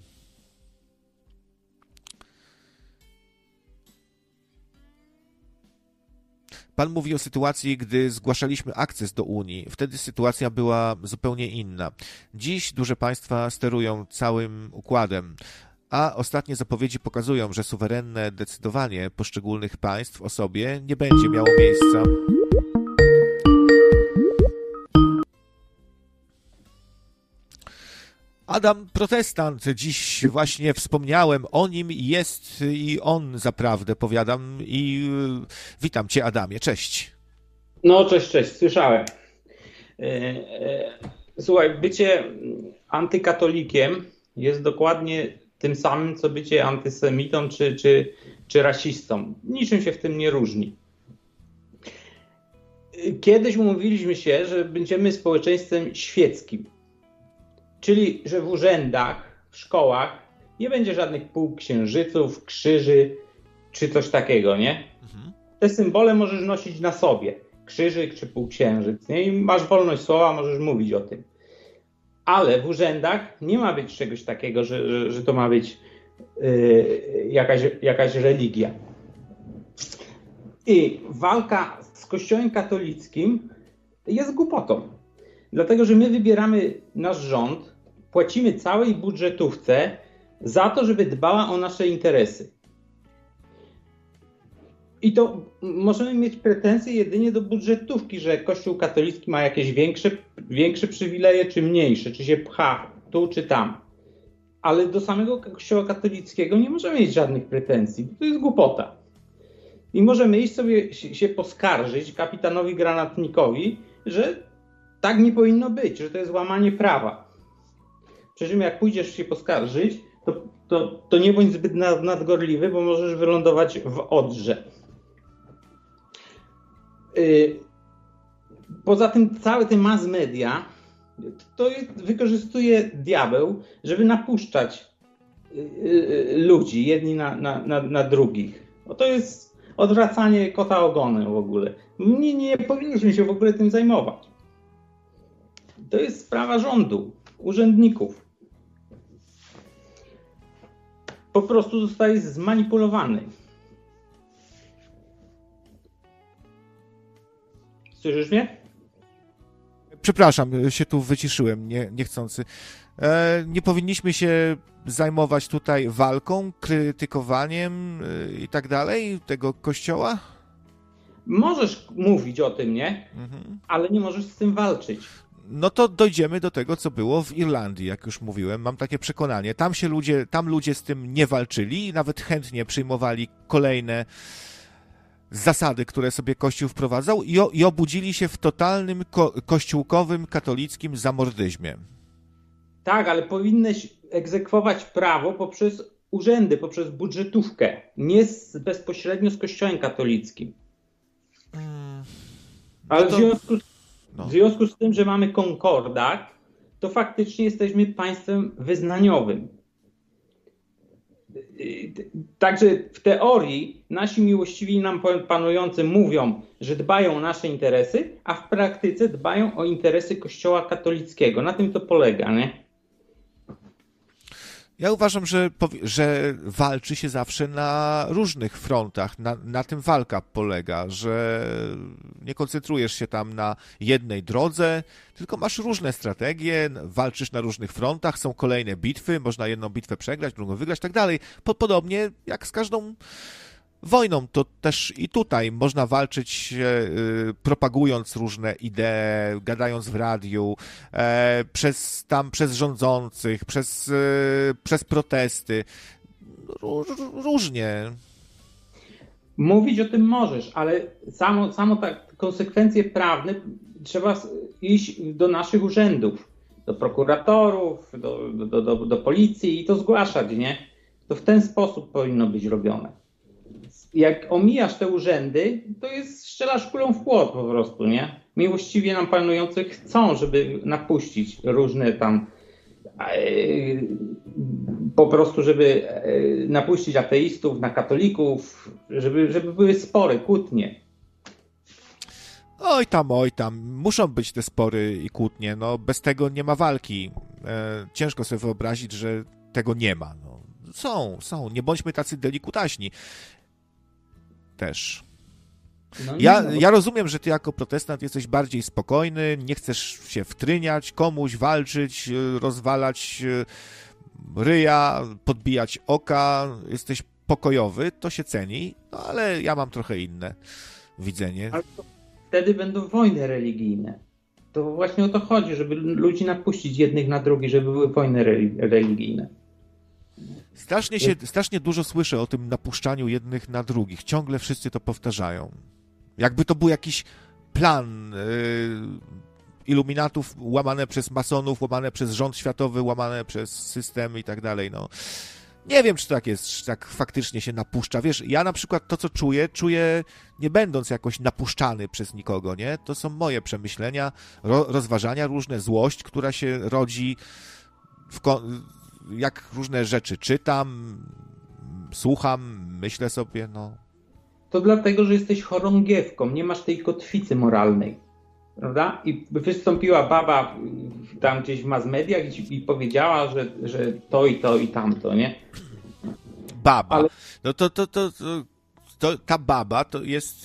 Pan mówi o sytuacji, gdy zgłaszaliśmy akces do Unii. Wtedy sytuacja była zupełnie inna. Dziś duże państwa sterują całym układem, a ostatnie zapowiedzi pokazują, że suwerenne decydowanie poszczególnych państw o sobie nie będzie miało miejsca. Adam Protestant, dziś właśnie wspomniałem o nim, jest i on zaprawdę, powiadam, i witam cię, Adamie, cześć. No, cześć, słyszałem. Słuchaj, bycie antykatolikiem jest dokładnie tym samym, co bycie antysemitą czy rasistą. Niczym się w tym nie różni. Kiedyś umówiliśmy się, że będziemy społeczeństwem świeckim. Czyli, że w urzędach, w szkołach nie będzie żadnych półksiężyców, krzyży czy coś takiego, nie? Te symbole możesz nosić na sobie. Krzyżyk czy półksiężyc, nie? I masz wolność słowa, możesz mówić o tym. Ale w urzędach nie ma być czegoś takiego, że to ma być jakaś religia. I walka z Kościołem katolickim jest głupotą. Dlatego, że my wybieramy nasz rząd, płacimy całej budżetówce za to, żeby dbała o nasze interesy. I to możemy mieć pretensje jedynie do budżetówki, że Kościół katolicki ma jakieś większe przywileje czy mniejsze, czy się pcha tu czy tam. Ale do samego Kościoła katolickiego nie możemy mieć żadnych pretensji, bo to jest głupota. I możemy iść sobie się poskarżyć kapitanowi granatnikowi, że tak nie powinno być, że to jest łamanie prawa. Przy czym jak pójdziesz się poskarżyć, to nie bądź zbyt nadgorliwy, bo możesz wylądować w Odrze. Poza tym całe te mass media to wykorzystuje diabeł, żeby napuszczać ludzi jedni na drugich. No to jest odwracanie kota ogonem w ogóle. Nie powinniśmy się w ogóle tym zajmować. To jest sprawa rządu, urzędników. Po prostu zostaje zmanipulowany. Słyszysz mnie? Przepraszam, się tu wyciszyłem niechcący. Nie powinniśmy się zajmować tutaj walką, krytykowaniem i tak dalej tego kościoła? Możesz mówić o tym, nie? Ale nie możesz z tym walczyć. No to dojdziemy do tego, co było w Irlandii, jak już mówiłem. Mam takie przekonanie. Tam ludzie z tym nie walczyli i nawet chętnie przyjmowali kolejne zasady, które sobie Kościół wprowadzał i obudzili się w totalnym kościółkowym, katolickim zamordyzmie. Tak, ale powinnyś egzekwować prawo poprzez urzędy, poprzez budżetówkę, nie bezpośrednio z Kościołem katolickim. Ale w związku z tym, że mamy konkordat, to faktycznie jesteśmy państwem wyznaniowym. Także w teorii nasi miłościwi nam panujący mówią, że dbają o nasze interesy, a w praktyce dbają o interesy Kościoła katolickiego. Na tym to polega, nie? Ja uważam, że walczy się zawsze na różnych frontach. Na tym walka polega, że nie koncentrujesz się tam na jednej drodze, tylko masz różne strategie, walczysz na różnych frontach, są kolejne bitwy, można jedną bitwę przegrać, drugą wygrać, tak dalej. Podobnie jak z każdą wojną, to też i tutaj można walczyć propagując różne idee, gadając w radiu, przez rządzących, przez protesty. Różnie. Mówić o tym możesz, ale samo tak konsekwencje prawne trzeba iść do naszych urzędów, do prokuratorów, do policji i to zgłaszać, nie? To w ten sposób powinno być robione. Jak omijasz te urzędy, to strzelasz kulą w płot po prostu, nie? Miłościwie nam panujący chcą, żeby napuścić różne tam po prostu, żeby napuścić ateistów na katolików, żeby były spory, kłótnie. Oj tam, muszą być te spory i kłótnie, no bez tego nie ma walki. Ciężko sobie wyobrazić, że tego nie ma. No, są, nie bądźmy tacy delikutaśni. Też. No ja rozumiem, że ty jako protestant jesteś bardziej spokojny, nie chcesz się wtryniać, komuś walczyć, rozwalać ryja, podbijać oka, jesteś pokojowy, to się ceni, no ale ja mam trochę inne widzenie. Ale wtedy będą wojny religijne. To właśnie o to chodzi, żeby ludzi napuścić jednych na drugich, żeby były wojny religijne. Strasznie dużo słyszę o tym napuszczaniu jednych na drugich. Ciągle wszyscy to powtarzają. Jakby to był jakiś plan iluminatów łamane przez masonów, łamane przez rząd światowy, łamane przez system i tak dalej. No. Nie wiem, czy to tak jest, czy tak faktycznie się napuszcza. Wiesz, ja na przykład to, co czuję nie będąc jakoś napuszczany przez nikogo, nie? To są moje przemyślenia, rozważania różne, złość, która się rodzi jak różne rzeczy czytam, słucham, myślę sobie, no. To dlatego, że jesteś chorągiewką, nie masz tej kotwicy moralnej, prawda? I wystąpiła baba tam gdzieś w mass mediach i powiedziała, że to i to i tamto, nie? Baba. Ale... No to ta baba to jest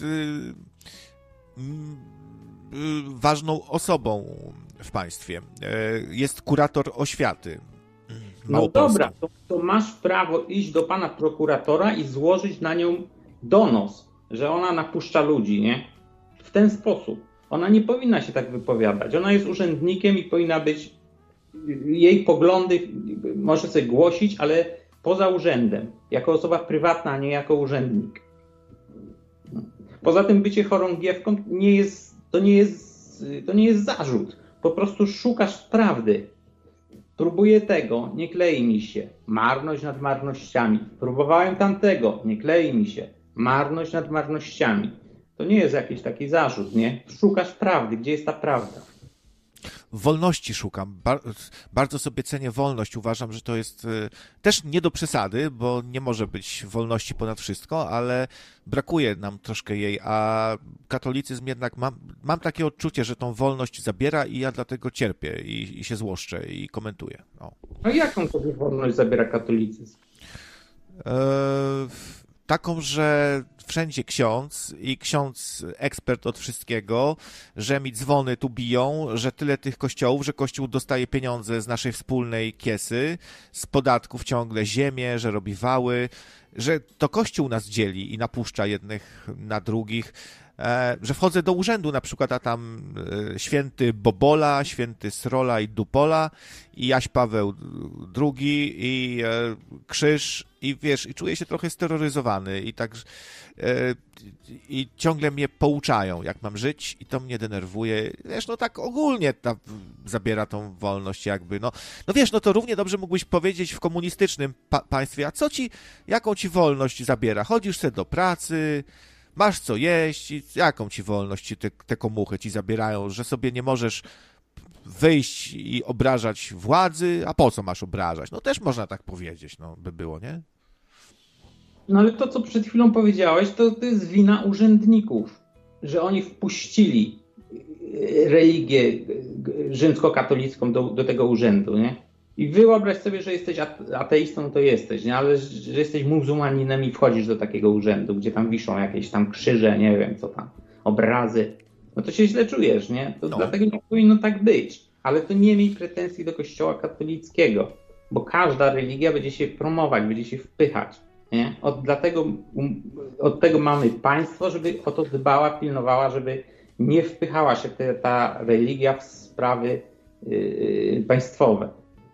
ważną osobą w państwie. Jest kurator oświaty. No dobra, to masz prawo iść do pana prokuratora i złożyć na nią donos, że ona napuszcza ludzi, nie? W ten sposób. Ona nie powinna się tak wypowiadać. Ona jest urzędnikiem i powinna być... Jej poglądy może sobie głosić, ale poza urzędem. Jako osoba prywatna, a nie jako urzędnik. Poza tym bycie chorągiewką to nie jest zarzut. Po prostu szukasz prawdy. Próbuję tego, nie klei mi się. Marność nad marnościami. Próbowałem tamtego, nie klei mi się. Marność nad marnościami. To nie jest jakiś taki zarzut, nie? Szukasz prawdy. Gdzie jest ta prawda? Wolności szukam. Bardzo sobie cenię wolność. Uważam, że to jest też nie do przesady, bo nie może być wolności ponad wszystko, ale brakuje nam troszkę jej, a katolicyzm jednak mam takie odczucie, że tą wolność zabiera i ja dlatego cierpię i się złoszczę i komentuję. O. A jaką sobie wolność zabiera katolicyzm? Taką, że wszędzie ksiądz i ksiądz ekspert od wszystkiego, że mi dzwony tu biją, że tyle tych kościołów, że Kościół dostaje pieniądze z naszej wspólnej kiesy, z podatków ciągle ziemię, że robi wały, że to Kościół nas dzieli i napuszcza jednych na drugich, że wchodzę do urzędu na przykład, a tam święty Bobola, święty Srola i Dupola i Jaś Paweł II i krzyż i wiesz, i czuję się trochę steroryzowany i tak i ciągle mnie pouczają, jak mam żyć i to mnie denerwuje. Wiesz, no tak ogólnie zabiera tą wolność jakby, no wiesz, no to równie dobrze mógłbyś powiedzieć w komunistycznym państwie, a jaką ci wolność zabiera? Chodzisz sobie do pracy, masz co jeść i jaką ci wolność te komuchy ci zabierają, że sobie nie możesz wyjść i obrażać władzy, a po co masz obrażać? No też można tak powiedzieć, no by było, nie? No ale to, co przed chwilą powiedziałeś, to jest wina urzędników, że oni wpuścili religię rzymskokatolicką do tego urzędu, nie? I wyobraź sobie, że jesteś ateistą, to jesteś, nie? Ale że jesteś muzułmaninem i wchodzisz do takiego urzędu, gdzie tam wiszą jakieś tam krzyże, nie wiem co tam, obrazy, no to się źle czujesz, nie? To dlatego nie powinno tak być. Ale to nie miej pretensji do Kościoła katolickiego, bo każda religia będzie się promować, będzie się wpychać, nie? Od tego mamy państwo, żeby o to dbała, pilnowała, żeby nie wpychała się ta religia w sprawy państwowe.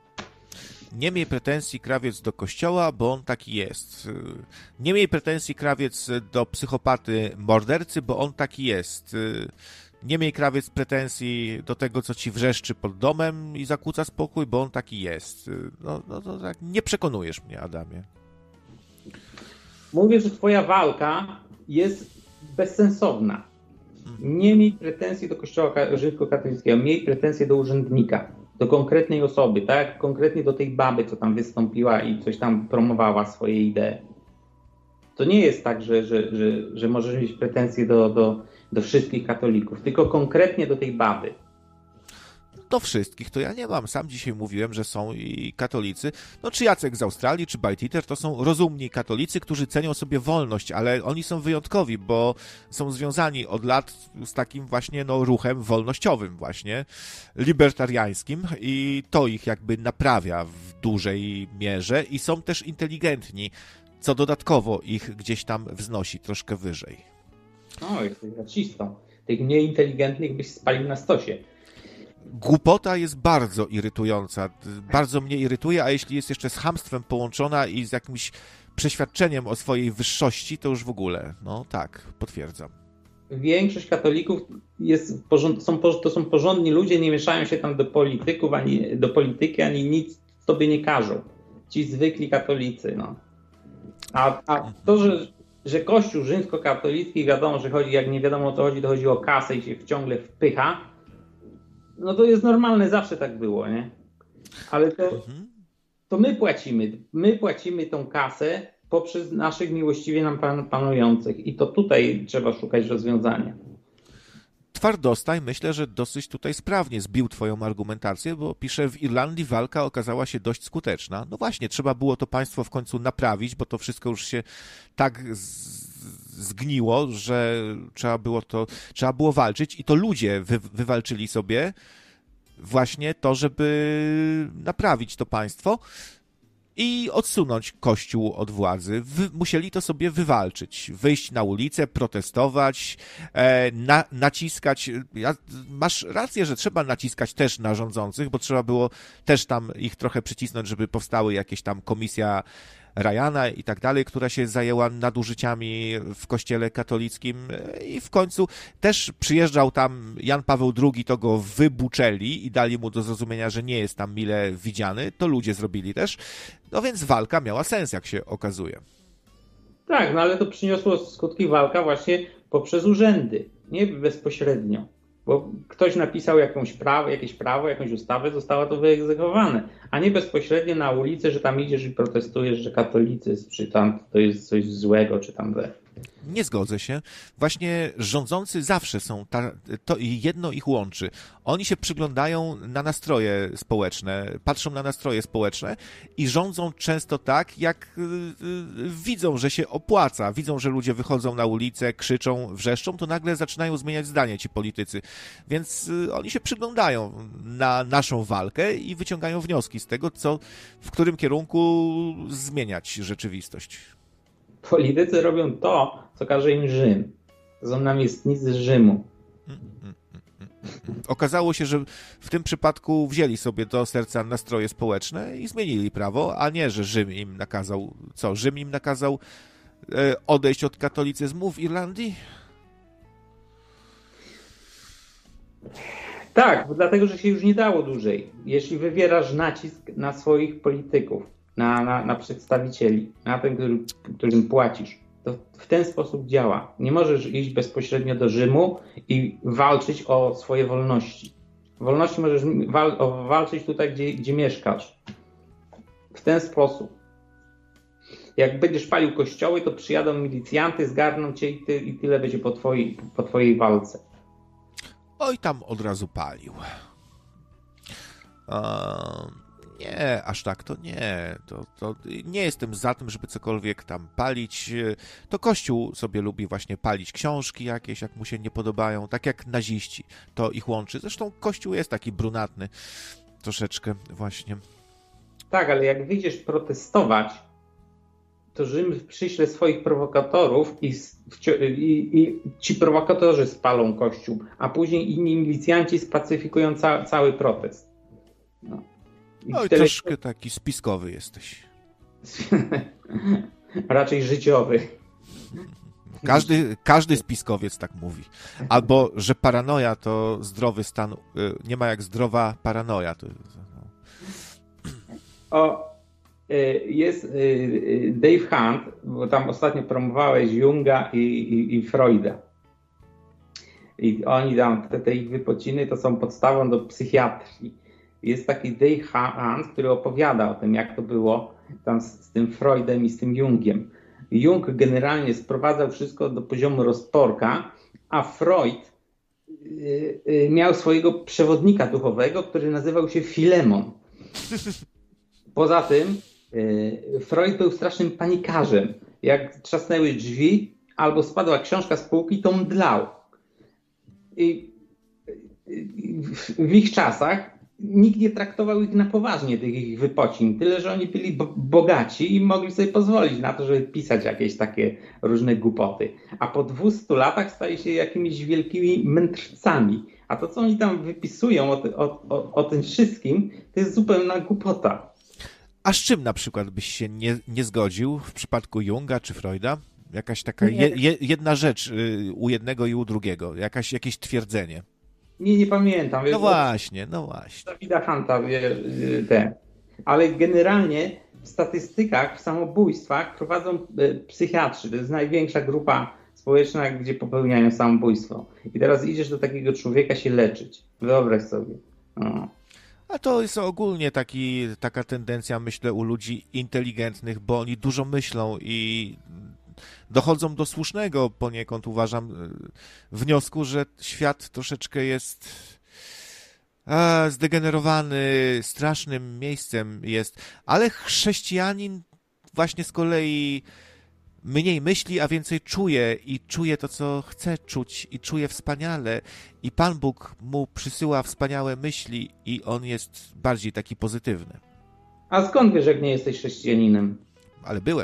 Nie miej pretensji, krawiec, do Kościoła, bo on taki jest. Nie miej pretensji, krawiec, do psychopaty, mordercy, bo on taki jest. Nie miej, krawiec, pretensji do tego, co ci wrzeszczy pod domem i zakłóca spokój, bo on taki jest. No tak, nie przekonujesz mnie, Adamie. Mówię, że twoja walka jest bezsensowna. Nie miej pretensji do Kościoła rzymskokatolickiego, miej pretensje do urzędnika, do konkretnej osoby, tak? Konkretnie do tej baby, co tam wystąpiła i coś tam promowała swoje idee. To nie jest tak, że możesz mieć pretensje do wszystkich katolików, tylko konkretnie do tej baby. Do wszystkich to ja nie mam. Sam dzisiaj mówiłem, że są i katolicy. No czy Jacek z Australii, czy Bajtiter, to są rozumni katolicy, którzy cenią sobie wolność, ale oni są wyjątkowi, bo są związani od lat z takim właśnie ruchem wolnościowym właśnie, libertariańskim i to ich jakby naprawia w dużej mierze i są też inteligentni, co dodatkowo ich gdzieś tam wznosi troszkę wyżej. No, jesteś rasistą. Tych mniej inteligentnych byś spalił na stosie. Głupota jest bardzo irytująca, bardzo mnie irytuje, a jeśli jest jeszcze z chamstwem połączona i z jakimś przeświadczeniem o swojej wyższości, to już w ogóle, no tak, potwierdzam. Większość katolików to są porządni ludzie, nie mieszają się tam do polityków, ani do polityki, ani nic sobie nie każą. Ci zwykli katolicy, no. A to, że Kościół rzymskokatolicki, wiadomo, że chodzi, jak nie wiadomo o co chodzi, to chodzi o kasę i się ciągle wpycha, no to jest normalne, zawsze tak było, nie? Ale to my płacimy tą kasę poprzez naszych miłościwie nam panujących i to tutaj trzeba szukać rozwiązania. Twardostaj, myślę, że dosyć tutaj sprawnie zbił twoją argumentację, bo pisze, w Irlandii walka okazała się dość skuteczna. No właśnie, trzeba było to państwo w końcu naprawić, bo to wszystko już się tak zgniło, że trzeba było walczyć i to ludzie wywalczyli sobie właśnie to, żeby naprawić to państwo i odsunąć Kościół od władzy. Musieli to sobie wywalczyć, wyjść na ulicę, protestować, naciskać. Masz rację, że trzeba naciskać też na rządzących, bo trzeba było też tam ich trochę przycisnąć, żeby powstały jakieś tam komisja Ryana i tak dalej, która się zajęła nadużyciami w kościele katolickim i w końcu też przyjeżdżał tam Jan Paweł II, to go wybuczeli i dali mu do zrozumienia, że nie jest tam mile widziany, to ludzie zrobili też, no więc walka miała sens, jak się okazuje. Tak, no ale to przyniosło skutki walka właśnie poprzez urzędy, nie bezpośrednio. Bo ktoś napisał jakieś prawo, jakąś ustawę, zostało to wyegzekwowane, a nie bezpośrednio na ulicy, że tam idziesz i protestujesz, że katolicyzm, czy tam to jest coś złego, czy tam Nie zgodzę się. Właśnie rządzący zawsze są, to jedno ich łączy. Oni się przyglądają na nastroje społeczne, patrzą na nastroje społeczne i rządzą często tak, jak widzą, że się opłaca, widzą, że ludzie wychodzą na ulicę, krzyczą, wrzeszczą, to nagle zaczynają zmieniać zdanie ci politycy. Więc oni się przyglądają na naszą walkę i wyciągają wnioski z tego, w którym kierunku zmieniać rzeczywistość. Politycy robią to, co każe im Rzym. To są namiestnicy Rzymu. Okazało się, że w tym przypadku wzięli sobie do serca nastroje społeczne i zmienili prawo, a nie, że Rzym im nakazał. Co, Rzym im nakazał odejść od katolicyzmu w Irlandii? Tak, dlatego, że się już nie dało dłużej. Jeśli wywierasz nacisk na swoich polityków, na przedstawicieli, na tym, którym płacisz, to w ten sposób działa. Nie możesz iść bezpośrednio do Rzymu i walczyć o swoje wolności. Wolności możesz walczyć tutaj, gdzie mieszkasz. W ten sposób. Jak będziesz palił kościoły, to przyjadą milicjanty, zgarną cię i tyle będzie po twojej walce. Oj, tam od razu palił. Nie, aż tak to nie. To nie jestem za tym, żeby cokolwiek tam palić. To Kościół sobie lubi właśnie palić książki jakieś, jak mu się nie podobają, tak jak naziści. To ich łączy. Zresztą Kościół jest taki brunatny troszeczkę właśnie. Tak, ale jak wyjdziesz protestować, to Rzym przyśle swoich prowokatorów i ci prowokatorzy spalą Kościół, a później inni milicjanci spacyfikują cały protest. No. I troszkę taki spiskowy jesteś. Raczej życiowy. Każdy spiskowiec tak mówi. Albo, że paranoja to zdrowy stan, nie ma jak zdrowa paranoja. Jest Dave Hunt, bo tam ostatnio promowałeś Junga i Freuda. I oni tam, te ich wypociny to są podstawą do psychiatrii. Jest taki Dave Hunt, który opowiada o tym, jak to było tam z tym Freudem i z tym Jungiem. Jung generalnie sprowadzał wszystko do poziomu rozporka, a Freud miał swojego przewodnika duchowego, który nazywał się Filemon. Poza tym Freud był strasznym panikarzem. Jak trzasnęły drzwi albo spadła książka z półki, to mdlał. I w ich czasach nikt nie traktował ich na poważnie, tych ich wypocin. Tyle, że oni byli bogaci i mogli sobie pozwolić na to, żeby pisać jakieś takie różne głupoty. A po 200 latach stali się jakimiś wielkimi mędrcami. A to, co oni tam wypisują o tym wszystkim, to jest zupełna głupota. A z czym na przykład byś się nie zgodził w przypadku Junga czy Freuda? Jakaś taka jedna rzecz u jednego i u drugiego, jakieś twierdzenie. Nie pamiętam. No właśnie. Davida Hunta, ale generalnie w statystykach, w samobójstwach prowadzą psychiatrzy. To jest największa grupa społeczna, gdzie popełniają samobójstwo. I teraz idziesz do takiego człowieka się leczyć. Wyobraź sobie. No. A to jest ogólnie taka tendencja, myślę, u ludzi inteligentnych, bo oni dużo myślą i dochodzą do słusznego poniekąd, uważam, wniosku, że świat troszeczkę jest zdegenerowany, strasznym miejscem jest, ale chrześcijanin właśnie z kolei mniej myśli, a więcej czuje i czuje to, co chce czuć i czuje wspaniale i Pan Bóg mu przysyła wspaniałe myśli i on jest bardziej taki pozytywny. A skąd wiesz, jak nie jesteś chrześcijaninem? Ale byłem.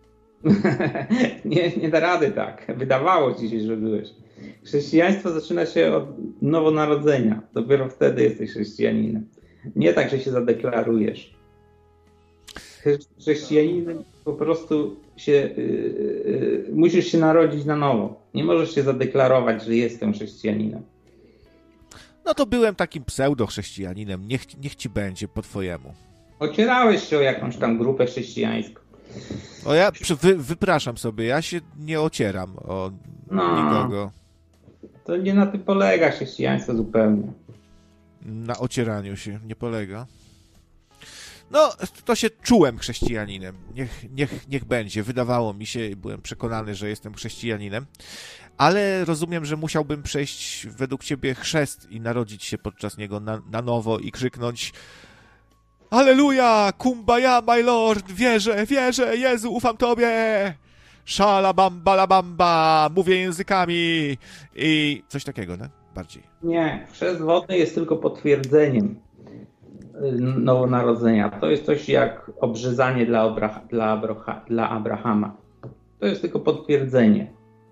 nie da rady tak. Wydawało ci się, że byłeś. Chrześcijaństwo zaczyna się od nowonarodzenia. Dopiero wtedy jesteś chrześcijaninem. Nie tak, że się zadeklarujesz. Chrześcijaninem po prostu musisz się narodzić na nowo. Nie możesz się zadeklarować, że jestem chrześcijaninem. No to byłem takim pseudo-chrześcijaninem. Niech ci będzie po twojemu. Ocierałeś się o jakąś tam grupę chrześcijańską. O ja wypraszam sobie, ja się nie ocieram o nikogo. To nie na tym polega chrześcijaństwo zupełnie. Na ocieraniu się nie polega. No, to się czułem chrześcijaninem. Niech będzie. Wydawało mi się i byłem przekonany, że jestem chrześcijaninem. Ale rozumiem, że musiałbym przejść według ciebie chrzest i narodzić się podczas niego na nowo i krzyknąć: Alleluja! Kumbaya, my lord! Wierzę! Jezu, ufam tobie! Szalabamba, la bamba! Mówię językami! I coś takiego, no? Bardziej. Nie, chrzest wodny jest tylko potwierdzeniem nowonarodzenia. To jest coś jak obrzezanie dla Abrahama. To jest tylko potwierdzenie.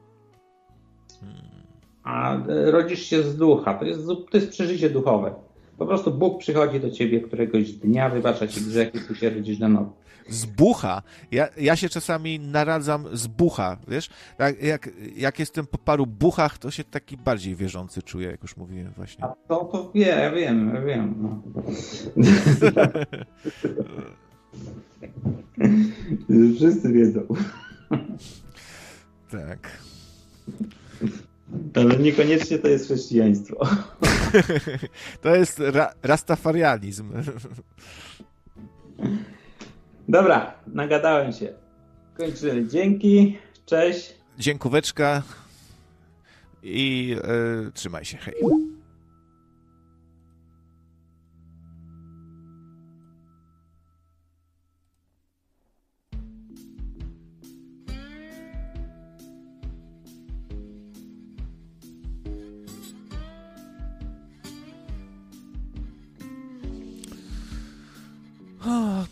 A rodzisz się z ducha. To jest przeżycie duchowe. Po prostu Bóg przychodzi do ciebie któregoś dnia, wybacza ci grzechy, ty się rodzisz na nowo. Z bucha? Ja się czasami naradzam z bucha, wiesz? Jak jestem po paru buchach, to się taki bardziej wierzący czuję, jak już mówiłem właśnie. A to ja wiem. No. Wszyscy wiedzą. Tak. Ale niekoniecznie to jest chrześcijaństwo. To jest rastafarianizm. Dobra, nagadałem się. Kończymy. Dzięki, cześć. Dziękóweczka i trzymaj się, hej.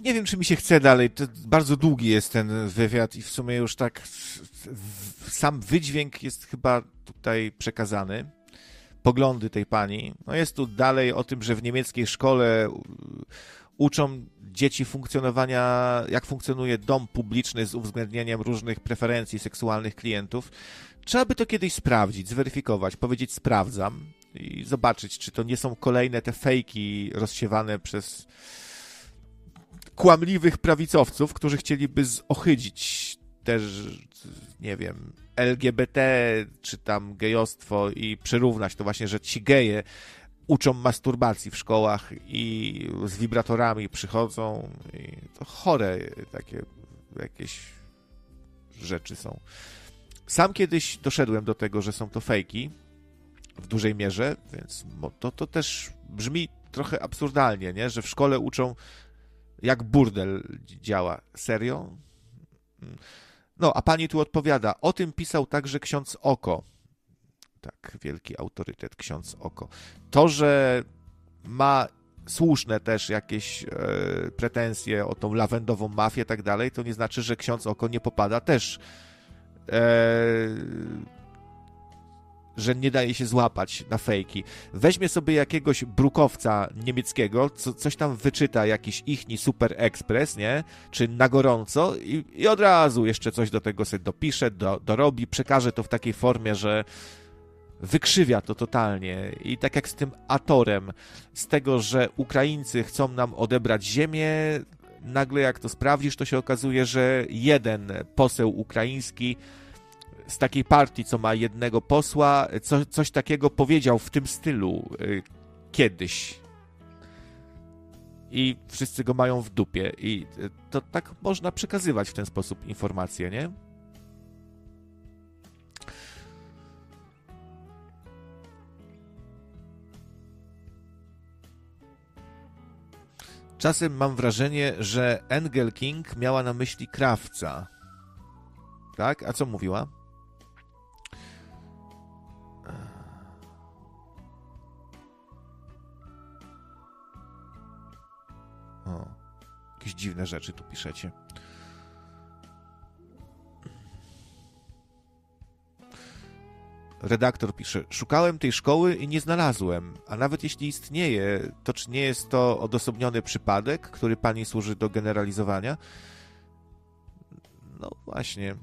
nie wiem, czy mi się chce dalej. To bardzo długi jest ten wywiad i w sumie już tak sam wydźwięk jest chyba tutaj przekazany. Poglądy tej pani. No jest tu dalej o tym, że w niemieckiej szkole uczą dzieci funkcjonowania, jak funkcjonuje dom publiczny z uwzględnieniem różnych preferencji seksualnych klientów. Trzeba by to kiedyś sprawdzić, zweryfikować, powiedzieć sprawdzam i zobaczyć, czy to nie są kolejne te fejki rozsiewane przez kłamliwych prawicowców, którzy chcieliby zohydzić też, nie wiem, LGBT, czy tam gejostwo i przyrównać to właśnie, że ci geje uczą masturbacji w szkołach i z wibratorami przychodzą i to chore takie jakieś rzeczy są. Sam kiedyś doszedłem do tego, że są to fejki w dużej mierze, więc to też brzmi trochę absurdalnie, nie? Że w szkole uczą, jak burdel działa. Serio? No, a pani tu odpowiada, o tym pisał także ksiądz Oko. Tak, wielki autorytet, ksiądz Oko. To, że ma słuszne też jakieś pretensje o tą lawendową mafię i tak dalej, to nie znaczy, że ksiądz Oko nie popada też, że nie daje się złapać na fejki. Weźmie sobie jakiegoś brukowca niemieckiego, coś tam wyczyta, jakiś ichni super ekspres, nie? Czy na gorąco i od razu jeszcze coś do tego sobie dopisze, dorobi, przekaże to w takiej formie, że wykrzywia to totalnie. I tak jak z tym Atorem, z tego, że Ukraińcy chcą nam odebrać ziemię, nagle jak to sprawdzisz, to się okazuje, że jeden poseł ukraiński z takiej partii, co ma jednego posła, coś takiego powiedział w tym stylu kiedyś. I wszyscy go mają w dupie. I to tak można przekazywać w ten sposób informacje, nie? Czasem mam wrażenie, że Angel King miała na myśli krawca. Tak? A co mówiła? O, jakieś dziwne rzeczy tu piszecie. Redaktor pisze, szukałem tej szkoły i nie znalazłem, a nawet jeśli istnieje, to czy nie jest to odosobniony przypadek, który pani służy do generalizowania? No właśnie.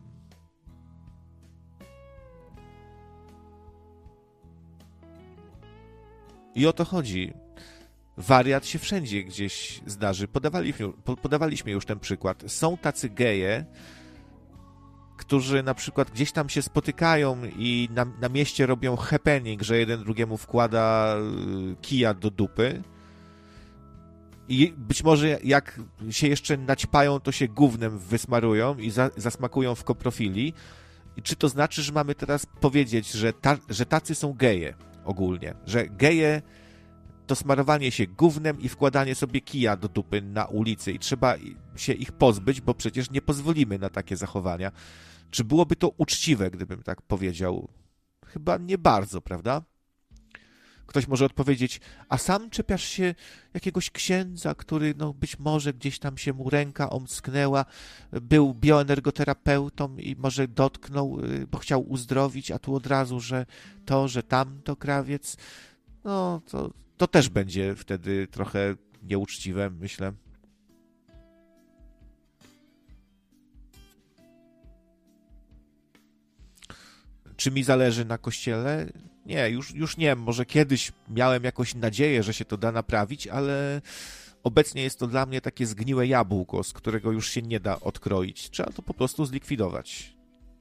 I o to chodzi. Wariat się wszędzie gdzieś zdarzy. Podawaliśmy już ten przykład. Są tacy geje, którzy na przykład gdzieś tam się spotykają i na mieście robią happening, że jeden drugiemu wkłada kija do dupy. I być może jak się jeszcze naćpają, to się gównem wysmarują i zasmakują w koprofilii. I czy to znaczy, że mamy teraz powiedzieć, że tacy są geje ogólnie? Że geje to smarowanie się gównem i wkładanie sobie kija do dupy na ulicy i trzeba się ich pozbyć, bo przecież nie pozwolimy na takie zachowania. Czy byłoby to uczciwe, gdybym tak powiedział? Chyba nie bardzo, prawda? Ktoś może odpowiedzieć, a sam czepiasz się jakiegoś księdza, który no być może gdzieś tam się mu ręka omsknęła, był bioenergoterapeutą i może dotknął, bo chciał uzdrowić, a tu od razu, że to, że tamto krawiec, no to też będzie wtedy trochę nieuczciwe, myślę. Czy mi zależy na Kościele? Nie, już nie. Może kiedyś miałem jakąś nadzieję, że się to da naprawić, ale obecnie jest to dla mnie takie zgniłe jabłko, z którego już się nie da odkroić. Trzeba to po prostu zlikwidować.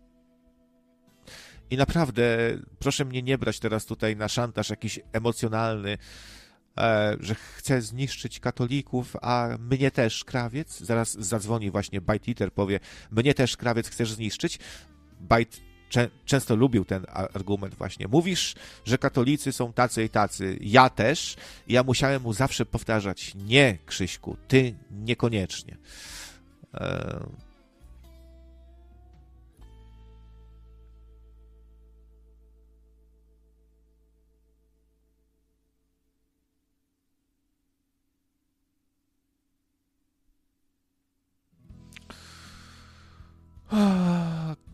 I naprawdę, proszę mnie nie brać teraz tutaj na szantaż jakiś emocjonalny, że chcę zniszczyć katolików, a mnie też krawiec. Zaraz zadzwoni właśnie Bite Eater, powie, mnie też krawiec chcesz zniszczyć. Bite często lubił ten argument właśnie. Mówisz, że katolicy są tacy i tacy. Ja też. Ja musiałem mu zawsze powtarzać, nie, Krzyśku, ty niekoniecznie.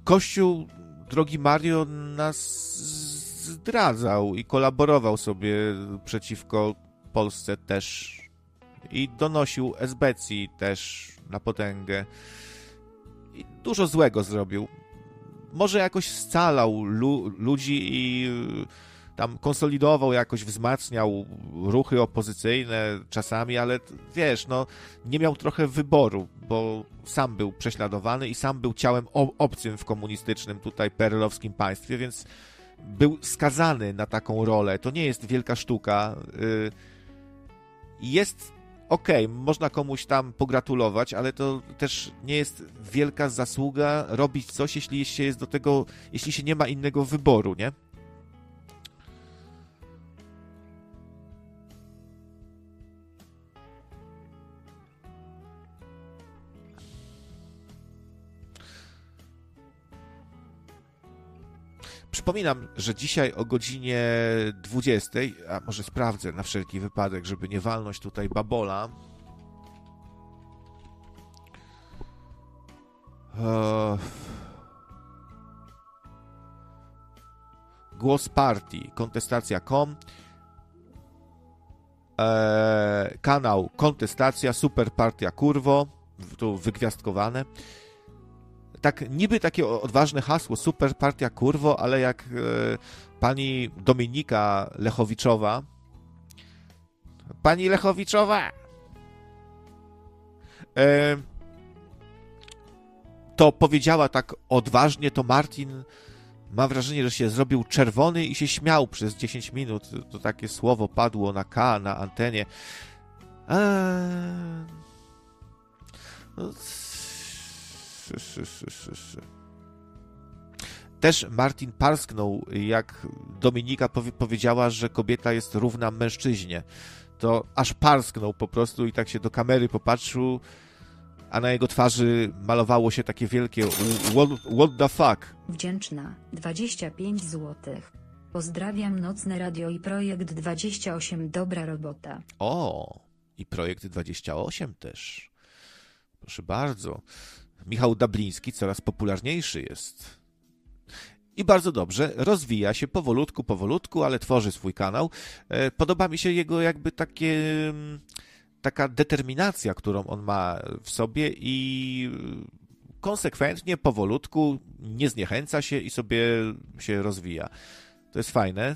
Kościół, drogi Mario, nas zdradzał i kolaborował sobie przeciwko Polsce też i donosił esbecji też na potęgę i dużo złego zrobił. Może jakoś scalał ludzi i tam konsolidował, jakoś wzmacniał ruchy opozycyjne czasami, ale wiesz, no nie miał trochę wyboru, bo sam był prześladowany i sam był ciałem obcym w komunistycznym tutaj perelowskim państwie, więc był skazany na taką rolę. To nie jest wielka sztuka. Jest okej, można komuś tam pogratulować, ale to też nie jest wielka zasługa robić coś, jeśli się jest do tego, jeśli się nie ma innego wyboru, nie? Przypominam, że dzisiaj o godzinie 20, a może sprawdzę na wszelki wypadek, żeby nie walnąć tutaj babola. Głos Partii, kontestacja.com, kanał Kontestacja, Super Partia Kurwo, tu wygwiazdkowane. Tak, niby takie odważne hasło, Super Partia Kurwo, ale jak pani Dominika Lechowiczowa, pani Lechowiczowa, to powiedziała tak odważnie, to Martin, mam wrażenie, że się zrobił czerwony i się śmiał przez 10 minut. To takie słowo padło na K, na antenie. Też Martin parsknął, jak Dominika powiedziała, że kobieta jest równa mężczyźnie. To aż parsknął po prostu i tak się do kamery popatrzył, a na jego twarzy malowało się takie wielkie what the fuck. Wdzięczna, 25 zł. Pozdrawiam Nocne Radio i Projekt 28, dobra robota. O, i Projekt 28 też. Proszę bardzo. Michał Dabliński coraz popularniejszy jest. I bardzo dobrze, rozwija się powolutku, ale tworzy swój kanał. Podoba mi się jego jakby taka determinacja, którą on ma w sobie i konsekwentnie, powolutku, nie zniechęca się i sobie się rozwija. To jest fajne.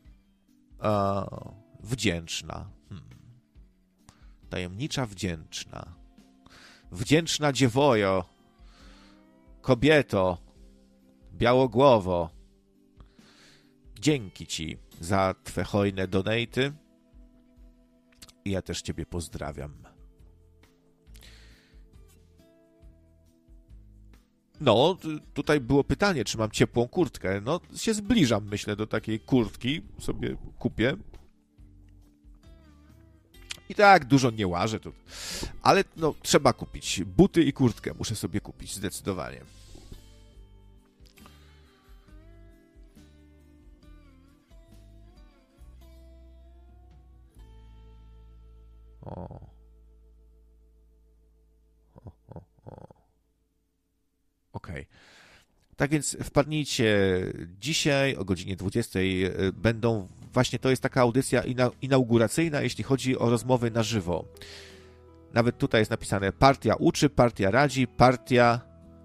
Wdzięczna. Tajemnicza wdzięczna. Wdzięczna dziewojo. Kobieto. Białogłowo. Dzięki ci za twe hojne donaty. I ja też ciebie pozdrawiam. No, tutaj było pytanie, czy mam ciepłą kurtkę. No, się zbliżam, myślę, do takiej kurtki. Sobie kupię. I tak dużo nie łażę tu. Ale no, trzeba kupić. Buty i kurtkę muszę sobie kupić, zdecydowanie. Okej. Tak więc wpadnijcie dzisiaj o godzinie 20 będą, właśnie to jest taka audycja inauguracyjna, jeśli chodzi o rozmowy na żywo. Nawet tutaj jest napisane partia uczy, partia radzi, partia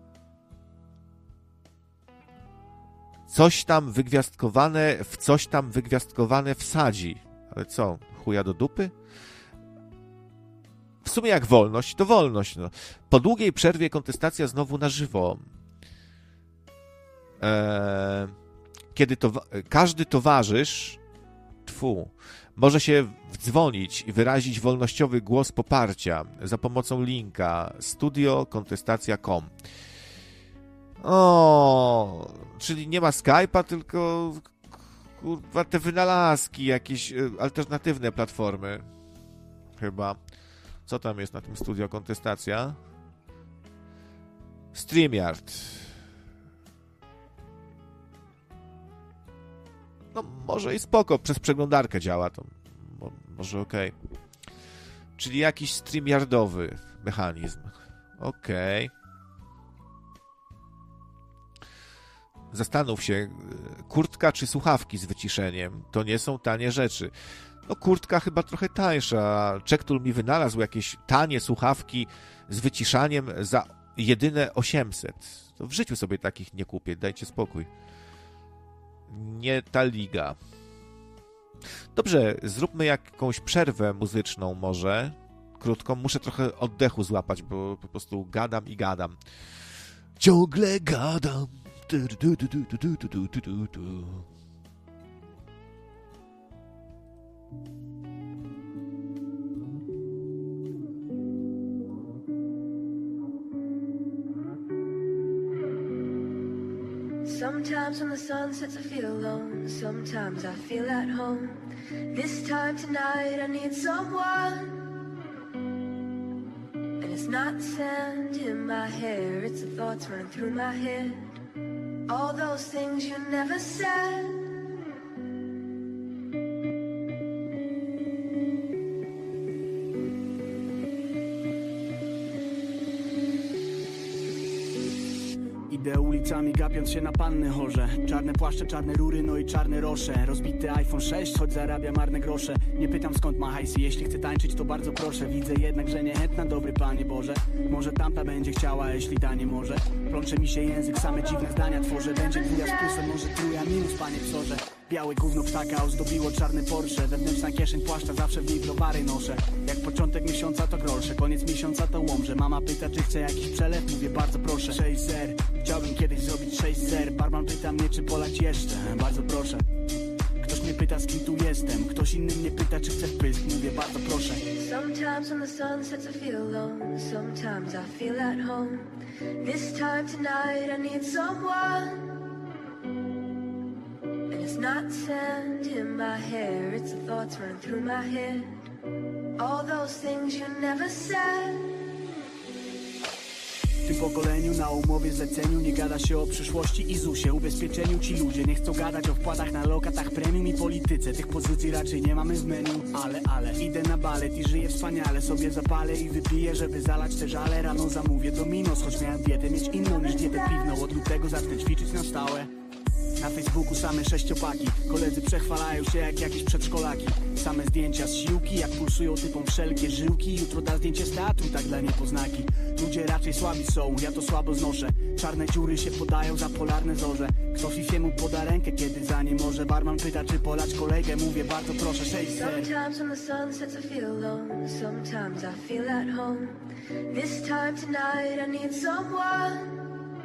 coś tam wygwiazdkowane wsadzi. Ale co, chuja do dupy? W sumie jak wolność, to wolność. No. Po długiej przerwie kontestacja znowu na żywo. Kiedy każdy towarzysz może się wdzwonić i wyrazić wolnościowy głos poparcia za pomocą linka studiokontestacja.com. O, czyli nie ma Skype'a, tylko kurwa te wynalazki, jakieś alternatywne platformy. Chyba. Co tam jest na tym Studio Kontestacja? StreamYard. No może i spoko, przez przeglądarkę działa, to może okej. Czyli jakiś StreamYardowy mechanizm. Okej. zastanów się, kurtka czy słuchawki z wyciszeniem, to nie są tanie rzeczy. No kurtka chyba trochę tańsza, Czektul mi wynalazł jakieś tanie słuchawki z wyciszaniem za jedyne 800. To w życiu sobie takich nie kupię, dajcie spokój. Nie ta liga. Dobrze, zróbmy jakąś przerwę muzyczną może, krótką. Muszę trochę oddechu złapać, bo po prostu gadam i gadam. Ciągle gadam. Sometimes when the sun sets I feel alone, sometimes I feel at home. This time tonight I need someone. And it's not the sand in my hair, it's the thoughts running through my head. All those things you never said. Idę ulicami gapiąc się na panny chorze. Czarne płaszcze, czarne rury, no i czarne rosze. Rozbity iPhone 6, choć zarabia marne grosze. Nie pytam skąd ma hajsy, jeśli chcę tańczyć to bardzo proszę. Widzę jednak, że niechętna, dobry Panie Boże. Może tamta będzie chciała, jeśli ta nie może. Plącze mi się język, same dziwne zdania tworzę. Będzie dwuja z plusem, może truja minus, Panie wzorze. Białe gówno ptaka ozdobiło czarny Porsche. Wewnętrzna kieszeń płaszcza, zawsze w niej browary noszę. Jak początek miesiąca to grosze, koniec miesiąca to łomże. Mama pyta, czy chcę jakiś przelew, mówię bardzo proszę. 6 zer, chciałbym kiedyś zrobić 6 zer. Barman pyta mnie, czy polać jeszcze, bardzo proszę. Ktoś mnie pyta, z kim tu jestem. Ktoś inny mnie pyta, czy chcę wpysk, mówię bardzo proszę. Sometimes when the sun sets I feel alone, sometimes I feel at home. This time tonight I need someone. It's not sand in my hair, it's the thoughts running through my head. All those things you never said. W tym pokoleniu na umowie zleceniu nie gada się o przyszłości i ZUS-ie. Ubezpieczeniu ci ludzie nie chcą gadać o wpłatach na lokatach premium i polityce. Tych pozycji raczej nie mamy w menu, ale idę na balet i żyję wspaniale. Sobie zapalę i wypiję, żeby zalać te żale. Rano zamówię Domino's, choć miałem dietę mieć inną niż dietę piwną. Od lutego zacznę ćwiczyć na stałe. Na Facebooku same sześciopaki. Koledzy przechwalają się jak jakieś przedszkolaki. Same zdjęcia z siłki, jak pulsują typom wszelkie żyłki. Jutro da zdjęcie z teatru, tak dla niepoznaki. Ludzie raczej słabi są, ja to słabo znoszę. Czarne dziury się podają za polarne zorze. Kto Fifiemu poda rękę, kiedy za nie może. Barman pyta, czy polać kolejkę, mówię bardzo proszę 6 zer. Sometimes when the sun sets I feel alone, sometimes I feel at home. This time tonight I need someone.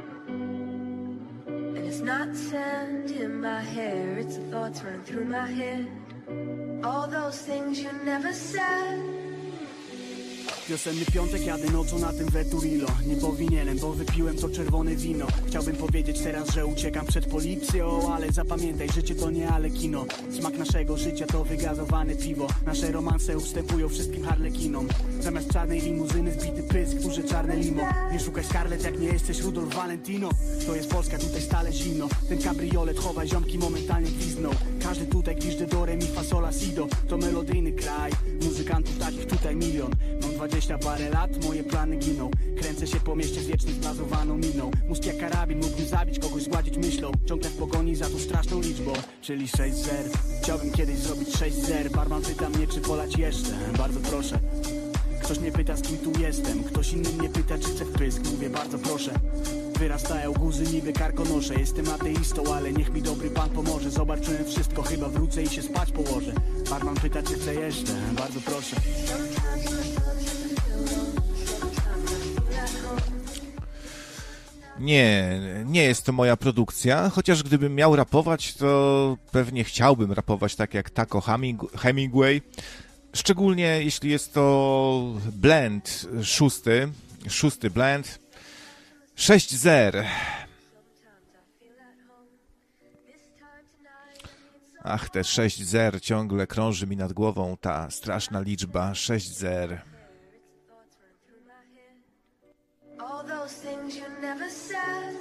It's not sand in my hair, it's the thoughts running through my head. All those things you never said. Wiosenny piątek, jadę nocą na tym Veturilo. Nie powinienem, bo wypiłem to czerwone wino. Chciałbym powiedzieć teraz, że uciekam przed policją, ale zapamiętaj, życie to nie ale kino. Smak naszego życia to wygazowane piwo. Nasze romanse ustępują wszystkim harlekinom. Zamiast czarnej limuzyny zbity pysk, duże czarne limo. Nie szukaj Scarlett, jak nie jesteś Rudolf Valentino. To jest Polska, tutaj stale zimno. Ten kabriolet chowa ziomki, momentalnie gwizdną. Każdy tutaj gwiżdże do re mi fa sol la si do. To melodyjny kraj, muzykantów takich tutaj milion. Mam 20 parę lat, moje plany giną. Kręcę się po mieście z wiecznie zblazowaną miną. Mózg jak karabin, mógłbym zabić kogoś, zgładzić myślą. Ciągle w pogoni za tą straszną liczbą, czyli 6 zer. Chciałbym kiedyś zrobić 6 zer. Barman pyta mnie, czy polać jeszcze, bardzo proszę. Ktoś mnie pyta, z kim tu jestem. Ktoś inny mnie pyta, czy chcę wpysk, mówię bardzo proszę. Wyrastają guzy, niby karkonosze. Jestem ateistą, ale niech mi dobry Pan pomoże. Zobaczyłem wszystko, chyba wrócę i się spać położę. Barman pyta, czy chcę jeszcze, bardzo proszę. Nie jest to moja produkcja, chociaż gdybym miał rapować, to pewnie chciałbym rapować tak jak Taco Hemingway. Szczególnie jeśli jest to blend szósty blend. 6 zer. Ach, te 6 zer ciągle krąży mi nad głową, ta straszna liczba 6 zer. All those things you never said.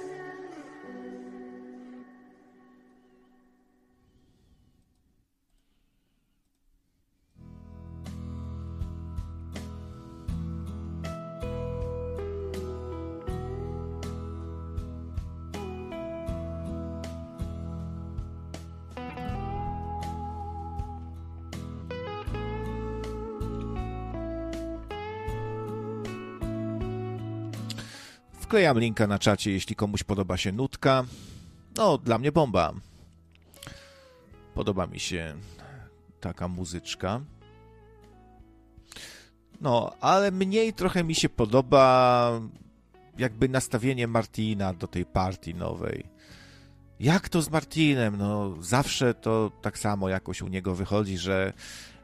Wklejam linka na czacie, jeśli komuś podoba się nutka. No, dla mnie bomba. Podoba mi się taka muzyczka. No, ale mniej trochę mi się podoba jakby nastawienie Martina do tej partii nowej. Jak to z Martinem? No, zawsze to tak samo jakoś u niego wychodzi, że...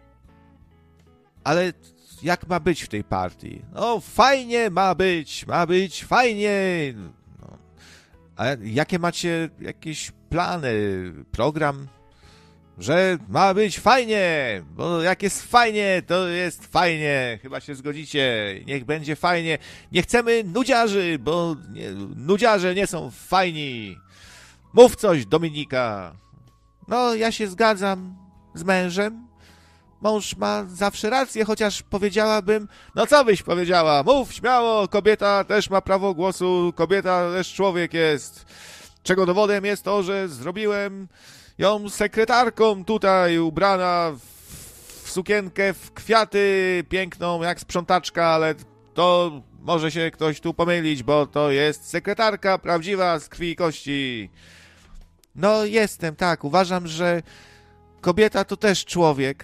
Ale jak ma być w tej partii? No, fajnie ma być fajnie. No. A jakie macie jakieś plany, program? Że ma być fajnie, bo jak jest fajnie, to jest fajnie. Chyba się zgodzicie. Niech będzie fajnie. Nie chcemy nudziarzy, bo nudziarze nie są fajni. Mów coś, Dominika. No, ja się zgadzam z mężem. Mąż ma zawsze rację, chociaż powiedziałabym... No co byś powiedziała? Mów śmiało, kobieta też ma prawo głosu, kobieta też człowiek jest. Czego dowodem jest to, że zrobiłem ją sekretarką tutaj, ubrana w sukienkę, w kwiaty, piękną jak sprzątaczka, ale to może się ktoś tu pomylić, bo to jest sekretarka prawdziwa z krwi i kości. No jestem, tak, uważam, że kobieta to też człowiek.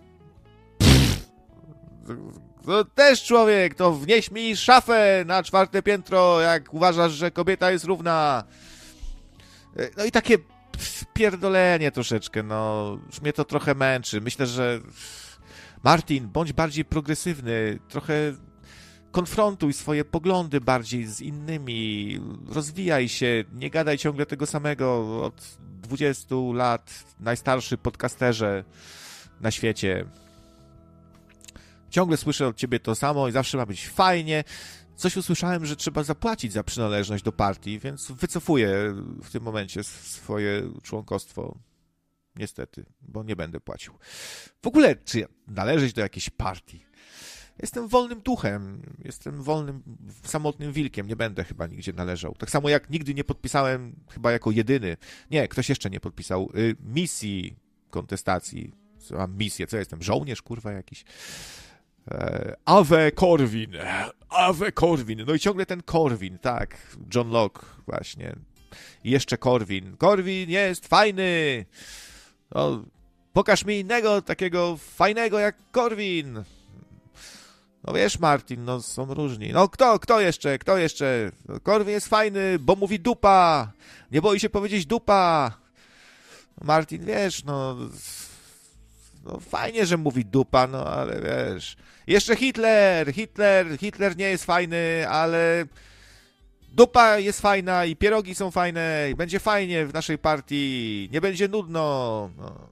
To też człowiek, to wnieś mi szafę na 4. piętro, jak uważasz, że kobieta jest równa. No i takie pierdolenie troszeczkę, no, już mnie to trochę męczy. Myślę, że Martin, bądź bardziej progresywny, trochę konfrontuj swoje poglądy bardziej z innymi, rozwijaj się, nie gadaj ciągle tego samego. Od 20 lat najstarszy podcasterze na świecie. Ciągle słyszę od ciebie to samo i zawsze ma być fajnie. Coś usłyszałem, że trzeba zapłacić za przynależność do partii, więc wycofuję w tym momencie swoje członkostwo. Niestety, bo nie będę płacił. W ogóle, czy należeć do jakiejś partii? Jestem wolnym duchem, jestem wolnym, samotnym wilkiem, nie będę chyba nigdzie należał. Tak samo jak nigdy nie podpisałem, chyba jako jedyny, nie, ktoś jeszcze nie podpisał, misji kontestacji. Mam misję, co ja jestem, żołnierz, kurwa, jakiś? Ave Corwin, Ave Corwin, no i ciągle ten Corwin, tak, John Locke właśnie. I jeszcze Corwin. Corwin jest fajny! No, pokaż mi innego takiego fajnego jak Corwin. No wiesz, Martin, no są różni. No kto jeszcze? No, Corwin jest fajny, bo mówi dupa. Nie boi się powiedzieć dupa. Martin, wiesz, no fajnie, że mówi dupa, no ale wiesz. Jeszcze Hitler nie jest fajny, ale dupa jest fajna i pierogi są fajne i będzie fajnie w naszej partii. Nie będzie nudno. No.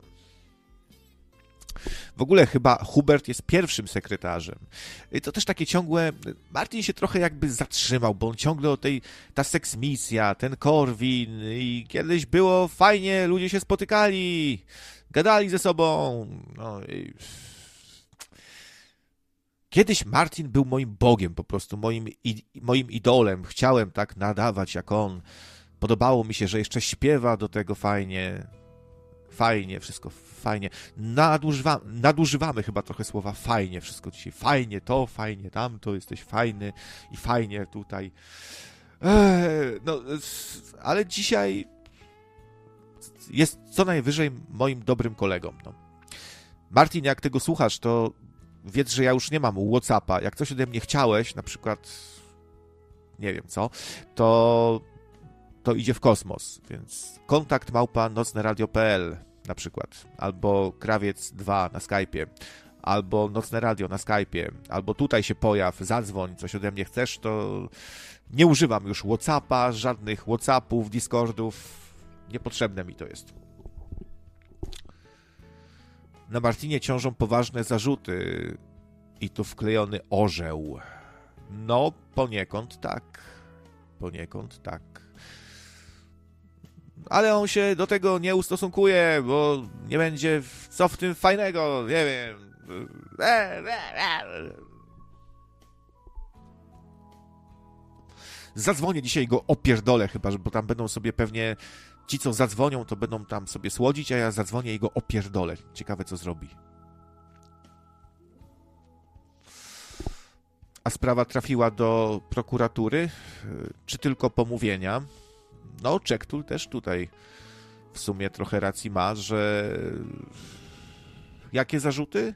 W ogóle chyba Hubert jest pierwszym sekretarzem. I to też takie ciągłe... Martin się trochę jakby zatrzymał, bo on ciągle ta seksmisja, ten Corwin i kiedyś było fajnie, ludzie się spotykali, gadali ze sobą. No i... Kiedyś Martin był moim Bogiem, po prostu moim idolem. Chciałem tak nadawać jak on. Podobało mi się, że jeszcze śpiewa do tego fajnie. Fajnie, wszystko fajnie. Nadużywamy chyba trochę słowa fajnie, wszystko dzisiaj. Fajnie to, fajnie tamto, jesteś fajny i fajnie tutaj. No, ale dzisiaj jest co najwyżej moim dobrym kolegą. No. Martin, jak tego słuchasz, to wiedz, że ja już nie mam WhatsAppa. Jak coś ode mnie chciałeś, na przykład nie wiem co, to idzie w kosmos, więc kontakt @nocneradio.pl na przykład, albo Krawiec2 na Skype'ie, albo Nocne Radio na Skype'ie, albo tutaj się pojaw, zadzwoń, coś ode mnie chcesz, to nie używam już WhatsAppa, żadnych WhatsAppów, Discordów, niepotrzebne mi to jest. Na Martinie ciążą poważne zarzuty i tu wklejony orzeł. No, poniekąd tak. Ale on się do tego nie ustosunkuje, bo nie będzie co w tym fajnego, nie wiem. Zadzwonię dzisiaj, go opierdolę chyba, bo tam będą sobie pewnie ci, co zadzwonią, to będą tam sobie słodzić, a ja zadzwonię i go opierdolę. Ciekawe, co zrobi. A sprawa trafiła do prokuratury, czy tylko pomówienia? No, Czektul też tutaj w sumie trochę racji ma, że jakie zarzuty?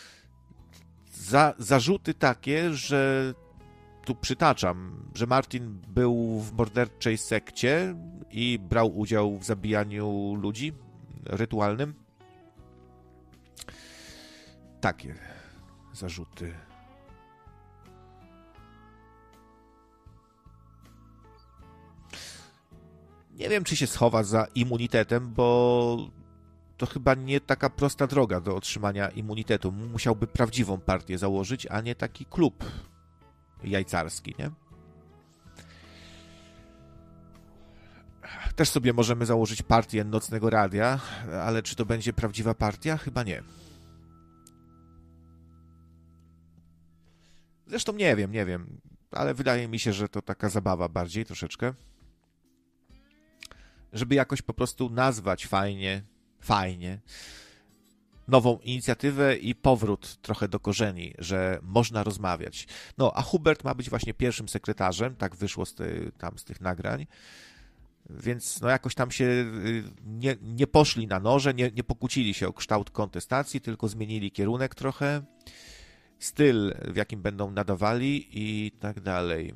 Zarzuty takie, że tu przytaczam, że Martin był w morderczej sekcie i brał udział w zabijaniu ludzi rytualnym. Takie zarzuty. Nie wiem, czy się schowa za immunitetem, bo to chyba nie taka prosta droga do otrzymania immunitetu. Musiałby prawdziwą partię założyć, a nie taki klub jajcarski, nie? Też sobie możemy założyć partię Nocnego Radia, ale czy to będzie prawdziwa partia? Chyba nie. Zresztą nie wiem, ale wydaje mi się, że to taka zabawa bardziej troszeczkę. Żeby jakoś po prostu nazwać fajnie nową inicjatywę i powrót trochę do korzeni, że można rozmawiać. No, a Hubert ma być właśnie pierwszym sekretarzem, tak wyszło z tych nagrań, więc no jakoś tam się nie poszli na noże, nie pokłócili się o kształt kontestacji, tylko zmienili kierunek trochę, styl, w jakim będą nadawali i tak dalej.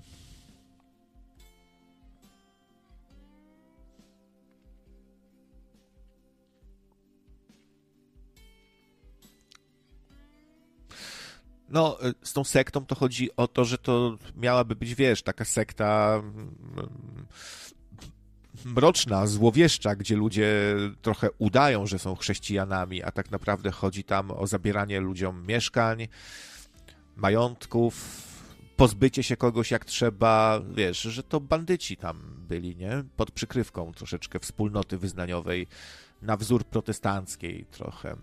No, z tą sektą to chodzi o to, że to miałaby być, wiesz, taka sekta mroczna, złowieszcza, gdzie ludzie trochę udają, że są chrześcijanami, a tak naprawdę chodzi tam o zabieranie ludziom mieszkań, majątków, pozbycie się kogoś jak trzeba, wiesz, że to bandyci tam byli, nie? Pod przykrywką troszeczkę wspólnoty wyznaniowej, na wzór protestanckiej trochę.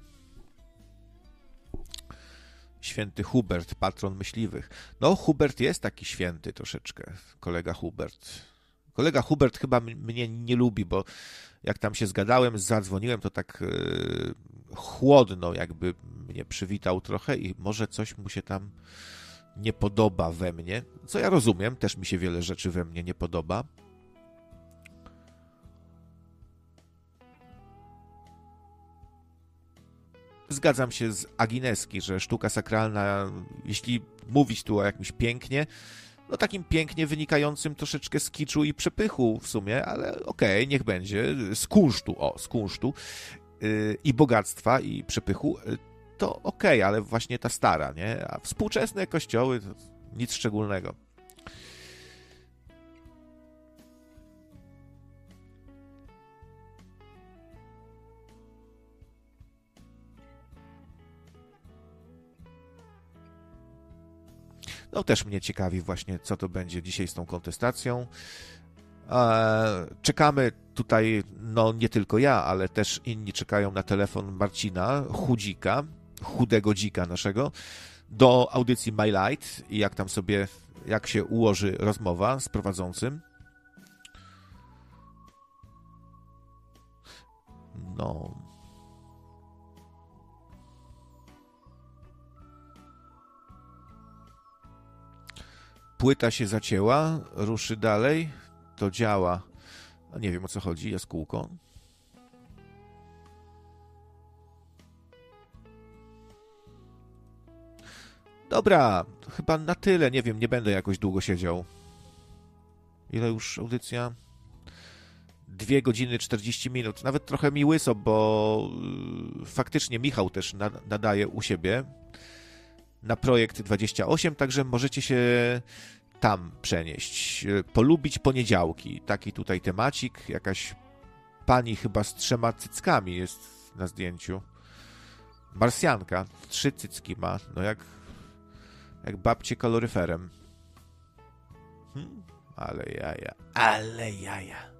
Święty Hubert, patron myśliwych. No, Hubert jest taki święty troszeczkę, kolega Hubert. Kolega Hubert chyba mnie nie lubi, bo jak tam się zgadałem, zadzwoniłem, to tak chłodno jakby mnie przywitał trochę i może coś mu się tam nie podoba we mnie. Co ja rozumiem, też mi się wiele rzeczy we mnie nie podoba. Zgadzam się z Agineski, że sztuka sakralna, jeśli mówić tu o jakimś pięknie, no takim pięknie wynikającym troszeczkę z kiczu i przepychu w sumie, ale okej, niech będzie, z kunsztu i bogactwa i przepychu, to okej, ale właśnie ta stara, nie? A współczesne kościoły to nic szczególnego. No też mnie ciekawi właśnie, co to będzie dzisiaj z tą kontestacją. Czekamy tutaj, no nie tylko ja, ale też inni czekają na telefon Marcina Chudzika, chudego dzika naszego, do audycji My Light i jak się ułoży rozmowa z prowadzącym. No... Płyta się zacięła, ruszy dalej, to działa. A nie wiem, o co chodzi, jaskółko. Dobra, chyba na tyle, nie wiem, nie będę jakoś długo siedział. Ile już audycja? 2 godziny 40 minut, nawet trochę mi łyso, bo faktycznie Michał też nadaje u siebie na Projekt 28, także możecie się tam przenieść. Polubić poniedziałki. Taki tutaj temacik. Jakaś pani chyba z 3 cyckami jest na zdjęciu. Marsjanka. 3 cycki ma. No jak babcie kaloryferem. Ale jaja.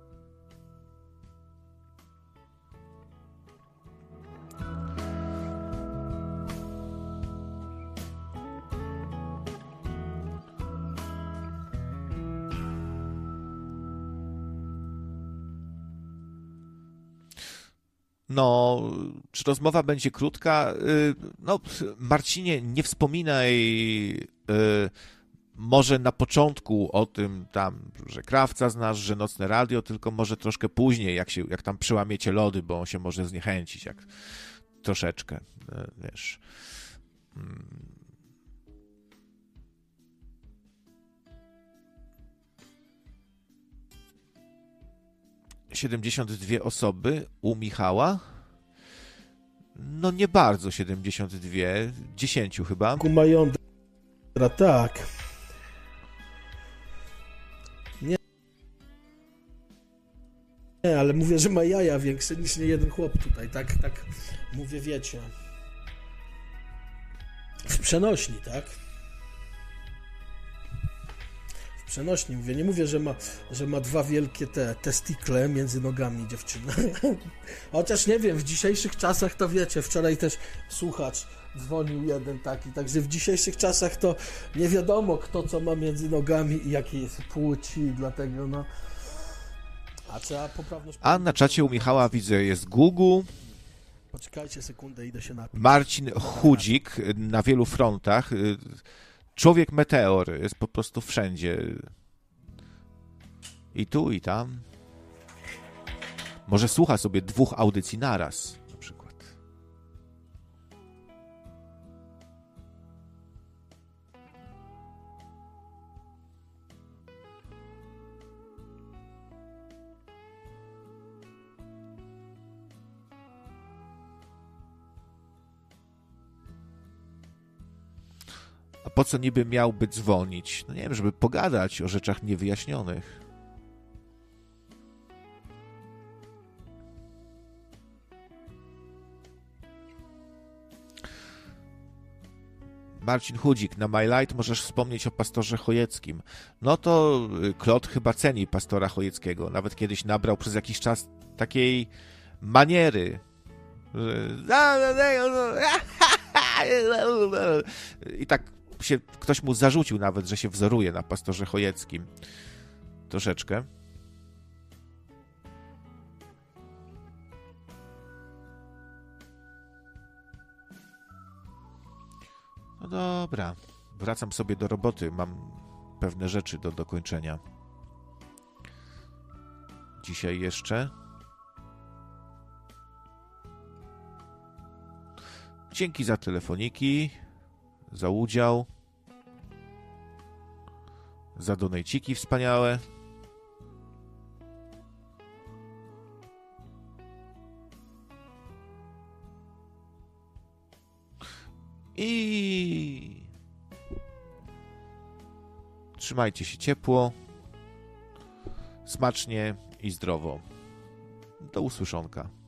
No, czy rozmowa będzie krótka? No, Marcinie, nie wspominaj może na początku o tym tam, że Krawca znasz, że Nocne Radio, tylko może troszkę później, jak tam przełamiecie lody, bo on się może zniechęcić, jak troszeczkę, wiesz. 72 osoby u Michała? No nie bardzo 72, 10 chyba. Kumajondra, tak. Nie, ale mówię, że ma jaja większe niż niejeden chłop tutaj, tak mówię, wiecie. W przenośni, tak? W przenośni mówię, nie mówię, że ma dwa wielkie te testikle między nogami dziewczyny. Chociaż nie wiem, w dzisiejszych czasach to wiecie, wczoraj też słuchacz dzwonił jeden taki, także w dzisiejszych czasach to nie wiadomo kto co ma między nogami i jakiej jest płci, dlatego no... A trzeba poprawność... A na czacie u Michała widzę jest Gugu. Poczekajcie sekundę, idę się napić. Marcin Chudzik na wielu frontach. Człowiek meteor jest po prostu wszędzie. I tu, i tam. Może słucha sobie 2 audycji naraz, na przykład. A po co niby miałby dzwonić? No nie wiem, żeby pogadać o rzeczach niewyjaśnionych. Marcin Chudzik, na My Light możesz wspomnieć o pastorze Chojeckim. No to Klot chyba ceni pastora Chojeckiego. Nawet kiedyś nabrał przez jakiś czas takiej maniery. I tak ktoś mu zarzucił nawet, że się wzoruje na pastorze Chojeckim. Troszeczkę. No dobra. Wracam sobie do roboty. Mam pewne rzeczy do dokończenia. Dzisiaj jeszcze. Dzięki za telefoniki, za udział, za donejciki wspaniałe. I trzymajcie się ciepło, smacznie i zdrowo. Do usłyszonka.